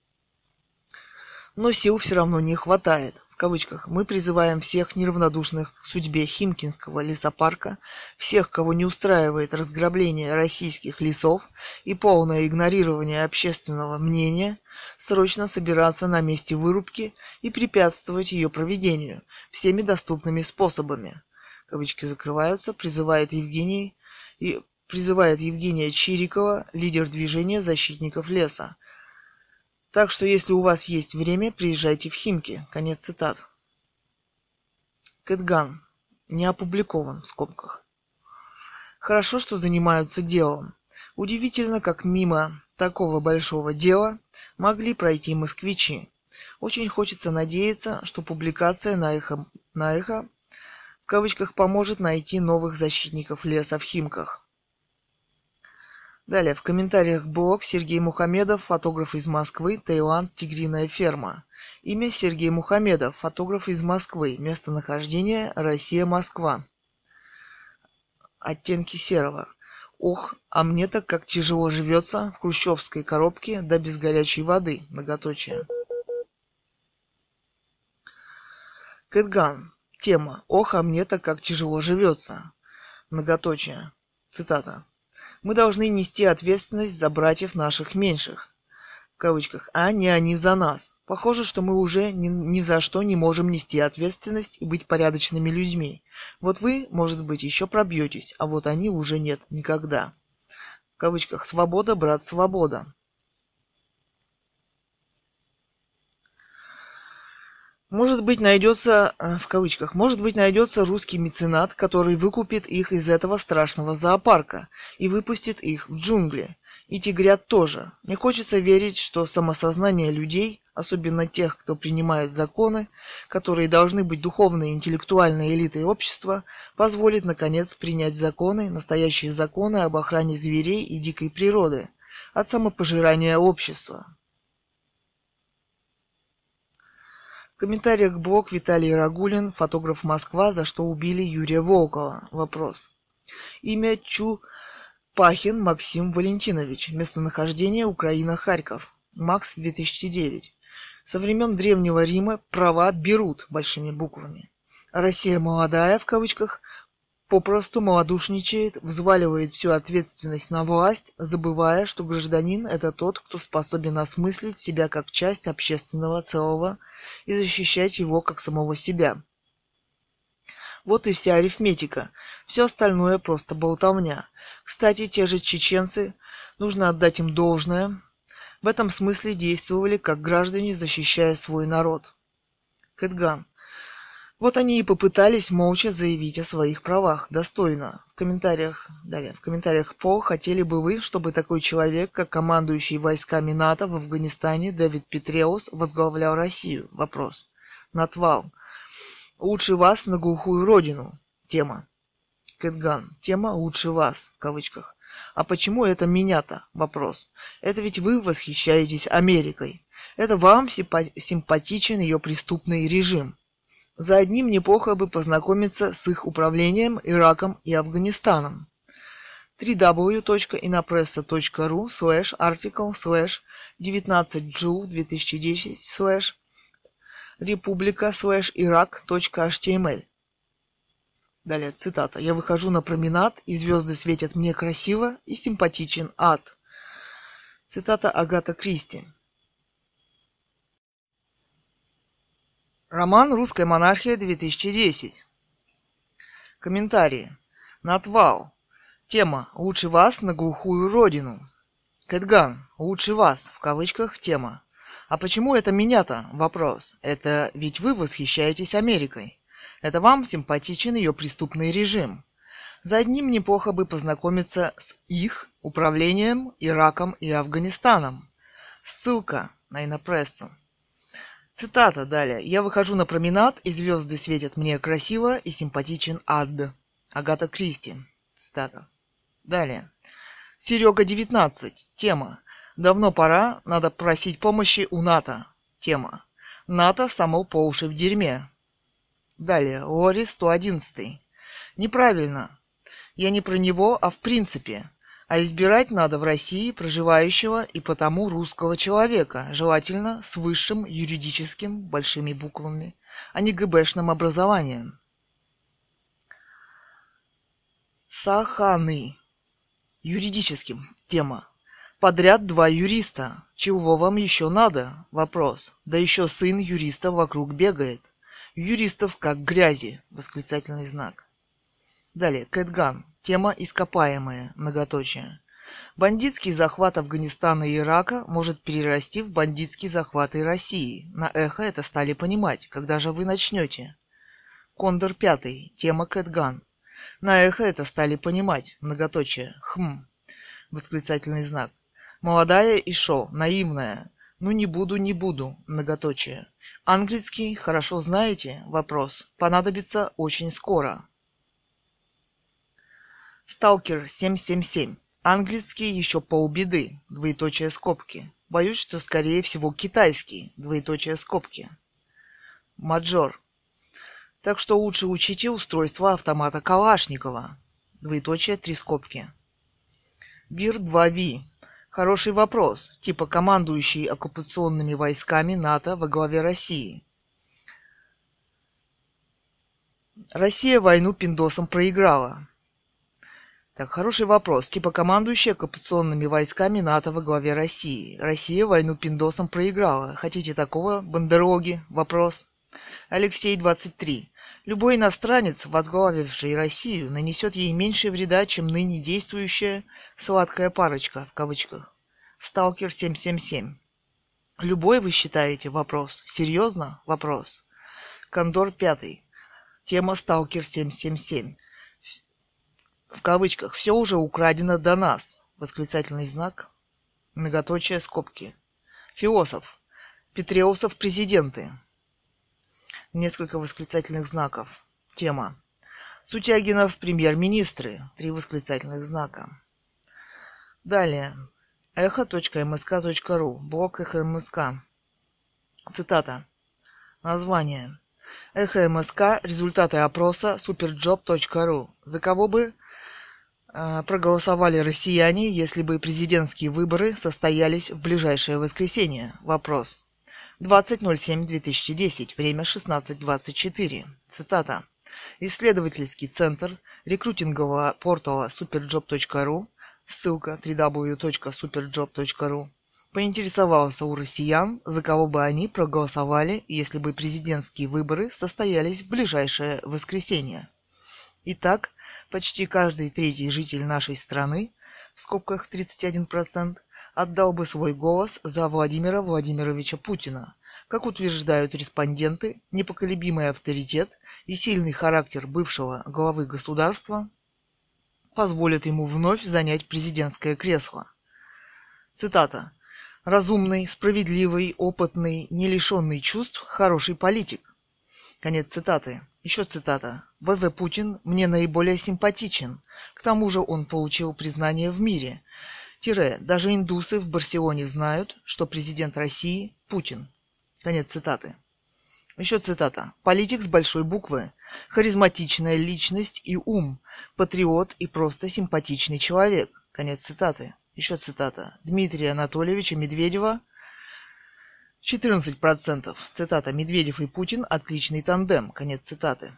Но сил все равно не хватает. В кавычках, мы призываем всех неравнодушных к судьбе Химкинского лесопарка, всех, кого не устраивает разграбление российских лесов и полное игнорирование общественного мнения, срочно собираться на месте вырубки и препятствовать ее проведению всеми доступными способами. Кавычки закрываются, призывает Евгений и призывает Евгения Чирикова, лидер движения защитников леса. Так что, если у вас есть время, приезжайте в Химки. Конец цитат. Кэтган. Не опубликован в скобках. Хорошо, что занимаются делом. Удивительно, как мимо такого большого дела могли пройти москвичи. Очень хочется надеяться, что публикация на эхо, на эхо в кавычках поможет найти новых защитников леса в Химках. Далее, в комментариях блог Сергей Мухамедов, фотограф из Москвы, Таиланд, Тигриная ферма. Имя Сергей Мухамедов, фотограф из Москвы. Местонахождение Россия, Москва. Оттенки серого. Ох, а мне-то как тяжело живется в хрущевской коробке да без горячей воды. Многоточие. Кэтган. Тема. Ох, а мне-то как тяжело живется. Многоточие. Цитата. Мы должны нести ответственность за братьев наших меньших, в кавычках, а не они за нас. Похоже, что мы уже ни, ни за что не можем нести ответственность и быть порядочными людьми. Вот вы, может быть, еще пробьетесь, а вот они уже нет никогда. В кавычках, свобода, брат, свобода. Может быть, найдется, в кавычках, может быть, найдется русский меценат, который выкупит их из этого страшного зоопарка и выпустит их в джунгли. И тигрят тоже. Мне хочется верить, что самосознание людей, особенно тех, кто принимает законы, которые должны быть духовной и интеллектуальной элитой общества, позволит, наконец, принять законы, настоящие законы об охране зверей и дикой природы, от самопожирания общества. В комментариях блог Виталий Рагулин, фотограф Москва, за что убили Юрия Волкова. Вопрос. Имя Чупахин Максим Валентинович. Местонахождение Украина, Харьков. Макс, две тысячи девять. Со времен Древнего Рима права берут большими буквами. Россия молодая, в кавычках, попросту малодушничает, взваливает всю ответственность на власть, забывая, что гражданин – это тот, кто способен осмыслить себя как часть общественного целого и защищать его как самого себя. Вот и вся арифметика. Все остальное просто болтовня. Кстати, те же чеченцы, нужно отдать им должное, в этом смысле действовали как граждане, защищая свой народ. Кэтган. Вот они и попытались молча заявить о своих правах, достойно. В комментариях, далее, в комментариях по хотели бы вы, чтобы такой человек, как командующий войсками НАТО в Афганистане Дэвид Петреус, возглавлял Россию? Вопрос. Натвал. Лучше вас на глухую родину. Тема. Кэтган. Тема «Лучше вас», в кавычках. А почему это меня-то? Вопрос. Это ведь вы восхищаетесь Америкой. Это вам симпатичен ее преступный режим. За одним неплохо бы познакомиться с их управлением Ираком и Афганистаном. дабл ю дабл ю дабл ю точка инопроесса точка ру слэш артикл слэш девятнадцать джул две тысячи десять слэш република слэш ирак точка эйч ти эм эль. Далее цитата. Я выхожу на променад, и звезды светят мне красиво, и симпатичен ад. Цитата Агата Кристи. Роман «Русская монархия» две тысячи десять. Комментарии. Натвал. Тема «Лучше вас на глухую родину». Кэтган. «Лучше вас», в кавычках, тема. А почему это меня-то? Вопрос. Это ведь вы восхищаетесь Америкой. Это вам симпатичен ее преступный режим. За одним неплохо бы познакомиться с их управлением Ираком и Афганистаном. Ссылка на инопрессу. Цитата далее. «Я выхожу на променад, и звезды светят мне красиво, и симпатичен ад». Агата Кристи. Цитата. Далее. Серега, девятнадцать. Тема. Давно пора, надо просить помощи у НАТО. Тема. НАТО само по уши в дерьме. Далее. Лори, сто одиннадцать. Неправильно. Я не про него, а в принципе. А избирать надо в России проживающего и потому русского человека, желательно с высшим юридическим, большими буквами, а не ГБшным образованием. Саханы. Юридическим. Тема. Подряд два юриста. Чего вам еще надо? Вопрос. Да еще сын юриста вокруг бегает. Юристов как грязи. Восклицательный знак. Далее. Кэтган. Тема ископаемая, многоточие. Бандитский захват Афганистана и Ирака может перерасти в бандитский захват и России. На эхо это стали понимать. Когда же вы начнете? Кондор пятый. Тема Кэтган. На эхо это стали понимать. Многоточие. Хм. Восклицательный знак. Молодая и шо, наивная. Ну не буду, не буду. Многоточие. Английский хорошо знаете? Вопрос. Понадобится очень скоро. Сталкер семь семь семь. Английский еще полбеды. Двоеточие скобки. Боюсь, что скорее всего китайский. Двоеточие скобки. Маджор. Так что лучше учите устройство автомата Калашникова. Двоеточие три скобки. Бир два ви. Хороший вопрос, типа командующий оккупационными войсками НАТО во главе России. Россия войну пиндосам проиграла. Так, хороший вопрос, типа командующий оккупационными войсками НАТО во главе России. Россия войну пиндосам проиграла. Хотите такого, бандероги? Вопрос. Алексей, двадцать три. Любой иностранец, возглавивший Россию, нанесет ей меньше вреда, чем ныне действующая «сладкая парочка» в кавычках. Сталкер семь семь семь. Любой, вы считаете? Вопрос. Серьезно? Вопрос. Кондор пятый. Тема Сталкер семь семь семь. В кавычках. Все уже украдено до нас. Восклицательный знак. Многоточие скобки. Философ. Петреусов президенты. Несколько восклицательных знаков. Тема. Сутягинов премьер-министры. Три восклицательных знака. Далее. эхо точка эм эс ка точка ру. Блог Эхо эм эс ка. Цитата. Название. Эхо эм эс ка. Результаты опроса суперджоп точка ру. За кого бы э, проголосовали россияне, если бы президентские выборы состоялись в ближайшее воскресенье? Вопрос. двадцать ноль семь две тысячи десять. Время шестнадцать двадцать четыре. Цитата. Исследовательский центр рекрутингового портала суперджоп точка ру, ссылка дабл ю дабл ю дабл ю точка суперджоп точка ру, поинтересовался у россиян, за кого бы они проголосовали, если бы президентские выборы состоялись в ближайшее воскресенье. Итак, почти каждый третий житель нашей страны, в скобках тридцать один процент, отдал бы свой голос за Владимира Владимировича Путина. Как утверждают респонденты, непоколебимый авторитет и сильный характер бывшего главы государства позволят ему вновь занять президентское кресло. Цитата. «Разумный, справедливый, опытный, не лишенный чувств, хороший политик». Конец цитаты. Еще цитата. «вэ вэ Путин мне наиболее симпатичен. К тому же он получил признание в мире. Тире, даже индусы в Барселоне знают, что президент России – Путин». Конец цитаты. Еще цитата. «Политик с большой буквы. Харизматичная личность и ум. Патриот и просто симпатичный человек». Конец цитаты. Еще цитата. Дмитрия Анатольевича Медведева. четырнадцать процентов. Цитата. «Медведев и Путин – отличный тандем». Конец цитаты.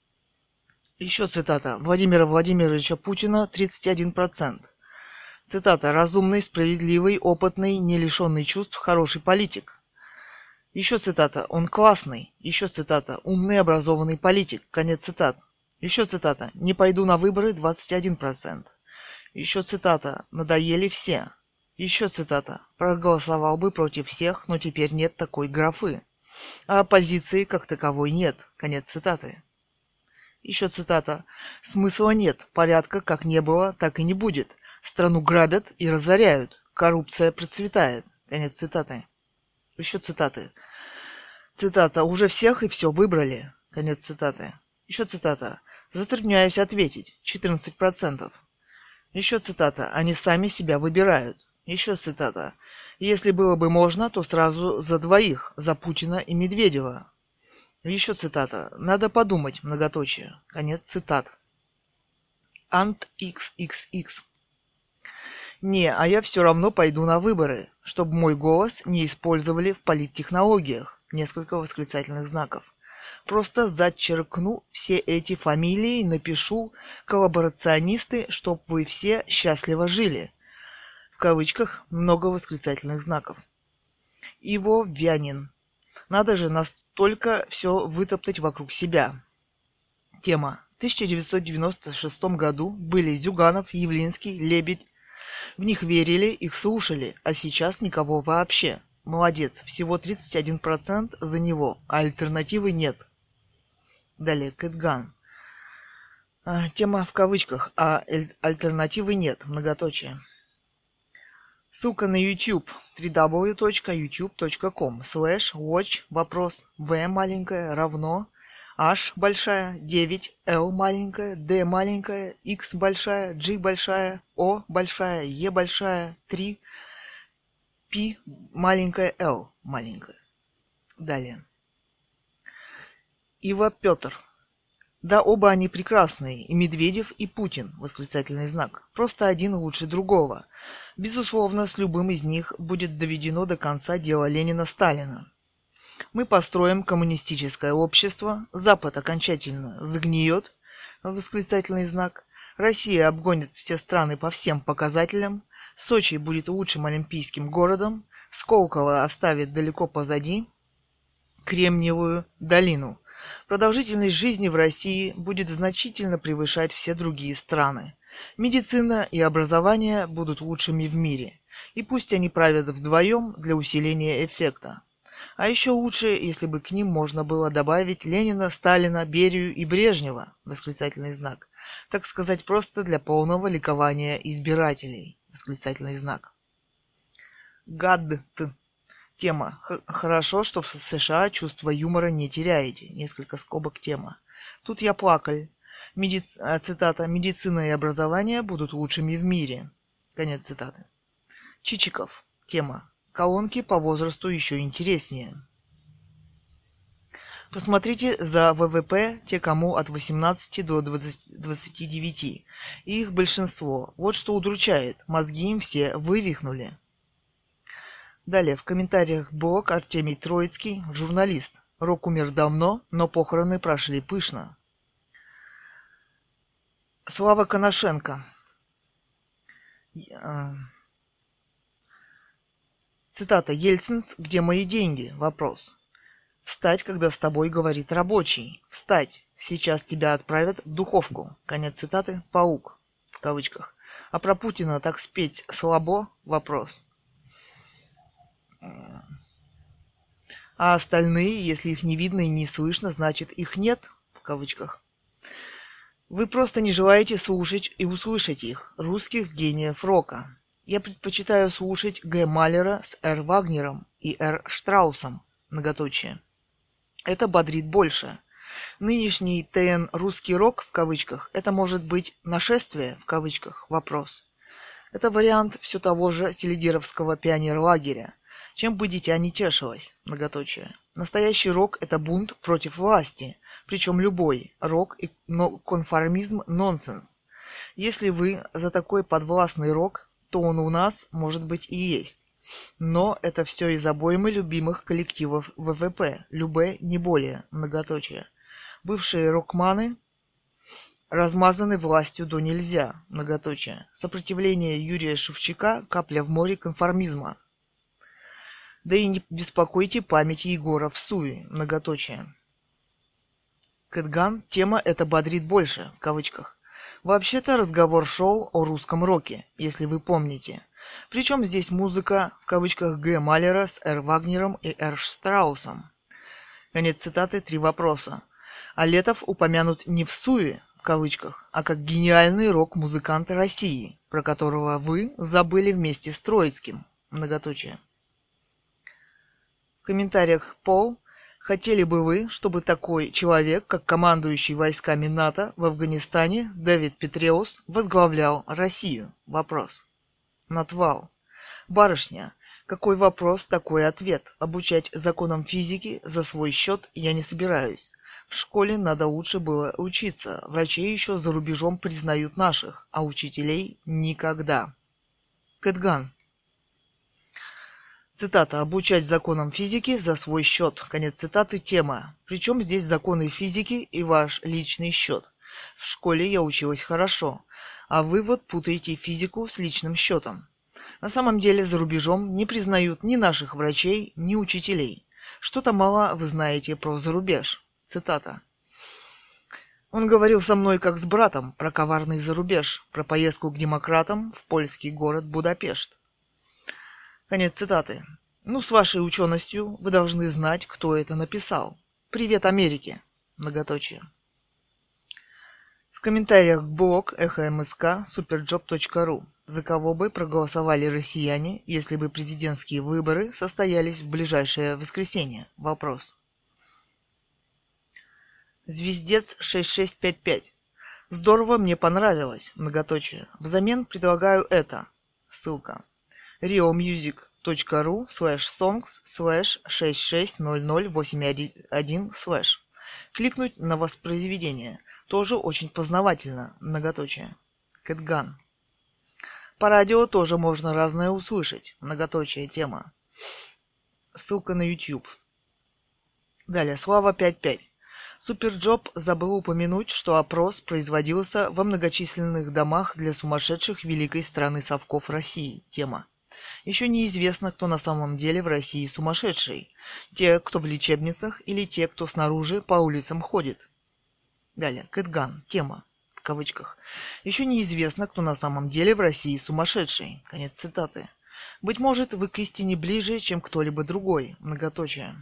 Еще цитата. Владимира Владимировича Путина. тридцать один процент. Цитата. «Разумный, справедливый, опытный, не лишенный чувств, хороший политик». Еще цитата. «Он классный». Еще цитата. «Умный, образованный политик». Конец цитат. Еще цитата. «Не пойду на выборы» двадцать один процент. Еще цитата. «Надоели все». Еще цитата. «Проголосовал бы против всех, но теперь нет такой графы. А оппозиции как таковой нет». Конец цитаты. Еще цитата. «Смысла нет, порядка как не было, так и не будет. Страну грабят и разоряют. Коррупция процветает». Конец цитаты. Еще цитаты. Цитата. «Уже всех и все выбрали». Конец цитаты. Еще цитата. «Затрудняюсь ответить». четырнадцать процентов. Еще цитата. «Они сами себя выбирают». Еще цитата. «Если было бы можно, то сразу за двоих, за Путина и Медведева». Еще цитата. «Надо подумать», многоточие. Конец цитат. Ант икс икс икс. «Не, а я все равно пойду на выборы, чтобы мой голос не использовали в политтехнологиях». Несколько восклицательных знаков. «Просто зачеркну все эти фамилии и напишу коллаборационисты, чтоб вы все счастливо жили». В кавычках много восклицательных знаков. Иво Вянин. Надо же настолько все вытоптать вокруг себя. Тема. В тысяча девятьсот девяносто шестом году были Зюганов, Явлинский, Лебедь. В них верили, их слушали, а сейчас никого вообще. Молодец, всего тридцать один процент за него, а альтернативы нет. Далее, Кэтган. А, тема в кавычках, а альтернативы нет, многоточие. Ссылка на YouTube. дабл ю дабл ю дабл ю точка ютуб точка ком слэш watch вопрос v маленькая равно h большая девять l маленькая d маленькая x большая g большая o большая e большая три p маленькая l маленькая. Далее. Ива Петр. Да, оба они прекрасные, и Медведев, и Путин, восклицательный знак. Просто один лучше другого. Безусловно, с любым из них будет доведено до конца дело Ленина-Сталина. Мы построим коммунистическое общество, Запад окончательно загниет, восклицательный знак. Россия обгонит все страны по всем показателям, Сочи будет лучшим олимпийским городом, Сколково оставит далеко позади Кремниевую долину. Продолжительность жизни в России будет значительно превышать все другие страны. Медицина и образование будут лучшими в мире. И пусть они правят вдвоем для усиления эффекта. А еще лучше, если бы к ним можно было добавить Ленина, Сталина, Берию и Брежнева, восклицательный знак. Так сказать, просто для полного ликования избирателей, восклицательный знак. Гад. Тема. Хорошо, что в США чувство юмора не теряете. Несколько скобок тема. Тут я плакал. Медиц... Цитата. Медицина и образование будут лучшими в мире. Конец цитаты. Чичиков. Тема. Колонки по возрасту еще интереснее. Посмотрите за ВВП те, кому от восемнадцати до двадцати девяти. И их большинство. Вот что удручает. Мозги им все вывихнули. Далее в комментариях блог Артемий Троицкий, журналист. Рок умер давно, но похороны прошли пышно. Слава Коношенко. Цитата. Ельцинс, где мои деньги? Вопрос. Встать, когда с тобой говорит рабочий. Встать. Сейчас тебя отправят в духовку. Конец цитаты. Паук. В кавычках. А про Путина так спеть слабо? Вопрос. А остальные, если их не видно и не слышно, значит их нет, в кавычках. Вы просто не желаете слушать и услышать их, русских гениев рока. Я предпочитаю слушать Г. Малера с Р. Вагнером и Р. Штраусом, многоточие. Это бодрит больше. Нынешний ТН «русский рок» в кавычках, это может быть «нашествие» в кавычках, вопрос. Это вариант все того же селигеровского пионерлагеря. Чем бы дитя не тешилось, многоточие. Настоящий рок – это бунт против власти, причем любой. Рок и конформизм – нонсенс. Если вы за такой подвластный рок, то он у нас, может быть, и есть. Но это все из обоймы любимых коллективов ВВП, любэ, не более, многоточие. Бывшие рокманы размазаны властью до нельзя, многоточие. Сопротивление Юрия Шевчука – капля в море конформизма. Да и не беспокойте память Егора Всуи, многоточие. Кэтган, тема «это бодрит больше», в кавычках. Вообще-то разговор шел о русском роке, если вы помните. Причем здесь музыка, в кавычках, Г. Малера с Р. Вагнером и Р. Штраусом. Конец цитаты, три вопроса. А Летов упомянут не в Суе, в кавычках, а как гениальный рок-музыкант России, про которого вы забыли вместе с Троицким, многоточие. В комментариях Пол. Хотели бы вы, чтобы такой человек, как командующий войсками НАТО в Афганистане Дэвид Петреус, возглавлял Россию? Вопрос. Натвал. Барышня, какой вопрос, такой ответ. Обучать законам физики за свой счет я не собираюсь. В школе надо лучше было учиться. Врачей еще за рубежом признают наших, а учителей никогда. Кэтган. Цитата. «Обучать законам физики за свой счет». Конец цитаты. Тема. Причем здесь законы физики и ваш личный счет. В школе я училась хорошо, а вы вот путаете физику с личным счетом. На самом деле за рубежом не признают ни наших врачей, ни учителей. Что-то мало вы знаете про зарубеж. Цитата. Он говорил со мной как с братом про коварный зарубеж, про поездку к демократам в польский город Будапешт. Конец цитаты. Ну, с вашей ученостью вы должны знать, кто это написал. Привет Америке. Многоточие. В комментариях блог эхо эм эс ка суперджоп точка ру. За кого бы проголосовали россияне, если бы президентские выборы состоялись в ближайшее воскресенье? Вопрос. Звездец шесть шесть пять пять. Здорово, мне понравилось. Многоточие. Взамен предлагаю это. Ссылка. riomusic.ru слэш songs слэш шесть шесть ноль ноль восемь один слэш. Кликнуть на воспроизведение. Тоже очень познавательно, многоточие. Кэтган. По радио тоже можно разное услышать, многоточие тема. Ссылка на YouTube. Далее, Слава пять пять. Суперджоп забыл упомянуть, что опрос производился во многочисленных домах для сумасшедших великой страны совков России. Тема. Еще неизвестно, кто на самом деле в России сумасшедший. Те, кто в лечебницах, или те, кто снаружи по улицам ходит. Далее, Кэтган. Тема. В кавычках. Еще неизвестно, кто на самом деле в России сумасшедший. Конец цитаты. Быть может, вы к истине ближе, чем кто-либо другой. Многоточие.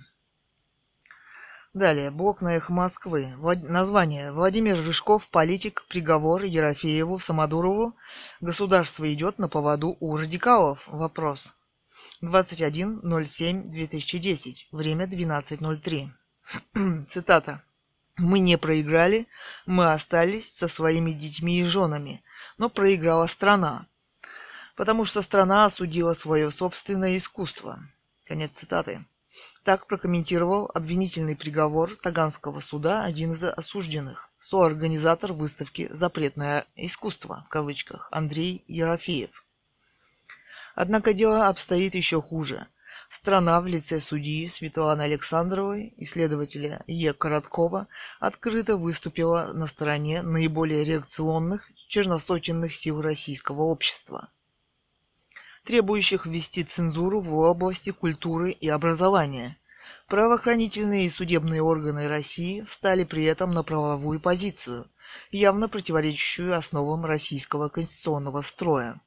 Далее, блок на Эхо Москвы. Влад... Название. Владимир Рыжков, политик, приговор Ерофееву, Самодурову. Государство идет на поводу у радикалов. Вопрос. двадцать один ноль семь две тысячи десять. Время двенадцать ноль три. Цитата. Мы не проиграли, мы остались со своими детьми и женами, но проиграла страна, потому что страна осудила свое собственное искусство. Конец цитаты. Так прокомментировал обвинительный приговор Таганского суда один из осужденных, соорганизатор выставки «Запретное искусство» в кавычках Андрей Ерофеев. Однако дело обстоит еще хуже. Страна в лице судьи Светланы Александровой и следователя Е. Короткова открыто выступила на стороне наиболее реакционных, черносотенных сил российского общества, требующих ввести цензуру в области культуры и образования. Правоохранительные и судебные органы России встали при этом на правовую позицию, явно противоречащую основам российского конституционного строя.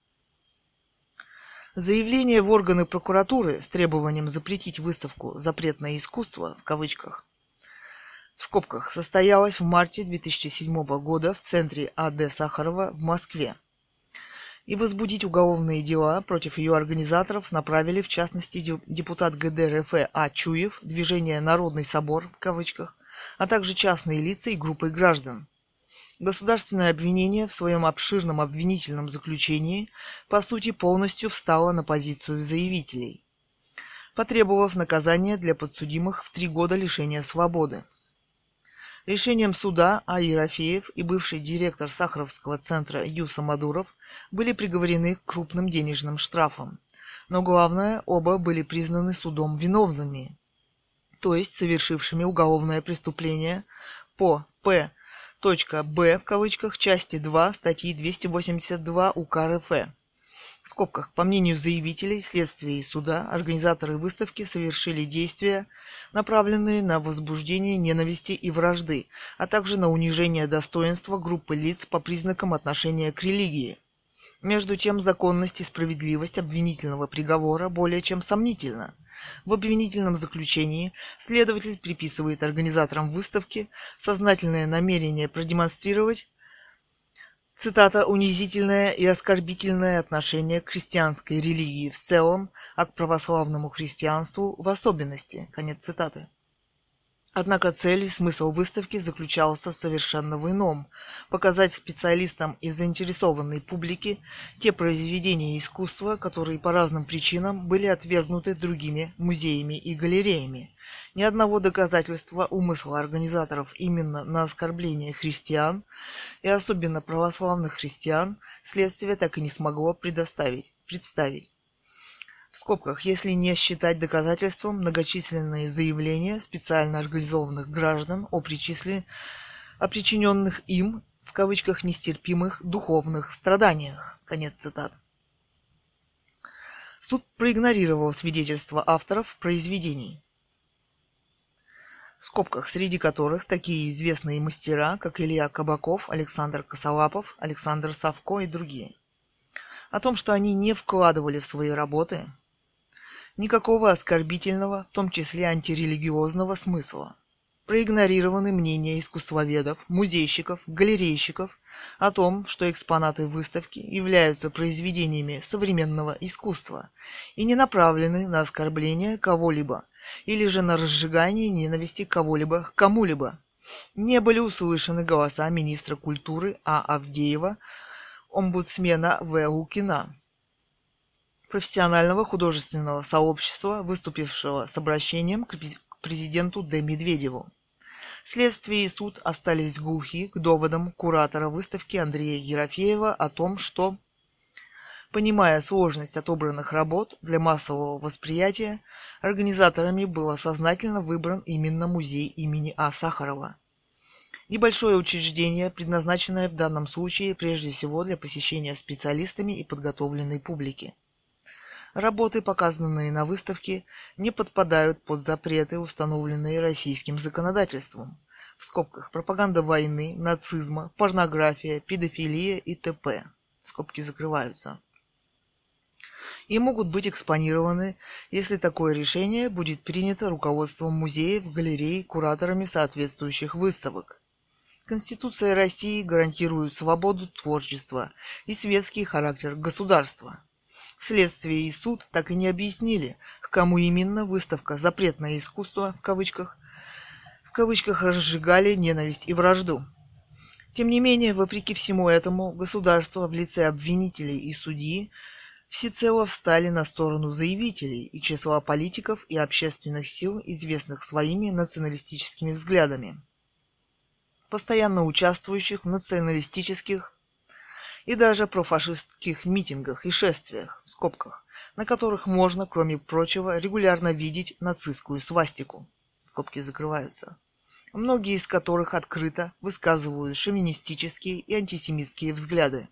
Заявление в органы прокуратуры с требованием запретить выставку «Запретное искусство» в кавычках в скобках состоялось в марте две тысячи седьмого года в центре А Д Сахарова в Москве. И возбудить уголовные дела против ее организаторов направили в частности депутат Г Д Р Ф А. Чуев, движение «Народный собор» в кавычках, а также частные лица и группы граждан. Государственное обвинение в своем обширном обвинительном заключении по сути полностью встало на позицию заявителей, потребовав наказания для подсудимых в три года лишения свободы. Решением суда А. Ерофеев и бывший директор Сахаровского центра Ю. Самодуров были приговорены к крупным денежным штрафам. Но главное, оба были признаны судом виновными, то есть совершившими уголовное преступление по П. Б в кавычках части два статьи двести восемьдесят два УК Р Ф. В скобках, по мнению заявителей, следствия и суда, организаторы выставки совершили действия, направленные на возбуждение ненависти и вражды, а также на унижение достоинства группы лиц по признакам отношения к религии. Между тем, законность и справедливость обвинительного приговора более чем сомнительна. В обвинительном заключении следователь приписывает организаторам выставки сознательное намерение продемонстрировать, цитата, «унизительное и оскорбительное отношение к христианской религии в целом, а к православному христианству в особенности». Конец цитаты. Однако цель и смысл выставки заключался совершенно в ином – показать специалистам и заинтересованной публике те произведения искусства, которые по разным причинам были отвергнуты другими музеями и галереями. Ни одного доказательства умысла организаторов именно на оскорбление христиан, и особенно православных христиан, следствие так и не смогло предоставить, представить. В скобках, если не считать доказательством многочисленные заявления специально организованных граждан о, причисле... о причиненных им, в кавычках, нестерпимых духовных страданиях. Конец цитат. Суд проигнорировал свидетельства авторов произведений, в скобках, среди которых такие известные мастера, как Илья Кабаков, Александр Косолапов, Александр Савко и другие, о том, что они не вкладывали в свои работы никакого оскорбительного, в том числе антирелигиозного смысла. Проигнорированы мнения искусствоведов, музейщиков, галерейщиков о том, что экспонаты выставки являются произведениями современного искусства и не направлены на оскорбление кого-либо или же на разжигание ненависти кого-либо к кому-либо. Не были услышаны голоса министра культуры А. Авдеева, омбудсмена В. Лукина, профессионального художественного сообщества, выступившего с обращением к президенту Д. Медведеву. Следствие и суд остались глухи к доводам куратора выставки Андрея Ерофеева о том, что, понимая сложность отобранных работ для массового восприятия, организаторами был сознательно выбран именно музей имени А. Сахарова. Небольшое учреждение, предназначенное в данном случае прежде всего для посещения специалистами и подготовленной публики. Работы, показанные на выставке, не подпадают под запреты, установленные российским законодательством, в скобках пропаганда войны, нацизма, порнография, педофилия и т.п. Скобки закрываются. И могут быть экспонированы, если такое решение будет принято руководством музеев, галерей, кураторами соответствующих выставок. Конституция России гарантирует свободу творчества и светский характер государства. Следствие и суд так и не объяснили, к кому именно выставка «Запретное искусство» в кавычках, в кавычках разжигали ненависть и вражду. Тем не менее, вопреки всему этому, государство в лице обвинителей и судьи всецело встали на сторону заявителей и числа политиков и общественных сил, известных своими националистическими взглядами, постоянно участвующих в националистических и даже профашистских митингах и шествиях, в скобках, на которых можно, кроме прочего, регулярно видеть нацистскую свастику, скобки закрываются, многие из которых открыто высказывают шовинистические и антисемитские взгляды.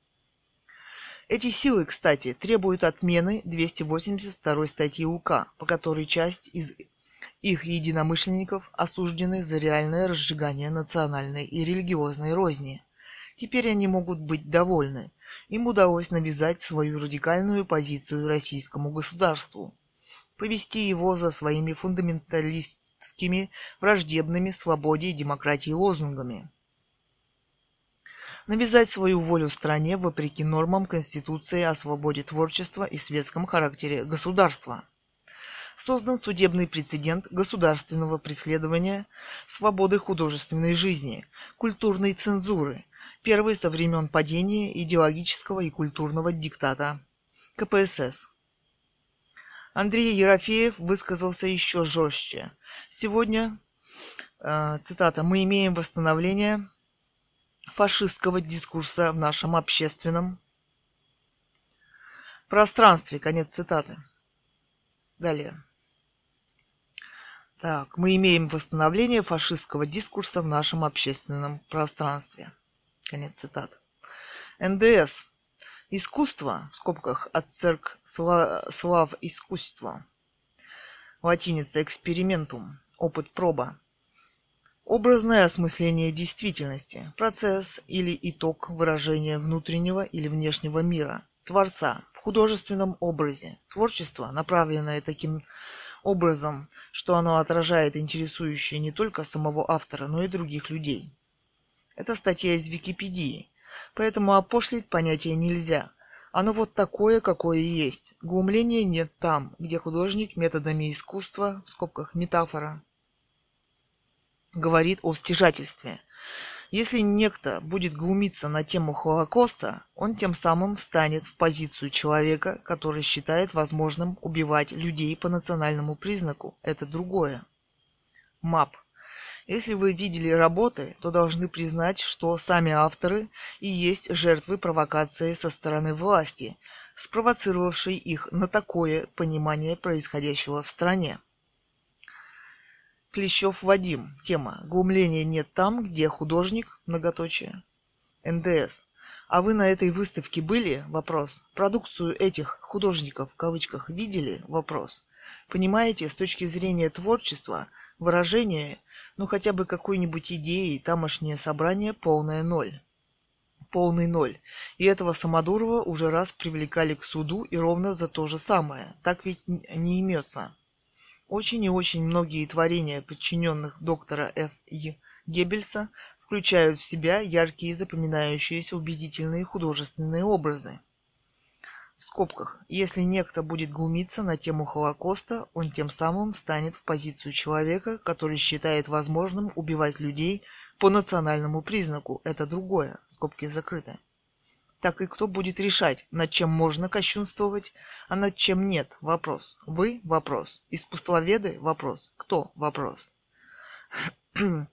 Эти силы, кстати, требуют отмены двести восемьдесят второй статьи УК, по которой часть из их единомышленников осуждены за реальное разжигание национальной и религиозной розни. Теперь они могут быть довольны. Им удалось навязать свою радикальную позицию российскому государству, повести его за своими фундаменталистскими, враждебными свободе и демократии лозунгами, навязать свою волю стране вопреки нормам Конституции о свободе творчества и светском характере государства. Создан судебный прецедент государственного преследования свободы художественной жизни, культурной цензуры, первый со времен падения идеологического и культурного диктата ка пэ эс эс. Андрей Ерофеев высказался еще жестче. Сегодня, э, цитата, «мы имеем восстановление фашистского дискурса в нашем общественном пространстве». Конец цитаты. Далее. Так, мы имеем восстановление фашистского дискурса в нашем общественном пространстве. Конец цитаты. эн дэ эс. Искусство, в скобках от церк слав искусства. Латиница экспериментум. Опыт проба. Образное осмысление действительности. Процесс или итог выражения внутреннего или внешнего мира. Творца. В художественном образе. Творчество, направленное таким образом, что оно отражает интересующее не только самого автора, но и других людей. Это статья из Википедии, поэтому опошлить понятие нельзя. Оно вот такое, какое есть. Глумления нет там, где художник методами искусства, в скобках метафора, говорит о стяжательстве. Если некто будет глумиться на тему Холокоста, он тем самым встанет в позицию человека, который считает возможным убивать людей по национальному признаку. Это другое. МАП. Если вы видели работы, то должны признать, что сами авторы и есть жертвы провокации со стороны власти, спровоцировавшей их на такое понимание происходящего в стране. Клещев Вадим. Тема. Глумления нет там, где художник, многоточие. эн дэ эс. А вы на этой выставке были? Вопрос. Продукцию этих художников, в кавычках, видели? Вопрос. Понимаете, с точки зрения творчества, выражения, ну хотя бы какой-нибудь идеи, тамошнее собрание полное ноль. Полный ноль. И этого Самодурова уже раз привлекали к суду и ровно за то же самое. Так ведь не имется. Очень и очень многие творения подчиненных доктора Ф. Е. Геббельса включают в себя яркие, запоминающиеся, убедительные художественные образы. В скобках, если некто будет глумиться на тему Холокоста, он тем самым станет в позицию человека, который считает возможным убивать людей по национальному признаку. Это другое. Скобки закрыты. Так и кто будет решать, над чем можно кощунствовать, а над чем нет? Вопрос. Вы? Вопрос. Искусствоведы? Вопрос. Кто? Вопрос.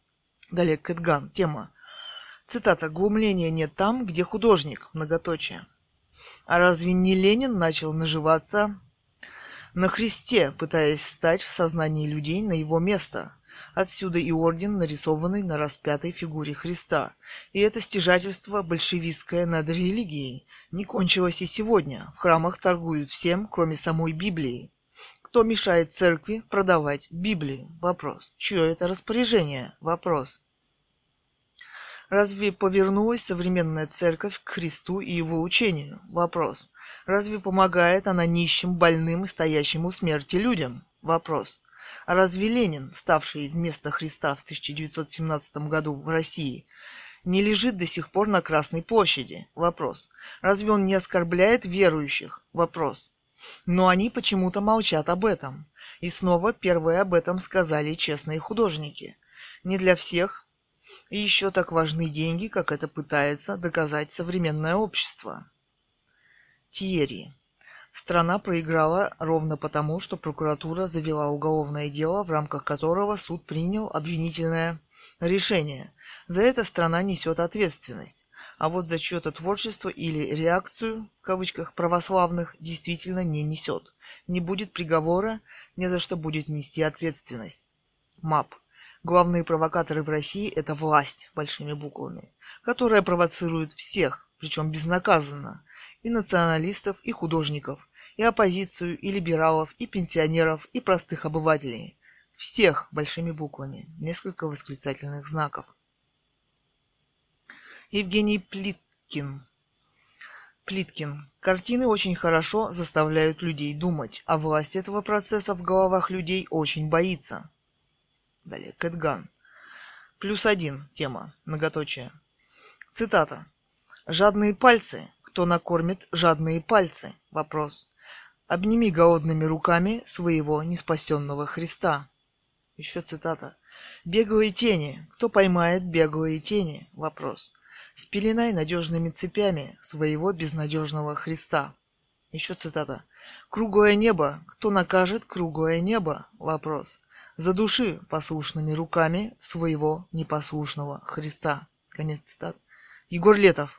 Далее Кэтган. Тема. Цитата. «Глумления нет там, где художник». Многоточие. А разве не Ленин начал наживаться на Христе, пытаясь встать в сознании людей на его место? Отсюда и орден, нарисованный на распятой фигуре Христа. И это стяжательство большевистское над религией не кончилось и сегодня. В храмах торгуют всем, кроме самой Библии. Кто мешает церкви продавать Библию? Вопрос. Чье это распоряжение? Вопрос. Разве повернулась современная церковь к Христу и его учению? Вопрос. Разве помогает она нищим, больным и стоящим у смерти людям? Вопрос. А разве Ленин, ставший вместо Христа в тысяча девятьсот семнадцатом году в России, не лежит до сих пор на Красной площади? Вопрос. Разве он не оскорбляет верующих? Вопрос. Но они почему-то молчат об этом. И снова первые об этом сказали честные художники. Не для всех и еще так важны деньги, как это пытается доказать современное общество. Тьерри. Страна проиграла ровно потому, что прокуратура завела уголовное дело, в рамках которого суд принял обвинительное решение. За это страна несет ответственность. А вот за чье-то творчество или реакцию, в кавычках, православных, действительно не несет. Не будет приговора, не за что будет нести ответственность. МАП. Главные провокаторы в России – это власть, большими буквами, которая провоцирует всех, причем безнаказанно, и националистов, и художников, и оппозицию, и либералов, и пенсионеров, и простых обывателей. Всех большими буквами, несколько восклицательных знаков. Евгений Плиткин. Плиткин. Картины очень хорошо заставляют людей думать, а власть этого процесса в головах людей очень боится. Далее, Кэтган. Плюс один. Тема. Многоточие. Цитата. «Жадные пальцы. Кто накормит жадные пальцы?» Вопрос. «Обними голодными руками своего неспасенного Христа». Еще цитата. «Беглые тени. Кто поймает беглые тени?» Вопрос. «Спеленай надежными цепями своего безнадежного Христа». Еще цитата. «Круглое небо. Кто накажет круглое небо?» Вопрос. «Задуши послушными руками своего непослушного Христа». Конец цитат. Егор Летов.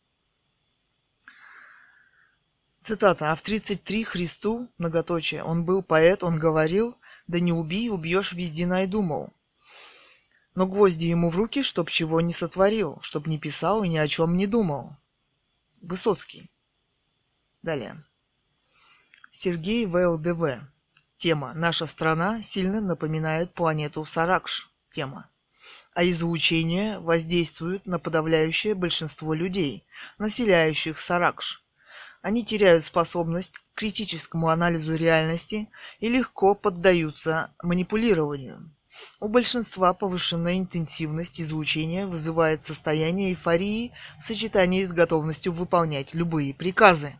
Цитата. «А в тридцать три Христу, многоточие, он был поэт, он говорил, да не убей, убьешь, везде найду, мол. Но гвозди ему в руки, чтоб чего не сотворил, чтоб не писал и ни о чем не думал». Высоцкий. Далее. Сергей ВЛДВ. Тема. Наша страна сильно напоминает планету Саракш. Тема. А излучения воздействуют на подавляющее большинство людей, населяющих Саракш. Они теряют способность к критическому анализу реальности и легко поддаются манипулированию. У большинства повышенная интенсивность излучения вызывает состояние эйфории в сочетании с готовностью выполнять любые приказы.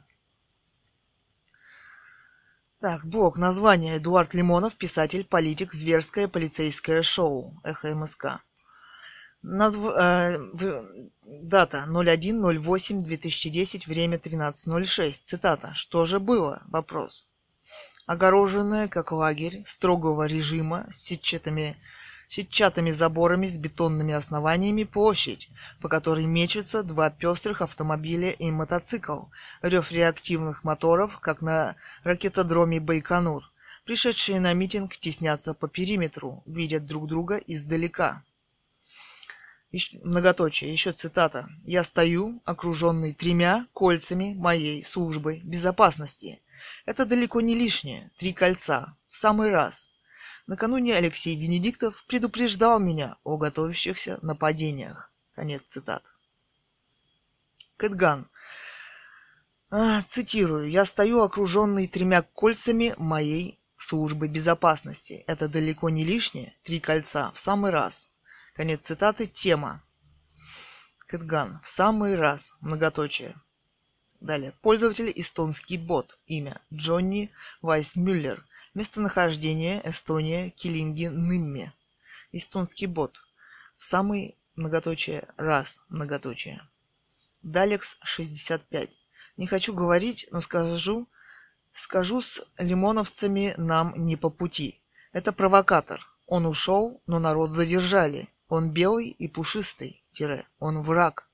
Так, блок, название. Эдуард Лимонов, писатель, политик, зверское полицейское шоу. Эхо МСК. Назв... Э, в... Дата ноль один ноль восемь две тысячи десять, время тринадцать ноль шесть. Цитата. «Что же было?» Вопрос. Огороженная, как лагерь, строгого режима, с сетчатыми, сетчатыми заборами с бетонными основаниями площадь, по которой мечутся два пестрых автомобиля и мотоцикл, рев реактивных моторов, как на ракетодроме Байконур. Пришедшие на митинг теснятся по периметру, видят друг друга издалека. Еще, многоточие, еще цитата. «Я стою, окруженный тремя кольцами моей службы безопасности. Это далеко не лишнее, три кольца, в самый раз. Накануне Алексей Венедиктов предупреждал меня о готовящихся нападениях». Конец цитат. Кэтган. А, цитирую. «Я стою, окруженный тремя кольцами моей службы безопасности. Это далеко не лишнее, три кольца, в самый раз». Конец цитаты. Тема. Кэтган. В самый раз. Многоточие. Далее. Пользователь эстонский бот. Имя Джонни Вайсмюллер. Местонахождение Эстония, Килинги, Нымме. Эстонский бот. В самый, многоточие, раз, многоточие. Далекс шестьдесят пять. Не хочу говорить, но скажу, скажу с лимоновцами нам не по пути. Это провокатор. Он ушел, но народ задержали. Он белый и пушистый, тире, он враг.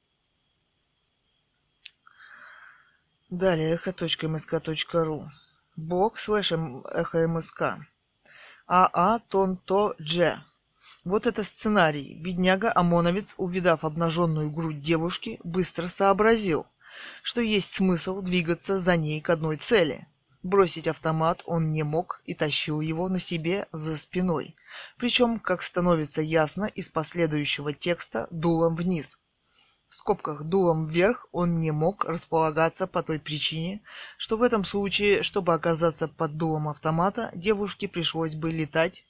Далее эхо точка эм эс ка точка ру. Блог слэш эхо эм эс ка. А А Тонто Дже. Вот это сценарий. Бедняга-ОМОНовец, увидав обнаженную грудь девушки, быстро сообразил, что есть смысл двигаться за ней к одной цели. Бросить автомат он не мог и тащил его на себе за спиной, причем, как становится ясно из последующего текста, дулом вниз. В скобках дулом вверх он не мог располагаться по той причине, что в этом случае, чтобы оказаться под дулом автомата, девушке пришлось бы летать,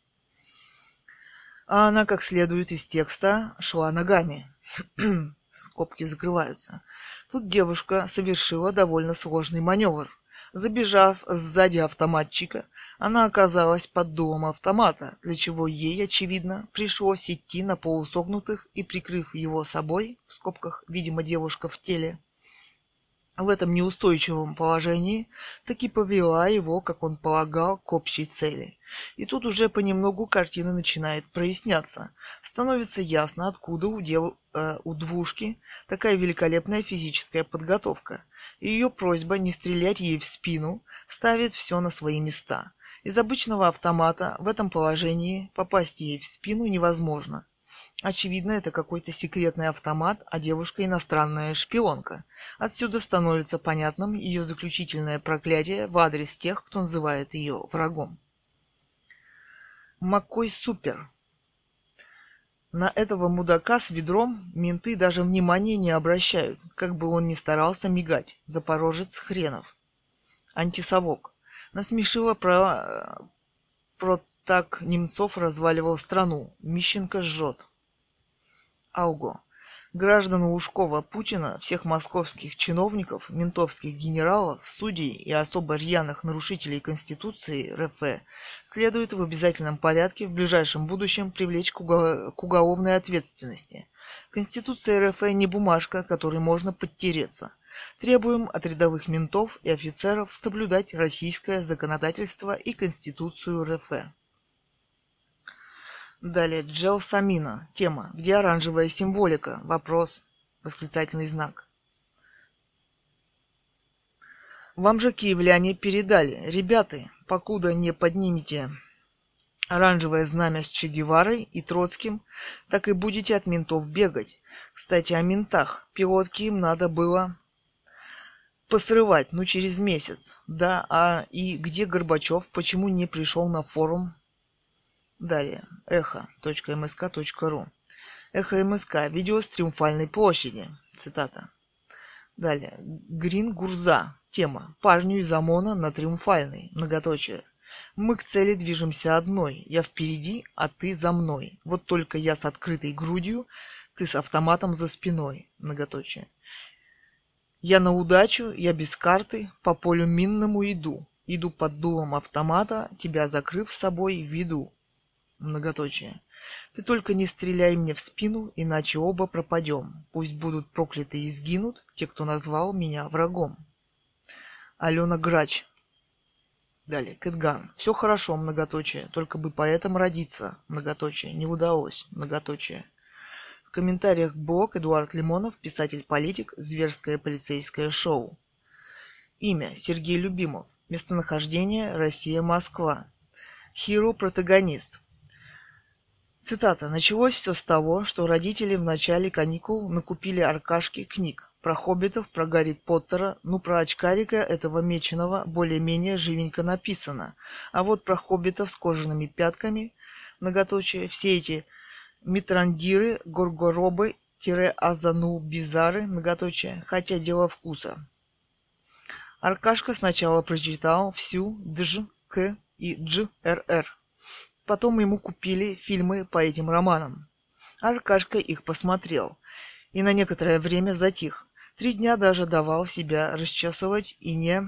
а она, как следует из текста, шла ногами. Скобки закрываются. Тут девушка совершила довольно сложный маневр. Забежав сзади автоматчика, она оказалась под дулом автомата, для чего ей, очевидно, пришлось идти на полусогнутых и, прикрыв его собой, в скобках, видимо, девушка в теле, в этом неустойчивом положении, таки повела его, как он полагал, к общей цели. И тут уже понемногу картина начинает проясняться. Становится ясно, откуда у, дев... э, у двушки такая великолепная физическая подготовка. И ее просьба не стрелять ей в спину ставит все на свои места. Из обычного автомата в этом положении попасть ей в спину невозможно. Очевидно, это какой-то секретный автомат, а девушка иностранная шпионка. Отсюда становится понятным ее заключительное проклятие в адрес тех, кто называет ее врагом. Маккой супер. На этого мудака с ведром менты даже внимания не обращают, как бы он ни старался мигать. Запорожец хренов. Антисовок. Насмешила про... про так Немцов разваливал страну. Мищенко жжет. Ауго. Граждан Лужкова Путина, всех московских чиновников, ментовских генералов, судей и особо рьяных нарушителей Конституции РФ следует в обязательном порядке в ближайшем будущем привлечь к, уго- к уголовной ответственности. Конституция РФ не бумажка, которой можно подтереться. Требуем от рядовых ментов и офицеров соблюдать российское законодательство и Конституцию РФ. Далее, Джел Самина. Тема. Где оранжевая символика? Вопрос. Восклицательный знак. Вам же киевляне передали. Ребята, покуда не поднимете оранжевое знамя с Че Геварой и Троцким, так и будете от ментов бегать. Кстати, о ментах. Пилотки им надо было посрывать, ну, через месяц. Да, а и где Горбачев? Почему не пришел на форум? Далее. эхо точка эм эс ка точка ру. Эхо эм эс ка. Видео с Триумфальной площади. Цитата. Далее. Грин Гурза. Тема. Парню из ОМОНа на Триумфальной. Многоточие. Мы к цели движемся одной. Я впереди, а ты за мной. Вот только я с открытой грудью, ты с автоматом за спиной. Многоточие. Я на удачу, я без карты, по полю минному иду. Иду под дулом автомата, тебя закрыв собой, веду. Многоточие. Ты только не стреляй мне в спину, иначе оба пропадем. Пусть будут прокляты и сгинут те, кто назвал меня врагом. Алена Грач. Далее. Кэтган. Все хорошо, многоточие. Только бы поэтом родиться. Многоточие. Не удалось. Многоточие. В комментариях блог Эдуард Лимонов, писатель-политик, зверское полицейское шоу. Имя. Сергей Любимов. Местонахождение. Россия, Москва. Хиро-протагонист. Цитата. Началось все с того, что родители в начале каникул накупили Аркашке книг про хоббитов, про Гарри Поттера, ну про очкарика этого меченого более-менее живенько написано. А вот про хоббитов с кожаными пятками, многоточие, все эти митрандиры, горгоробы, азанубизары, многоточие, хотя дело вкуса. Аркашка сначала прочитал всю Дж, К и Дж, Р Р. Потом ему купили фильмы по этим романам. Аркашка их посмотрел и на некоторое время затих. Три дня даже давал себя расчесывать и не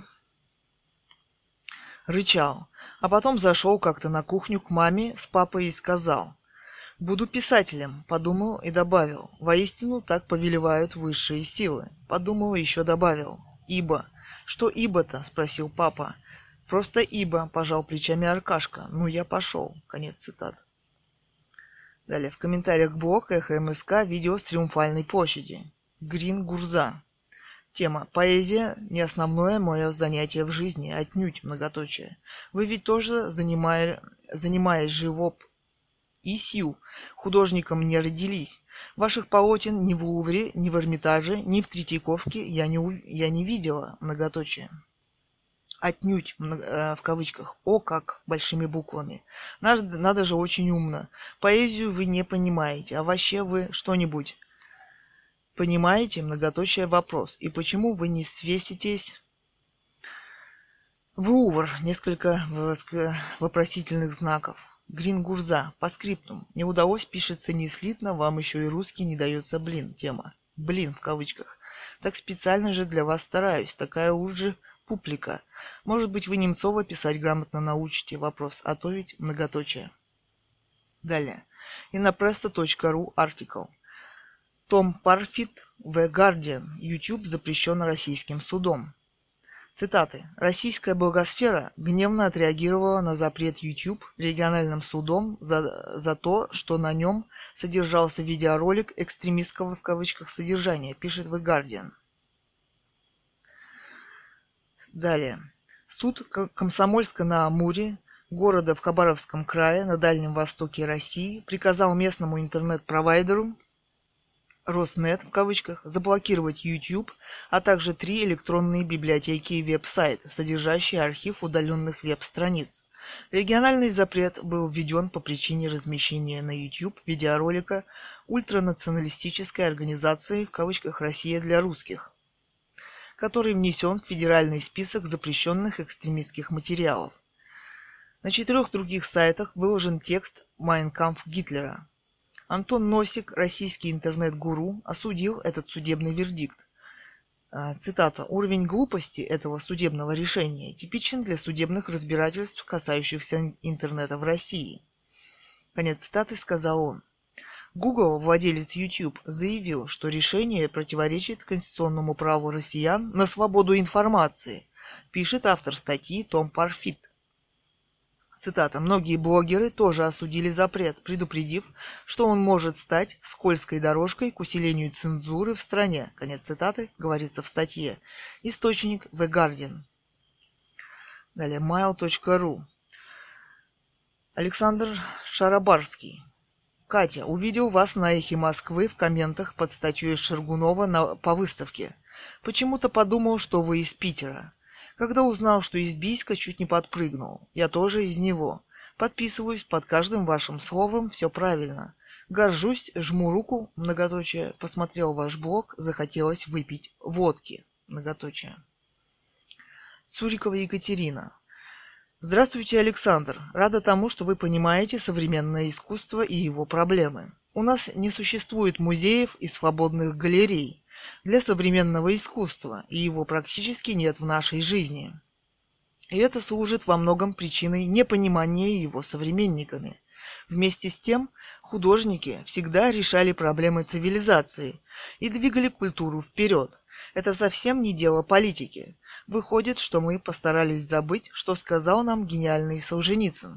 рычал. А потом зашел как-то на кухню к маме с папой и сказал: «Буду писателем», подумал и добавил: «Воистину так повелевают высшие силы». Подумал и еще добавил: «Ибо». «Что ибо-то?» спросил папа. «Просто ибо», пожал плечами Аркашка. «Ну, я пошел». Конец цитаты. Далее, в комментариях блог Эхо МСК видео с Триумфальной площади. Грин Гурза. Тема: поэзия не основное мое занятие в жизни, отнюдь многоточие. Вы ведь тоже, занимая, занимаясь живоп исью, художником не родились. Ваших полотен ни в Лувре, ни в Эрмитаже, ни в Третьяковке я не, ув... я не видела, многоточие. Отнюдь, в кавычках, о как, большими буквами. Надо, надо же очень умно. Поэзию вы не понимаете, а вообще вы что-нибудь понимаете, многоточие вопрос. И почему вы не свеситесь в Лувр? Несколько вопросительных знаков. Грин Гурза. По скриптум. Не удалось, пишется не слитно, вам еще и русский не дается, блин. Тема. Блин, в кавычках. Так специально же для вас стараюсь. Такая уж же публика. Может быть, вы Немцова писать грамотно научите? Вопрос. А то ведь многоточие. Далее. Инопресса точка ру артикл. Том Парфит в Guardian. YouTube запрещен российским судом. Цитаты. Российская блогосфера гневно отреагировала на запрет YouTube региональным судом за, за то, что на нем содержался видеоролик экстремистского в кавычках содержания, пишет The Guardian. Далее. Суд Комсомольска-на-Амуре, города в Хабаровском крае на Дальнем Востоке России, приказал местному интернет-провайдеру Роснет, в кавычках, заблокировать YouTube, а также три электронные библиотеки и веб-сайт, содержащие архив удаленных веб-страниц. Региональный запрет был введен по причине размещения на YouTube видеоролика ультранационалистической организации, в кавычках, «Россия для русских», который внесен в федеральный список запрещенных экстремистских материалов. На четырех других сайтах выложен текст «Майн кампф Гитлера». Антон Носик, российский интернет-гуру, осудил этот судебный вердикт. Цитата. «Уровень глупости этого судебного решения типичен для судебных разбирательств, касающихся интернета в России». Конец цитаты, сказал он. Google, владелец YouTube, заявил, что решение противоречит конституционному праву россиян на свободу информации, пишет автор статьи Том Парфит. Цитата. «Многие блогеры тоже осудили запрет, предупредив, что он может стать скользкой дорожкой к усилению цензуры в стране». Конец цитаты, говорится в статье. Источник The Guardian. Далее. mail точка ру. Александр Шарабарский. Катя, увидел вас на Эхе Москвы в комментах под статьей Шаргунова на, по выставке. Почему-то подумал, что вы из Питера. Когда узнал, что из Бийска, чуть не подпрыгнул. Я тоже из него. Подписываюсь под каждым вашим словом, все правильно. Горжусь, жму руку, многоточие. Посмотрел ваш блог, захотелось выпить водки, многоточие. Цурикова Екатерина. Здравствуйте, Александр. Рада тому, что вы понимаете современное искусство и его проблемы. У нас не существует музеев и свободных галерей для современного искусства, и его практически нет в нашей жизни. И это служит во многом причиной непонимания его современниками. Вместе с тем, художники всегда решали проблемы цивилизации и двигали культуру вперед. Это совсем не дело политики. Выходит, что мы постарались забыть, что сказал нам гениальный Солженицын.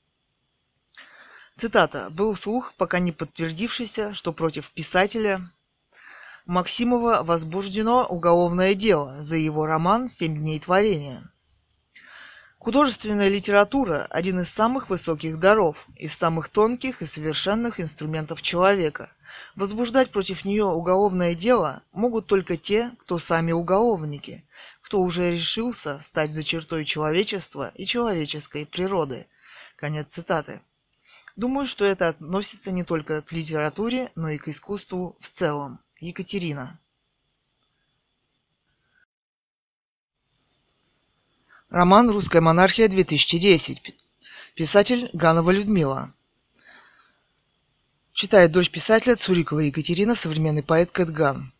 Цитата. «Был слух, пока не подтвердившийся, что против писателя Максимова возбуждено уголовное дело за его роман «Семь дней творения». Художественная литература – один из самых высоких даров, из самых тонких и совершенных инструментов человека. Возбуждать против нее уголовное дело могут только те, кто сами уголовники, кто уже решился стать за чертой человечества и человеческой природы». Конец цитаты. Думаю, что это относится не только к литературе, но и к искусству в целом. Екатерина. Роман «Русская монархия» две тысячи десять. Писатель Ганова Людмила. Читает дочь писателя Цурикова Екатерина, современный поэт Кэт Ган.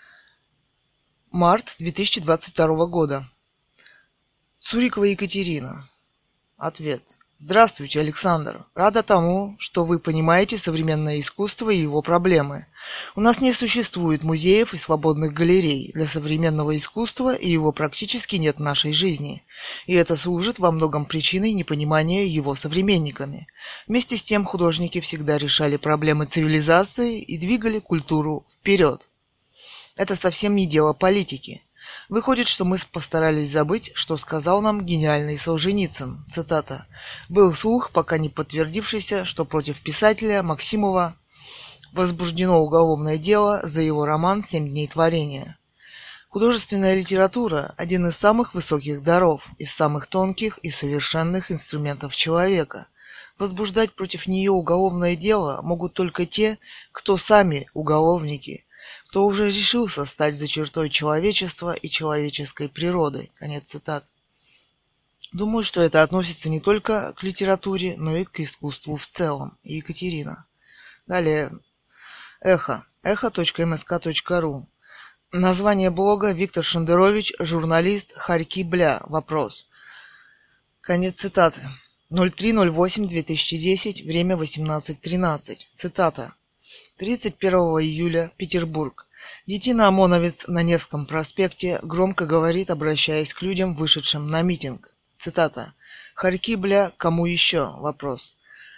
Март две тысячи двадцать второго года. Цурикова Екатерина. Ответ. Здравствуйте, Александр. Рада тому, что вы понимаете современное искусство и его проблемы. У нас не существует музеев и свободных галерей для современного искусства, и его практически нет в нашей жизни. И это служит во многом причиной непонимания его современниками. Вместе с тем художники всегда решали проблемы цивилизации и двигали культуру вперед. Это совсем не дело политики. Выходит, что мы постарались забыть, что сказал нам гениальный Солженицын. Цитата. «Был слух, пока не подтвердившийся, что против писателя Максимова возбуждено уголовное дело за его роман «Семь дней творения». Художественная литература – один из самых высоких даров, из самых тонких и совершенных инструментов человека. Возбуждать против нее уголовное дело могут только те, кто сами уголовники, кто уже решился стать за чертой человечества и человеческой природы». Конец цитат. Думаю, что это относится не только к литературе, но и к искусству в целом. Екатерина. Далее. Эхо. эхо точка эм эс ка точка ру. Название блога: Виктор Шендерович, журналист, Харьки, бля. Вопрос. Конец цитаты. ноль три ноль восемь две тысячи десять. Время восемнадцать тринадцать. Цитата. тридцать первого июля. Петербург. Детина ОМОНовец на Невском проспекте громко говорит, обращаясь к людям, вышедшим на митинг. Цитата. «Харьки, бля, кому еще?» Вопрос.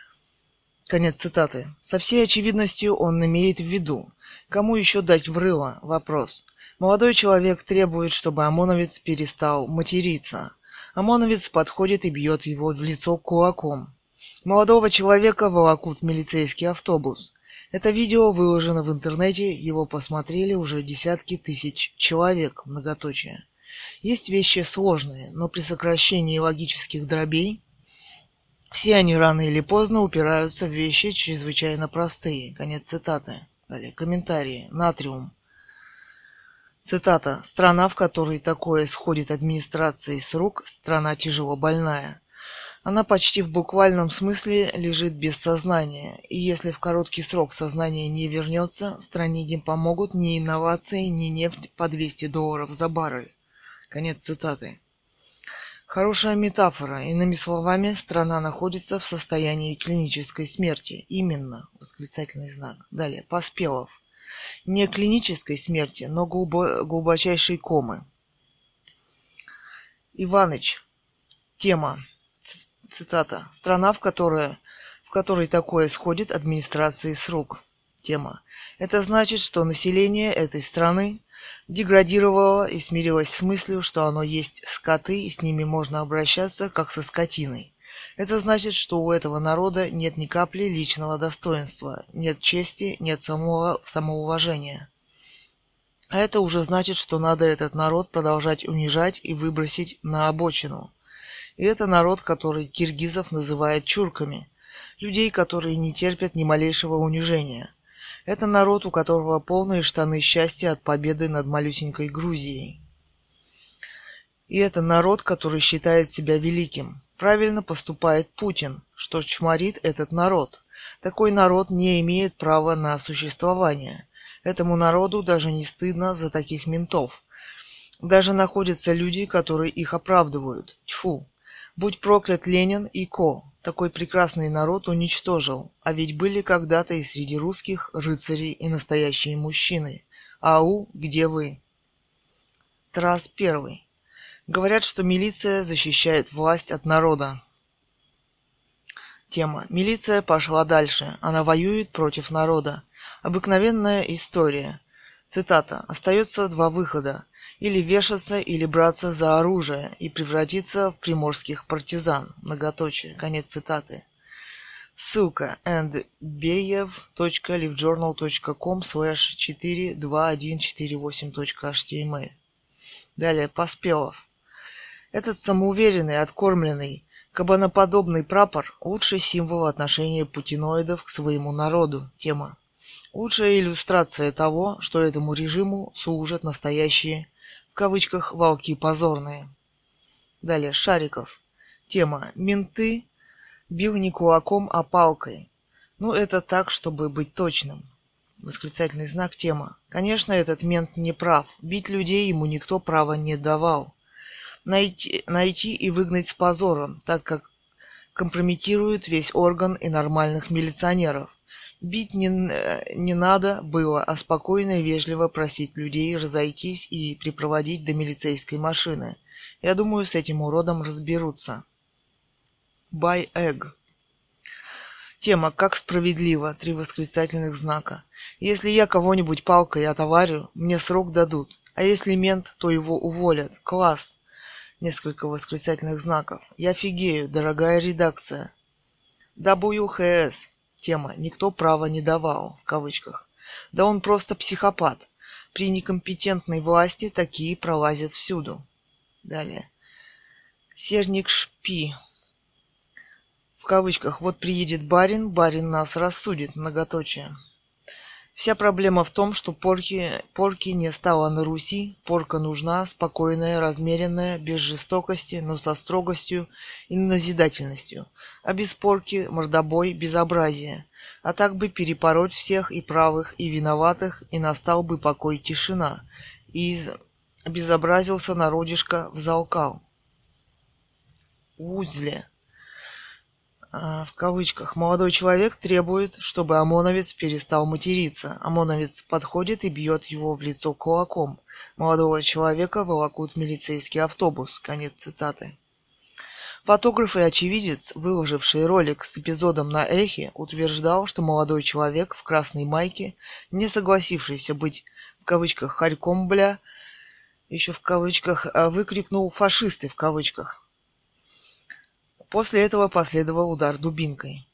Конец цитаты. Со всей очевидностью он имеет в виду: кому еще дать в рыло? Вопрос. Молодой человек требует, чтобы ОМОНовец перестал материться. ОМОНовец подходит и бьет его в лицо кулаком. Молодого человека волокут в милицейский автобус. Это видео выложено в интернете, его посмотрели уже десятки тысяч человек, многоточие. Есть вещи сложные, но при сокращении логических дробей все они рано или поздно упираются в вещи чрезвычайно простые. Конец цитаты. Далее, комментарии. Натриум. Цитата. «Страна, в которой такое сходит администрации с рук, страна тяжело больная. Она почти в буквальном смысле лежит без сознания, и если в короткий срок сознание не вернется, стране не помогут ни инновации, ни нефть по двести долларов за баррель». Конец цитаты. Хорошая метафора. Иными словами, страна находится в состоянии клинической смерти. Именно. Восклицательный знак. Далее. Поспелов. Не клинической смерти, но глубо- глубочайшей комы. Иваныч. Тема. Цитата. «Страна, в которой, в которой такое сходит администрации с рук». Тема. Это значит, что население этой страны деградировало и смирилось с мыслью, что оно есть скоты, и с ними можно обращаться, как со скотиной. Это значит, что у этого народа нет ни капли личного достоинства, нет чести, нет самого, самоуважения. А это уже значит, что надо этот народ продолжать унижать и выбросить на обочину. И это народ, который киргизов называет чурками, людей, которые не терпят ни малейшего унижения. Это народ, у которого полные штаны счастья от победы над малюсенькой Грузией. И это народ, который считает себя великим. Правильно поступает Путин, что чморит этот народ. Такой народ не имеет права на существование. Этому народу даже не стыдно за таких ментов. Даже находятся люди, которые их оправдывают. Тьфу. Будь проклят Ленин и Ко. Такой прекрасный народ уничтожил. А ведь были когда-то и среди русских рыцари и настоящие мужчины. Ау, где вы? Тарас Первый. Говорят, что милиция защищает власть от народа. Тема. Милиция пошла дальше. Она воюет против народа. Обыкновенная история. Цитата. Остается два выхода. Или вешаться, или браться за оружие и превратиться в приморских партизан. Многоточие. Конец цитаты. Ссылка andbeyev точка livejournal точка com слэш четыре два один четыре восемь точка эйч ти эм эль. Далее. Поспелов. Этот самоуверенный, откормленный, кабаноподобный прапор – лучший символ отношения путиноидов к своему народу. Тема. Лучшая иллюстрация того, что этому режиму служат настоящие, в кавычках, волки позорные. Далее. Шариков. Тема. Менты бил не кулаком, а палкой. Ну, это так, чтобы быть точным. Восклицательный знак. Тема. Конечно, этот мент не прав. Бить людей ему никто права не давал. Найти, найти и выгнать с позором, так как компрометируют весь орган и нормальных милиционеров. Бить не, не надо было, а спокойно и вежливо просить людей разойтись и припроводить до милицейской машины. Я думаю, с этим уродом разберутся. Buy egg. Тема «Как справедливо?» Три восклицательных знака. Если я кого-нибудь палкой отоварю, мне срок дадут. А если мент, то его уволят. Класс. Несколько восклицательных знаков. Я офигею, дорогая редакция. дабл ю эйч эс. Тема «Никто права не давал», в кавычках. Да он просто психопат. При некомпетентной власти такие пролазят всюду. Далее. Серник Шпи. В кавычках. Вот приедет барин, барин нас рассудит. Многоточие. Вся проблема в том, что порки, порки не стало на Руси. Порка нужна, спокойная, размеренная, без жестокости, но со строгостью и назидательностью. А без порки мордобой, безобразие. А так бы перепороть всех и правых, и виноватых, и настал бы покой, тишина. И из... безобразился народишко, взалкал. Узле. В кавычках. Молодой человек требует, чтобы ОМОНовец перестал материться. ОМОНовец подходит и бьет его в лицо кулаком. Молодого человека волокут в милицейский автобус. Конец цитаты. Фотограф и очевидец, выложивший ролик с эпизодом на Эхе, утверждал, что молодой человек в красной майке, не согласившийся быть в кавычках «хорьком, бля», еще в кавычках, выкрикнул «фашисты» в кавычках. После этого последовал удар дубинкой.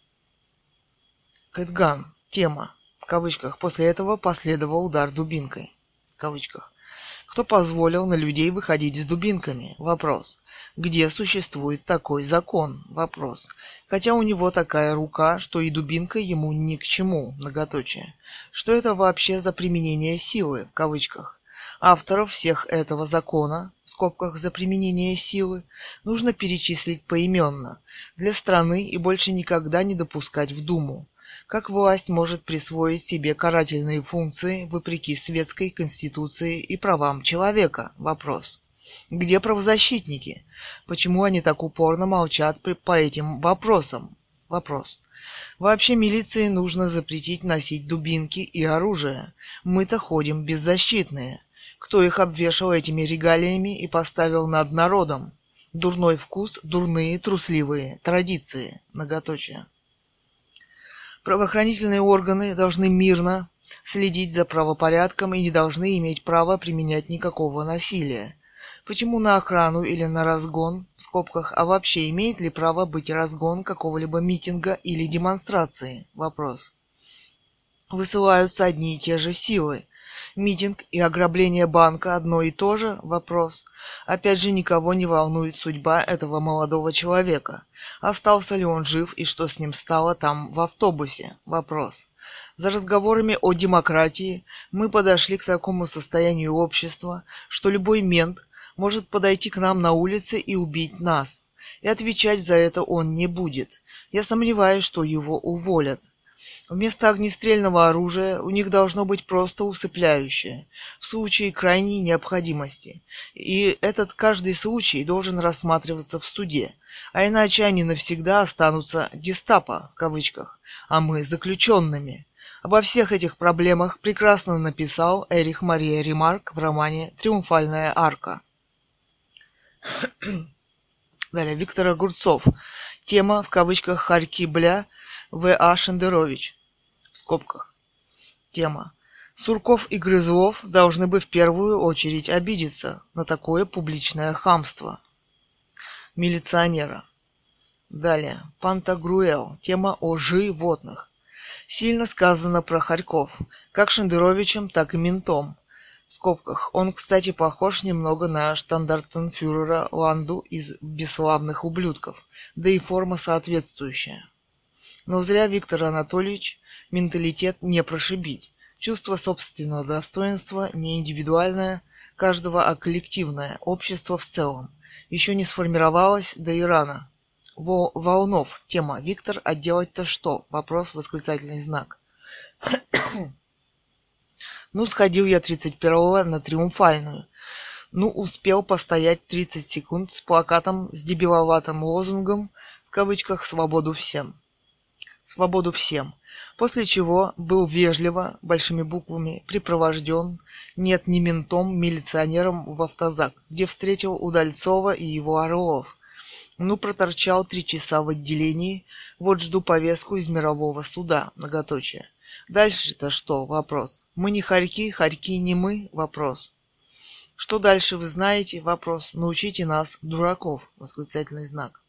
Кэтган. Тема. В кавычках. После этого последовал удар дубинкой. В кавычках. Кто позволил на людей выходить с дубинками? Вопрос. Где существует такой закон? Вопрос. Хотя у него такая рука, что и дубинка ему ни к чему. Многоточие. Что это вообще за применение силы? В кавычках. Авторов всех этого закона, в скобках за применение силы, нужно перечислить поименно, для страны и больше никогда не допускать в Думу. Как власть может присвоить себе карательные функции вопреки светской конституции и правам человека? Вопрос. Где правозащитники? Почему они так упорно молчат по этим вопросам? Вопрос. Вообще милиции нужно запретить носить дубинки и оружие. Мы-то ходим беззащитные. Кто их обвешал этими регалиями и поставил над народом? Дурной вкус, дурные, трусливые традиции. Многоточие. Правоохранительные органы должны мирно следить за правопорядком и не должны иметь права применять никакого насилия. Почему на охрану или на разгон, в скобках, а вообще имеет ли право быть разгон какого-либо митинга или демонстрации? Вопрос. Высылаются одни и те же силы. Митинг и ограбление банка одно и то же? Вопрос. Опять же, никого не волнует судьба этого молодого человека. Остался ли он жив и что с ним стало там в автобусе? Вопрос. За разговорами о демократии мы подошли к такому состоянию общества, что любой мент может подойти к нам на улице и убить нас. И отвечать за это он не будет. Я сомневаюсь, что его уволят. Вместо огнестрельного оружия у них должно быть просто усыпляющее, в случае крайней необходимости. И этот каждый случай должен рассматриваться в суде, а иначе они навсегда останутся «гестапо», в кавычках, а мы заключенными. Обо всех этих проблемах прекрасно написал Эрих Мария Ремарк в романе «Триумфальная арка». Далее, Виктор Огурцов. Тема, в кавычках, «Хорьки, бля», В А. Шендерович. В скобках. Тема. Сурков и Грызлов должны бы в первую очередь обидеться на такое публичное хамство милиционера. Далее. Пантагруэл. Тема о животных. Сильно сказано про хорьков, как Шендеровичем, так и ментом. В скобках. Он, кстати, похож немного на штандартенфюрера Ланду из «Бесславных ублюдков», да и форма соответствующая. Но зря Виктор Анатольевич менталитет не прошибить. Чувство собственного достоинства не индивидуальное, каждого, а коллективное, общество в целом. Еще не сформировалось, да и рано. Вол- Волнов. Тема. Виктор, а делать-то что? Вопрос, восклицательный знак. Ну, сходил я тридцать первого на Триумфальную. Ну, успел постоять тридцать секунд с плакатом с дебиловатым лозунгом, в кавычках, свободу всем. Свободу всем. После чего был вежливо, большими буквами, припровожден, нет, не ментом, милиционером в автозак, где встретил Удальцова и его Орлов. Ну, проторчал три часа в отделении, вот жду повестку из мирового суда, многоточие. Дальше-то что? Вопрос. Мы не хорьки, хорьки не мы? Вопрос. Что дальше вы знаете? Вопрос. Научите нас, дураков, восклицательный знак.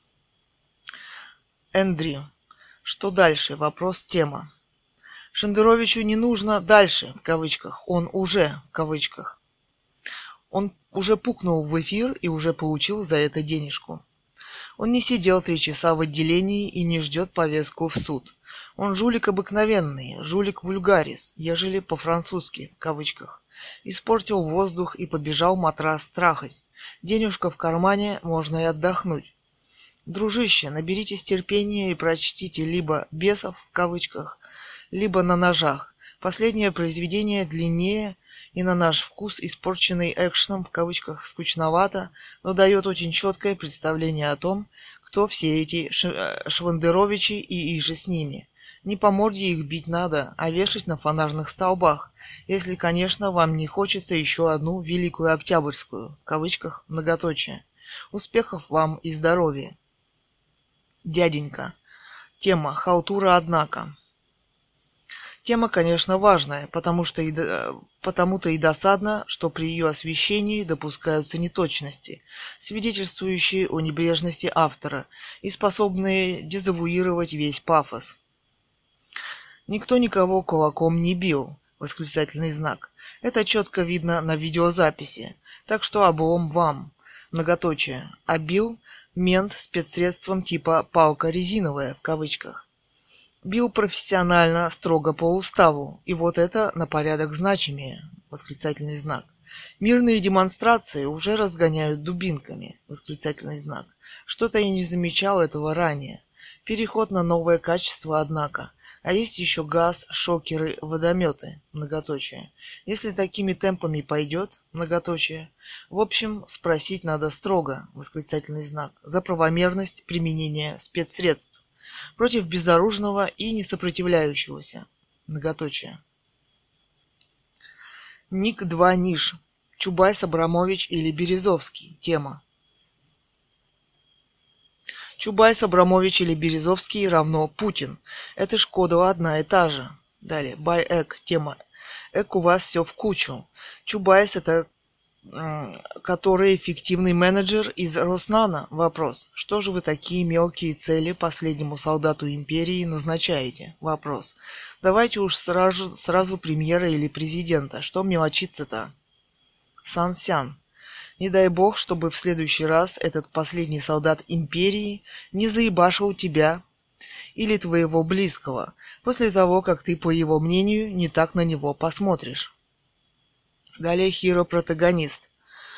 Эндрю. Что дальше? Вопрос, тема. Шендеровичу не нужно дальше, в кавычках. Он уже, в кавычках. Он уже пукнул в эфир и уже получил за это денежку. Он не сидел три часа в отделении и не ждет повестку в суд. Он жулик обыкновенный, жулик вульгарис, ежели по-французски, в кавычках. Испортил воздух и побежал матрас трахать. Денежка в кармане, можно и отдохнуть. Дружище, наберитесь терпения и прочтите либо «Бесов» в кавычках, либо «На ножах». Последнее произведение длиннее и на наш вкус испорченный экшеном в кавычках скучновато, но дает очень четкое представление о том, кто все эти Швендеровичи и иже с ними. Не по морде их бить надо, а вешать на фонарных столбах, если, конечно, вам не хочется еще одну Великую Октябрьскую, в кавычках, многоточие. Успехов вам и здоровья. Дяденька. Тема «Халтура, однако». Тема, конечно, важная, потому что и до... потому-то и досадно, что при ее освещении допускаются неточности, свидетельствующие о небрежности автора и способные дезавуировать весь пафос. Никто никого кулаком не бил, восклицательный знак. Это четко видно на видеозаписи, так что облом вам, многоточие, а бил мент спецсредством типа «палка резиновая» в кавычках. Бил профессионально, строго по уставу, и вот это на порядок значимее, восклицательный знак. Мирные демонстрации уже разгоняют дубинками, восклицательный знак. Что-то я не замечал этого ранее. Переход на новое качество, однако. А есть еще газ, шокеры, водометы, многоточие. Если такими темпами пойдет, многоточие. В общем, спросить надо строго, восклицательный знак, за правомерность применения спецсредств против безоружного и несопротивляющегося, многоточие. Ник два Ниш. Чубайс, Абрамович или Березовский. Тема. Чубайс, Абрамович или Березовский равно Путин. Это ж кодова одна и та же. Далее. Байэк. Тема. Эк у вас все в кучу. Чубайс это который эффективный менеджер из Роснана. Вопрос. Что же вы такие мелкие цели последнему солдату империи назначаете? Вопрос. Давайте уж сразу, сразу премьера или президента. Что мелочиться-то? Сан Сян. Не дай бог, чтобы в следующий раз этот последний солдат империи не заебашил тебя или твоего близкого, после того, как ты, по его мнению, не так на него посмотришь. Далее хиро-протагонист.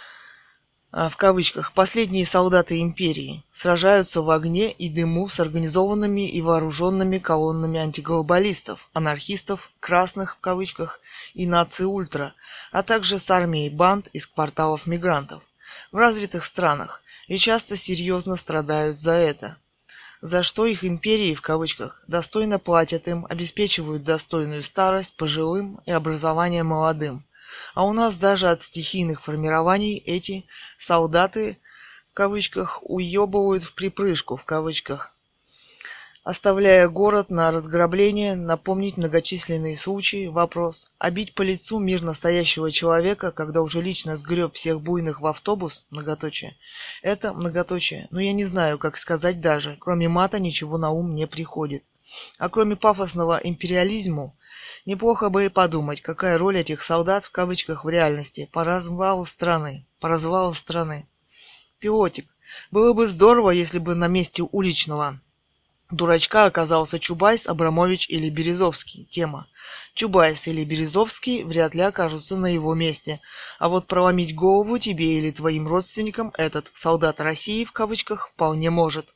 В кавычках. Последние солдаты империи сражаются в огне и дыму с организованными и вооруженными колоннами антиглобалистов, анархистов, красных в кавычках и наци-ультра, а также с армией банд из кварталов мигрантов в развитых странах и часто серьезно страдают за это. За что их империи в кавычках достойно платят им, обеспечивают достойную старость пожилым и образование молодым. А у нас даже от стихийных формирований эти солдаты, в кавычках, уебывают в припрыжку, в кавычках, оставляя город на разграбление. Напомнить многочисленные случаи. Вопрос. А бить по лицу мирно стоящего человека, когда уже лично сгреб всех буйных в автобус, многоточие, это многоточие. Но я не знаю, как сказать даже. Кроме мата ничего на ум не приходит. А кроме пафосного империализму, неплохо бы и подумать, какая роль этих солдат в кавычках в реальности по развалу страны. По развалу страны. Пилотик. Было бы здорово, если бы на месте уличного дурачка оказался Чубайс, Абрамович или Березовский. Тема. Чубайс или Березовский вряд ли окажутся на его месте. А вот проломить голову тебе или твоим родственникам этот солдат России в кавычках вполне может.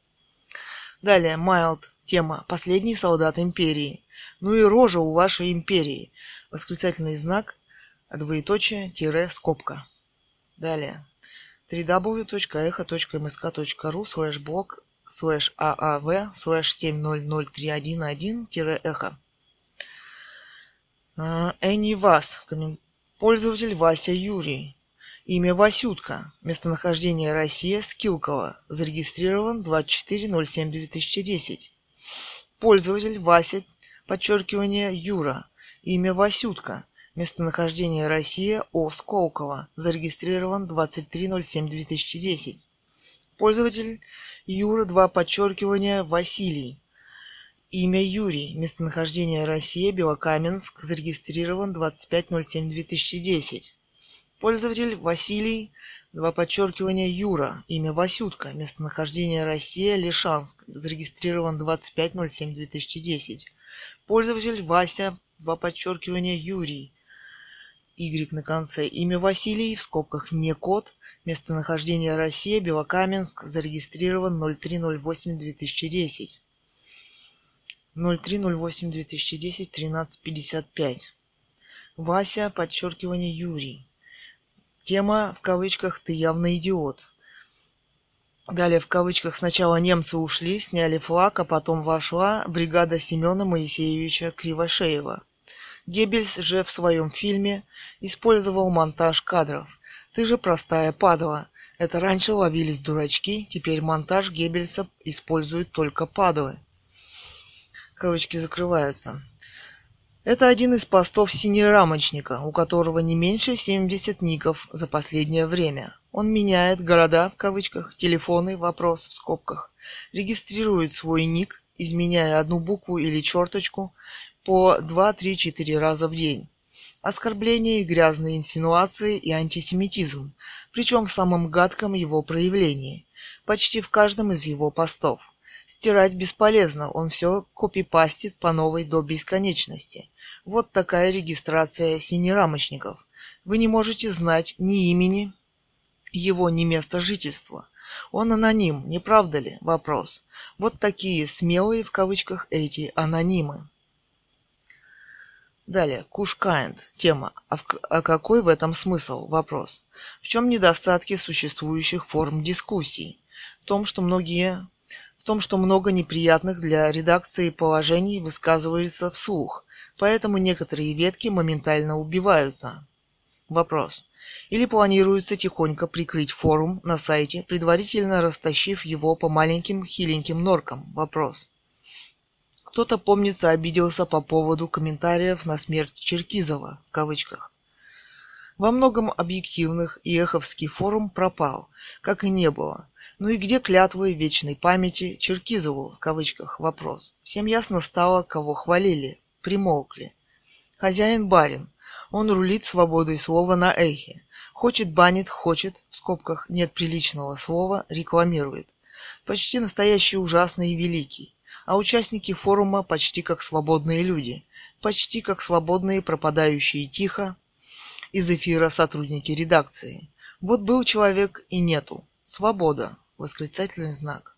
Далее. Майлд. Тема. Последний солдат империи. Ну и рожа у вашей империи. Восклицательный знак, двоеточие, тире, скобка. Далее. дабл ю дабл ю дабл ю точка эхо точка эм эс ка точка ру слэш блог слэш ААВ слэш семь ноль ноль три один один эхо. Энни Вас. Пользователь Вася Юрий. Имя Васютка. Местонахождение Россия. Скилково. Зарегистрирован двадцать четыре ноль семь две тысячи десять. Пользователь Вася, подчеркивание, Юра. Имя Васютка. Местонахождение Россия. О. Сколково. Зарегистрирован двадцать три ноль семь две тысячи десять. Пользователь Юра, два подчеркивания, Василий. Имя Юрий. Местонахождение Россия. Белокаменск. Зарегистрирован двадцать пять ноль семь две тысячи десять. Пользователь Василий, два подчеркивания, Юра. Имя Васютка. Местонахождение Россия. Лишанск. Зарегистрирован двадцать пять ноль семь две тысячи десять. Пользователь Вася, два подчеркивания, Юрий. Y на конце. Имя Василий, в скобках не код. Местонахождение Россия. Белокаменск. Зарегистрирован ноль три ноль восемь две тысячи десять. ноль три ноль восемь две тысячи десять, тринадцать пятьдесят пять. Вася, подчеркивание, Юрий. Тема в кавычках «Ты явно идиот». Далее в кавычках «Сначала немцы ушли, сняли флаг, а потом вошла бригада Семена Моисеевича Кривошеева». Геббельс же в своем фильме использовал монтаж кадров. «Ты же простая падла. Это раньше ловились дурачки, теперь монтаж Геббельса используют только падлы». Кавычки закрываются. Это один из постов синерамочника, у которого не меньше семьдесят ников за последнее время. Он меняет города, в кавычках, телефоны, вопрос, в скобках, регистрирует свой ник, изменяя одну букву или черточку по два-три-четыре раза в день. Оскорбления и грязные инсинуации и антисемитизм, причем в самом гадком его проявлении, почти в каждом из его постов. Стирать бесполезно, он все копипастит по новой до бесконечности. Вот такая регистрация синерамочников. Вы не можете знать ни имени его, ни места жительства. Он аноним, не правда ли? Вопрос. Вот такие смелые, в кавычках, эти анонимы. Далее, Кушкайнд. Тема. А, в, а какой в этом смысл? Вопрос. В чем недостатки существующих форм дискуссий? В том, что многие... В том, что много неприятных для редакции положений высказывается вслух, поэтому некоторые ветки моментально убиваются. Вопрос. Или планируется тихонько прикрыть форум на сайте, предварительно растащив его по маленьким хиленьким норкам? Вопрос. Кто-то, помнится, обиделся по поводу комментариев на смерть Черкизова, в кавычках. Во многом объективных и эховский форум пропал, как и не было. Ну и где клятвы вечной памяти Черкизову, в кавычках, вопрос. Всем ясно стало, кого хвалили, примолкли. Хозяин-барин. Он рулит свободой слова на эхе. Хочет банит, хочет, в скобках нет приличного слова, рекламирует. Почти настоящий ужасный и великий. А участники форума почти как свободные люди. Почти как свободные пропадающие тихо из эфира сотрудники редакции. Вот был человек и нету. Свобода. Восклицательный знак.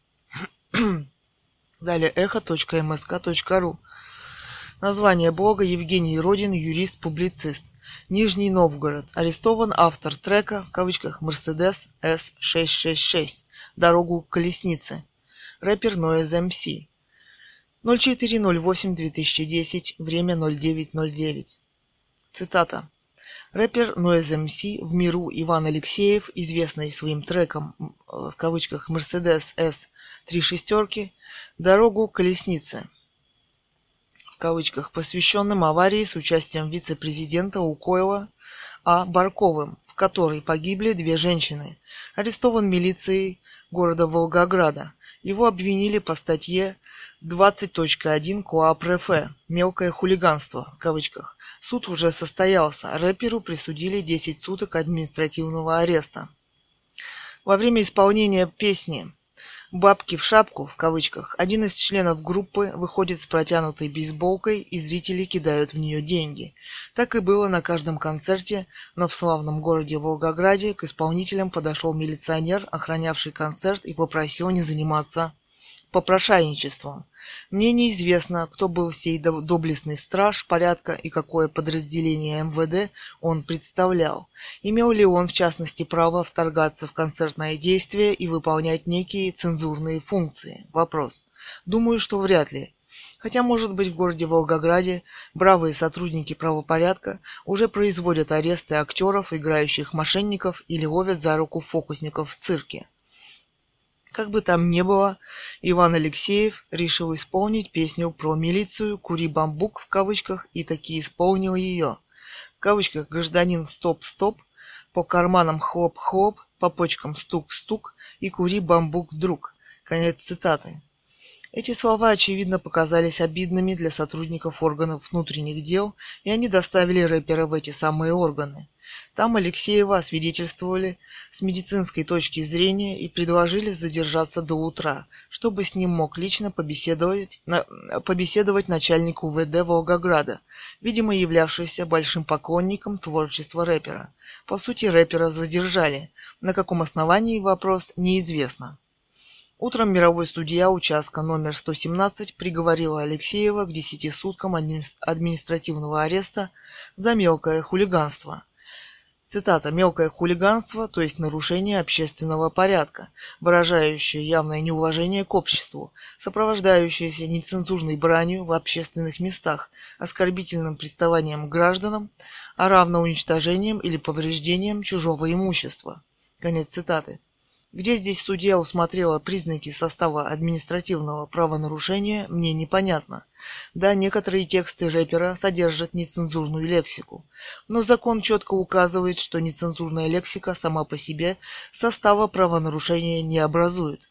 Далее эхо точка эм эс ка точка ру. Название блога: Евгений Родин, юрист-публицист. Нижний Новгород. Арестован автор трека, в кавычках, Мерседес эс шестьсот шестьдесят шесть. Дорогу к колеснице. Рэпер Noise эм си. ноль четыре ноль восемь две тысячи десять. Время ноль девять ноль девять. Цитата. Рэпер Noise эм си, в миру Иван Алексеев, известный своим треком, в кавычках, Mercedes эс три шестерки, «Дорогу к колеснице», в кавычках, посвященным аварии с участием вице-президента Лукойла А. Барковым, в которой погибли две женщины, арестован милицией города Волгограда. Его обвинили по статье двадцать точка один КоАП РФ «Мелкое хулиганство», в кавычках. Суд уже состоялся. Рэперу присудили десять суток административного ареста. Во время исполнения песни «Бабки в шапку», в кавычках, один из членов группы выходит с протянутой бейсболкой, и зрители кидают в нее деньги. Так и было на каждом концерте, но в славном городе Волгограде к исполнителям подошел милиционер, охранявший концерт, и попросил не заниматься попрошайничеством. Мне неизвестно, кто был сей доблестный страж порядка и какое подразделение эм вэ дэ он представлял. Имел ли он, в частности, право вторгаться в концертное действие и выполнять некие цензурные функции? Вопрос. Думаю, что вряд ли. Хотя, может быть, в городе Волгограде бравые сотрудники правопорядка уже производят аресты актеров, играющих мошенников, или ловят за руку фокусников в цирке. Как бы там ни было, Иван Алексеев решил исполнить песню про милицию «Кури бамбук» в кавычках и таки исполнил ее. В кавычках «Гражданин, стоп-стоп», по карманам хлоп-хлоп, по почкам стук-стук и кури бамбук, друг. Конец цитаты. Эти слова, очевидно, показались обидными для сотрудников органов внутренних дел, и они доставили рэпера в эти самые органы. Там Алексеева освидетельствовали с медицинской точки зрения и предложили задержаться до утра, чтобы с ним мог лично побеседовать, на, побеседовать начальник у вэ дэ Волгограда, видимо, являвшийся большим поклонником творчества рэпера. По сути, рэпера задержали. На каком основании, вопрос, неизвестно. Утром мировой судья участка номер сто семнадцать приговорила Алексеева к десяти суткам административного ареста за мелкое хулиганство. Цитата: «Мелкое хулиганство, то есть нарушение общественного порядка, выражающее явное неуважение к обществу, сопровождающееся нецензурной бранью в общественных местах, оскорбительным приставанием к гражданам, а равно уничтожением или повреждением чужого имущества». Конец цитаты. Где здесь судья усмотрела признаки состава административного правонарушения, мне непонятно. Да, некоторые тексты рэпера содержат нецензурную лексику, но закон четко указывает, что нецензурная лексика сама по себе состава правонарушения не образует.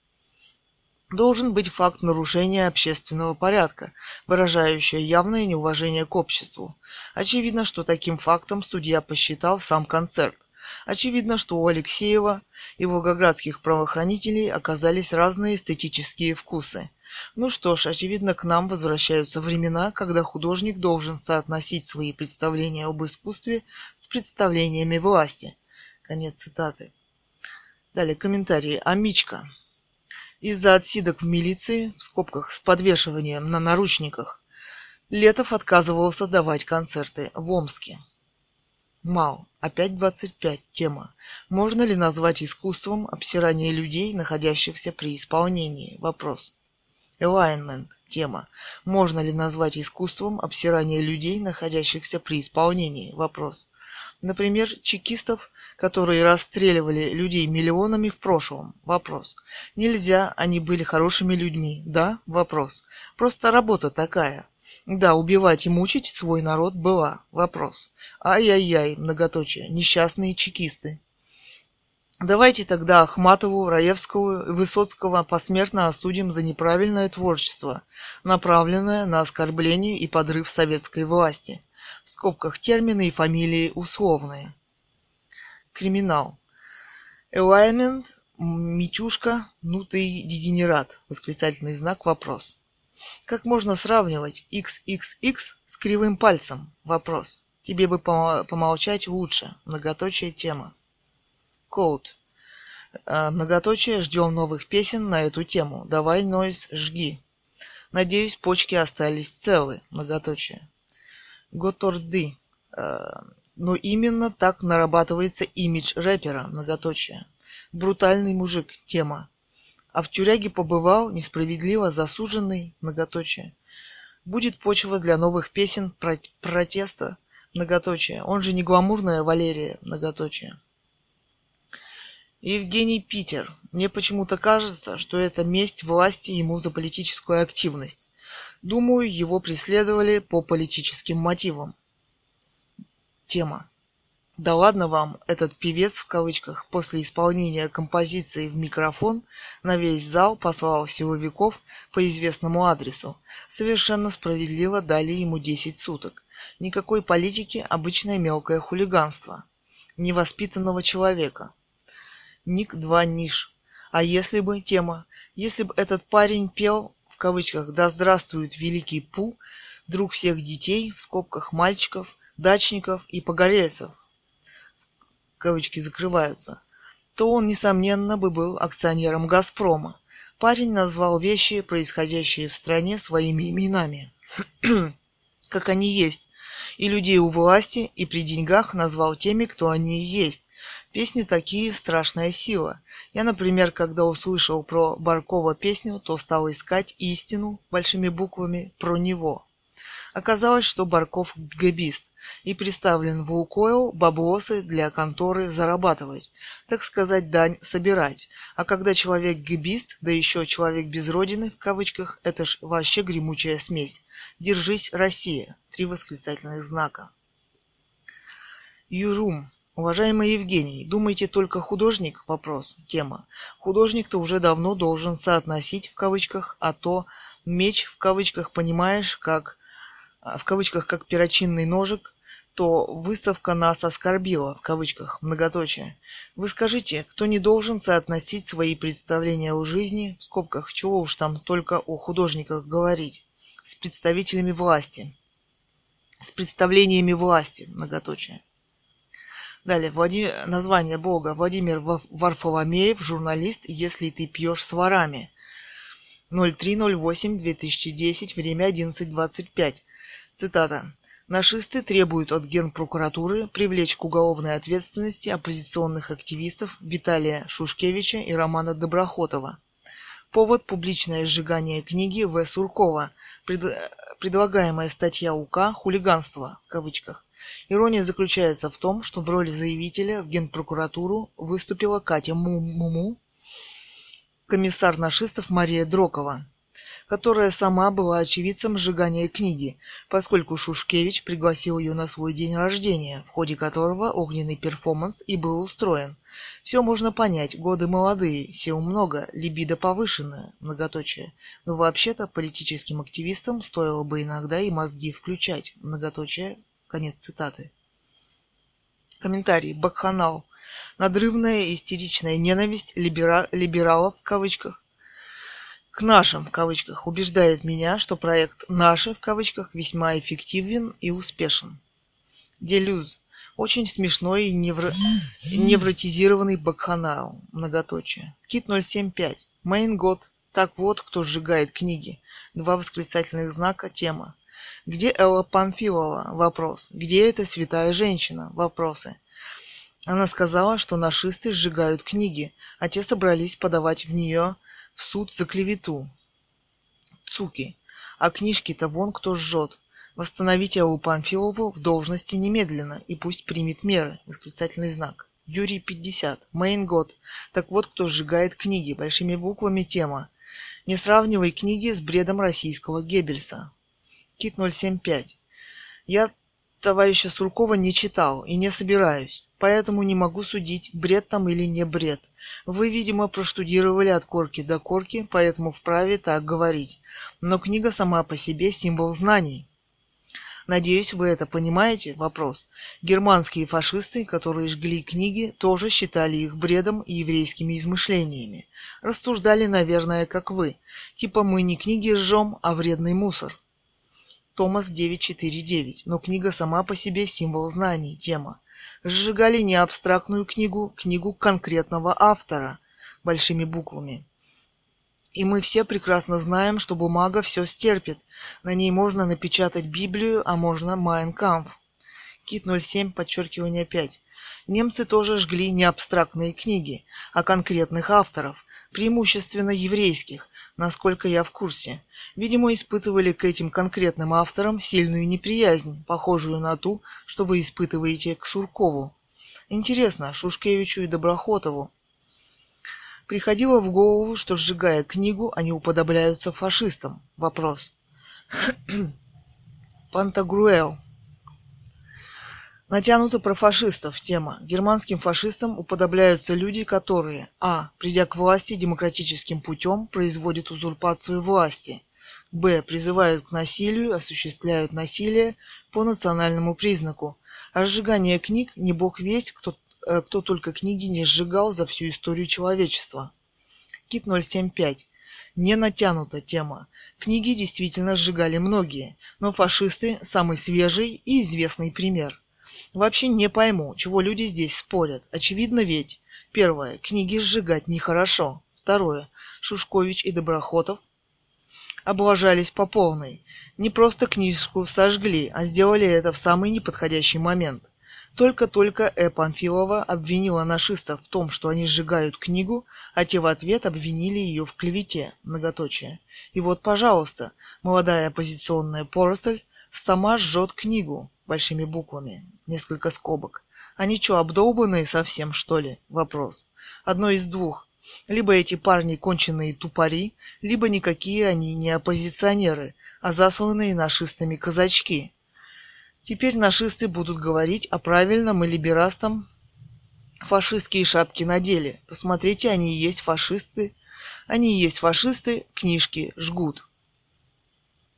Должен быть факт нарушения общественного порядка, выражающий явное неуважение к обществу. Очевидно, что таким фактом судья посчитал сам концерт. Очевидно, что у Алексеева и волгоградских правоохранителей оказались разные эстетические вкусы. Ну что ж, очевидно, к нам возвращаются времена, когда художник должен соотносить свои представления об искусстве с представлениями власти. Конец цитаты. Далее комментарии. Амичка. Из-за отсидок в милиции, в скобках с подвешиванием на наручниках, Летов отказывался давать концерты в Омске. Мал. Опять двадцать пять. Тема. Можно ли назвать искусством обсирание людей, находящихся при исполнении? Вопрос. Alignment. Тема. Можно ли назвать искусством обсирание людей, находящихся при исполнении? Вопрос. Например, чекистов, которые расстреливали людей миллионами в прошлом. Вопрос. Нельзя, они были хорошими людьми. Да? Вопрос. Просто работа такая. Да, убивать и мучить свой народ была. Вопрос. Ай-яй-яй, многоточие, несчастные чекисты. Давайте тогда Ахматову, Раевского и Высоцкого посмертно осудим за неправильное творчество, направленное на оскорбление и подрыв советской власти. В скобках термины и фамилии условные. Криминал. Alignment, Митюшка, ну ты дегенерат. Восклицательный знак, вопрос. Как можно сравнивать икс икс икс с кривым пальцем? Вопрос. Тебе бы помолчать лучше. Многоточие тема. Код. Многоточие. Ждем новых песен на эту тему. Давай, Нойз, жги. Надеюсь, почки остались целы. Многоточие. Готорды. Но именно так нарабатывается имидж рэпера. Многоточие. Брутальный мужик. Тема. А в тюряге побывал, несправедливо засуженный, многоточие. Будет почва для новых песен про- протеста, многоточие. Он же не гламурная Валерия, многоточие. Евгений Питер. Мне почему-то кажется, что это месть власти ему за политическую активность. Думаю, его преследовали по политическим мотивам. Тема. Да ладно вам, этот певец в кавычках после исполнения композиции в микрофон на весь зал послал силовиков по известному адресу. Совершенно справедливо дали ему десять суток. Никакой политики, обычное мелкое хулиганство. Невоспитанного человека. Ник два Ниш. А если бы, тема, если бы этот парень пел в кавычках «Да здравствует великий Пу», друг всех детей, в скобках мальчиков, дачников и погорельцев, кавычки закрываются, то он, несомненно, бы был акционером «Газпрома». Парень назвал вещи, происходящие в стране, своими именами, как они есть, и людей у власти и при деньгах назвал теми, кто они и есть. Песни такие страшная сила. Я, например, когда услышал про Баркова песню, то стал искать истину большими буквами про него. Оказалось, что Барков гэбист и представлен в Лукойл баблосы для конторы зарабатывать, так сказать, дань собирать. А когда человек гэбист, да еще человек без родины, в кавычках, это ж вообще гремучая смесь. Держись, Россия! Три восклицательных знака. Юрум. Уважаемый Евгений, думаете только художник? Вопрос. Тема. Художник-то уже давно должен соотносить, в кавычках, а то меч, в кавычках, понимаешь, как... в кавычках, как перочинный ножик, то выставка нас оскорбила, в кавычках, многоточие. Вы скажите, кто не должен соотносить свои представления о жизни, в скобках, чего уж там только о художниках говорить, с представителями власти, с представлениями власти, многоточие. Далее, Владимир, название Бога. Владимир Варфоломеев, журналист «Если ты пьешь с ворами». ноль три ноль восемь две тысячи десять, время одиннадцать двадцать пять. Цитата. «Нашисты требуют от Генпрокуратуры привлечь к уголовной ответственности оппозиционных активистов Виталия Шушкевича и Романа Доброхотова. Повод – публичное сжигание книги В. Суркова, пред... предлагаемая статья УК «Хулиганство» в кавычках. Ирония заключается в том, что в роли заявителя в Генпрокуратуру выступила Катя Муму, комиссар нашистов Мария Дрокова, которая сама была очевидцем сжигания книги, поскольку Шушкевич пригласил ее на свой день рождения, в ходе которого огненный перформанс и был устроен. Все можно понять, годы молодые, сил много, либидо повышенное, многоточие. Но вообще-то политическим активистам стоило бы иногда и мозги включать, многоточие, конец цитаты. Комментарий. Бакханал. Надрывная истеричная ненависть либера... либералов, в кавычках, к нашим, в кавычках, убеждает меня, что проект «Наши», в кавычках, весьма эффективен и успешен. Делюз. Очень смешной и невро... невротизированный бакханал, многоточие. Кит ноль семь пять. Мейн год. Так вот, кто сжигает книги. Два восклицательных знака. Тема. Где Элла Памфилова? Вопрос. Где эта святая женщина? Вопросы. Она сказала, что нашисты сжигают книги, а те собрались подавать в нее в суд за клевету. Цуки. А книжки-то вон кто жжет. Восстановите Эллу Памфилову в должности немедленно и пусть примет меры. Восклицательный знак. Юрий пятьдесят. Мейн год. Так вот кто сжигает книги. Большими буквами. Тема. Не сравнивай книги с бредом российского Геббельса. Кит ноль семь пять. Я товарища Суркова не читал и не собираюсь, поэтому не могу судить, бред там или не бред. Вы, видимо, проштудировали от корки до корки, поэтому вправе так говорить. Но книга сама по себе символ знаний. Надеюсь, вы это понимаете? Вопрос. Германские фашисты, которые жгли книги, тоже считали их бредом и еврейскими измышлениями. Рассуждали, наверное, как вы. Типа мы не книги жжем, а вредный мусор. Томас девять четыре девять. Но книга сама по себе символ знаний. Тема. Сжигали не абстрактную книгу, книгу конкретного автора. Большими буквами. И мы все прекрасно знаем, что бумага все стерпит. На ней можно напечатать Библию, а можно Майн Кампф. Кит ноль семь, подчеркивание пять. Немцы тоже жгли не абстрактные книги, а конкретных авторов, преимущественно еврейских, насколько я в курсе. Видимо, испытывали к этим конкретным авторам сильную неприязнь, похожую на ту, что вы испытываете к Суркову. Интересно, Шушкевичу и Доброхотову приходило в голову, что, сжигая книгу, они уподобляются фашистам? Вопрос. Пантагруэл. Натянуто про фашистов. Тема. Германским фашистам уподобляются люди, которые а. Придя к власти демократическим путем, производят узурпацию власти. Б. Призывают к насилию, осуществляют насилие по национальному признаку. А сжигание книг не бог весть, кто, э, кто только книги не сжигал за всю историю человечества. Кит ноль семь пять. Не натянута тема. Книги действительно сжигали многие, но фашисты – самый свежий и известный пример. Вообще не пойму, чего люди здесь спорят. Очевидно ведь. Первое. Книги сжигать нехорошо. Второе. Шушкович и Доброхотов облажались по полной. Не просто книжку сожгли, а сделали это в самый неподходящий момент. Только-только Э. Памфилова обвинила нашистов в том, что они сжигают книгу, а те в ответ обвинили ее в клевете, многоточие. И вот, пожалуйста, молодая оппозиционная поросль сама жжет книгу, большими буквами, несколько скобок. Они что, обдолбанные совсем, что ли? Вопрос. Одно из двух. Либо эти парни конченые тупари, либо никакие они не оппозиционеры, а засланные нашистами казачки. Теперь нашисты будут говорить о правильном и либерастам фашистские шапки надели. Посмотрите, они и есть фашисты. Они и есть фашисты, книжки жгут.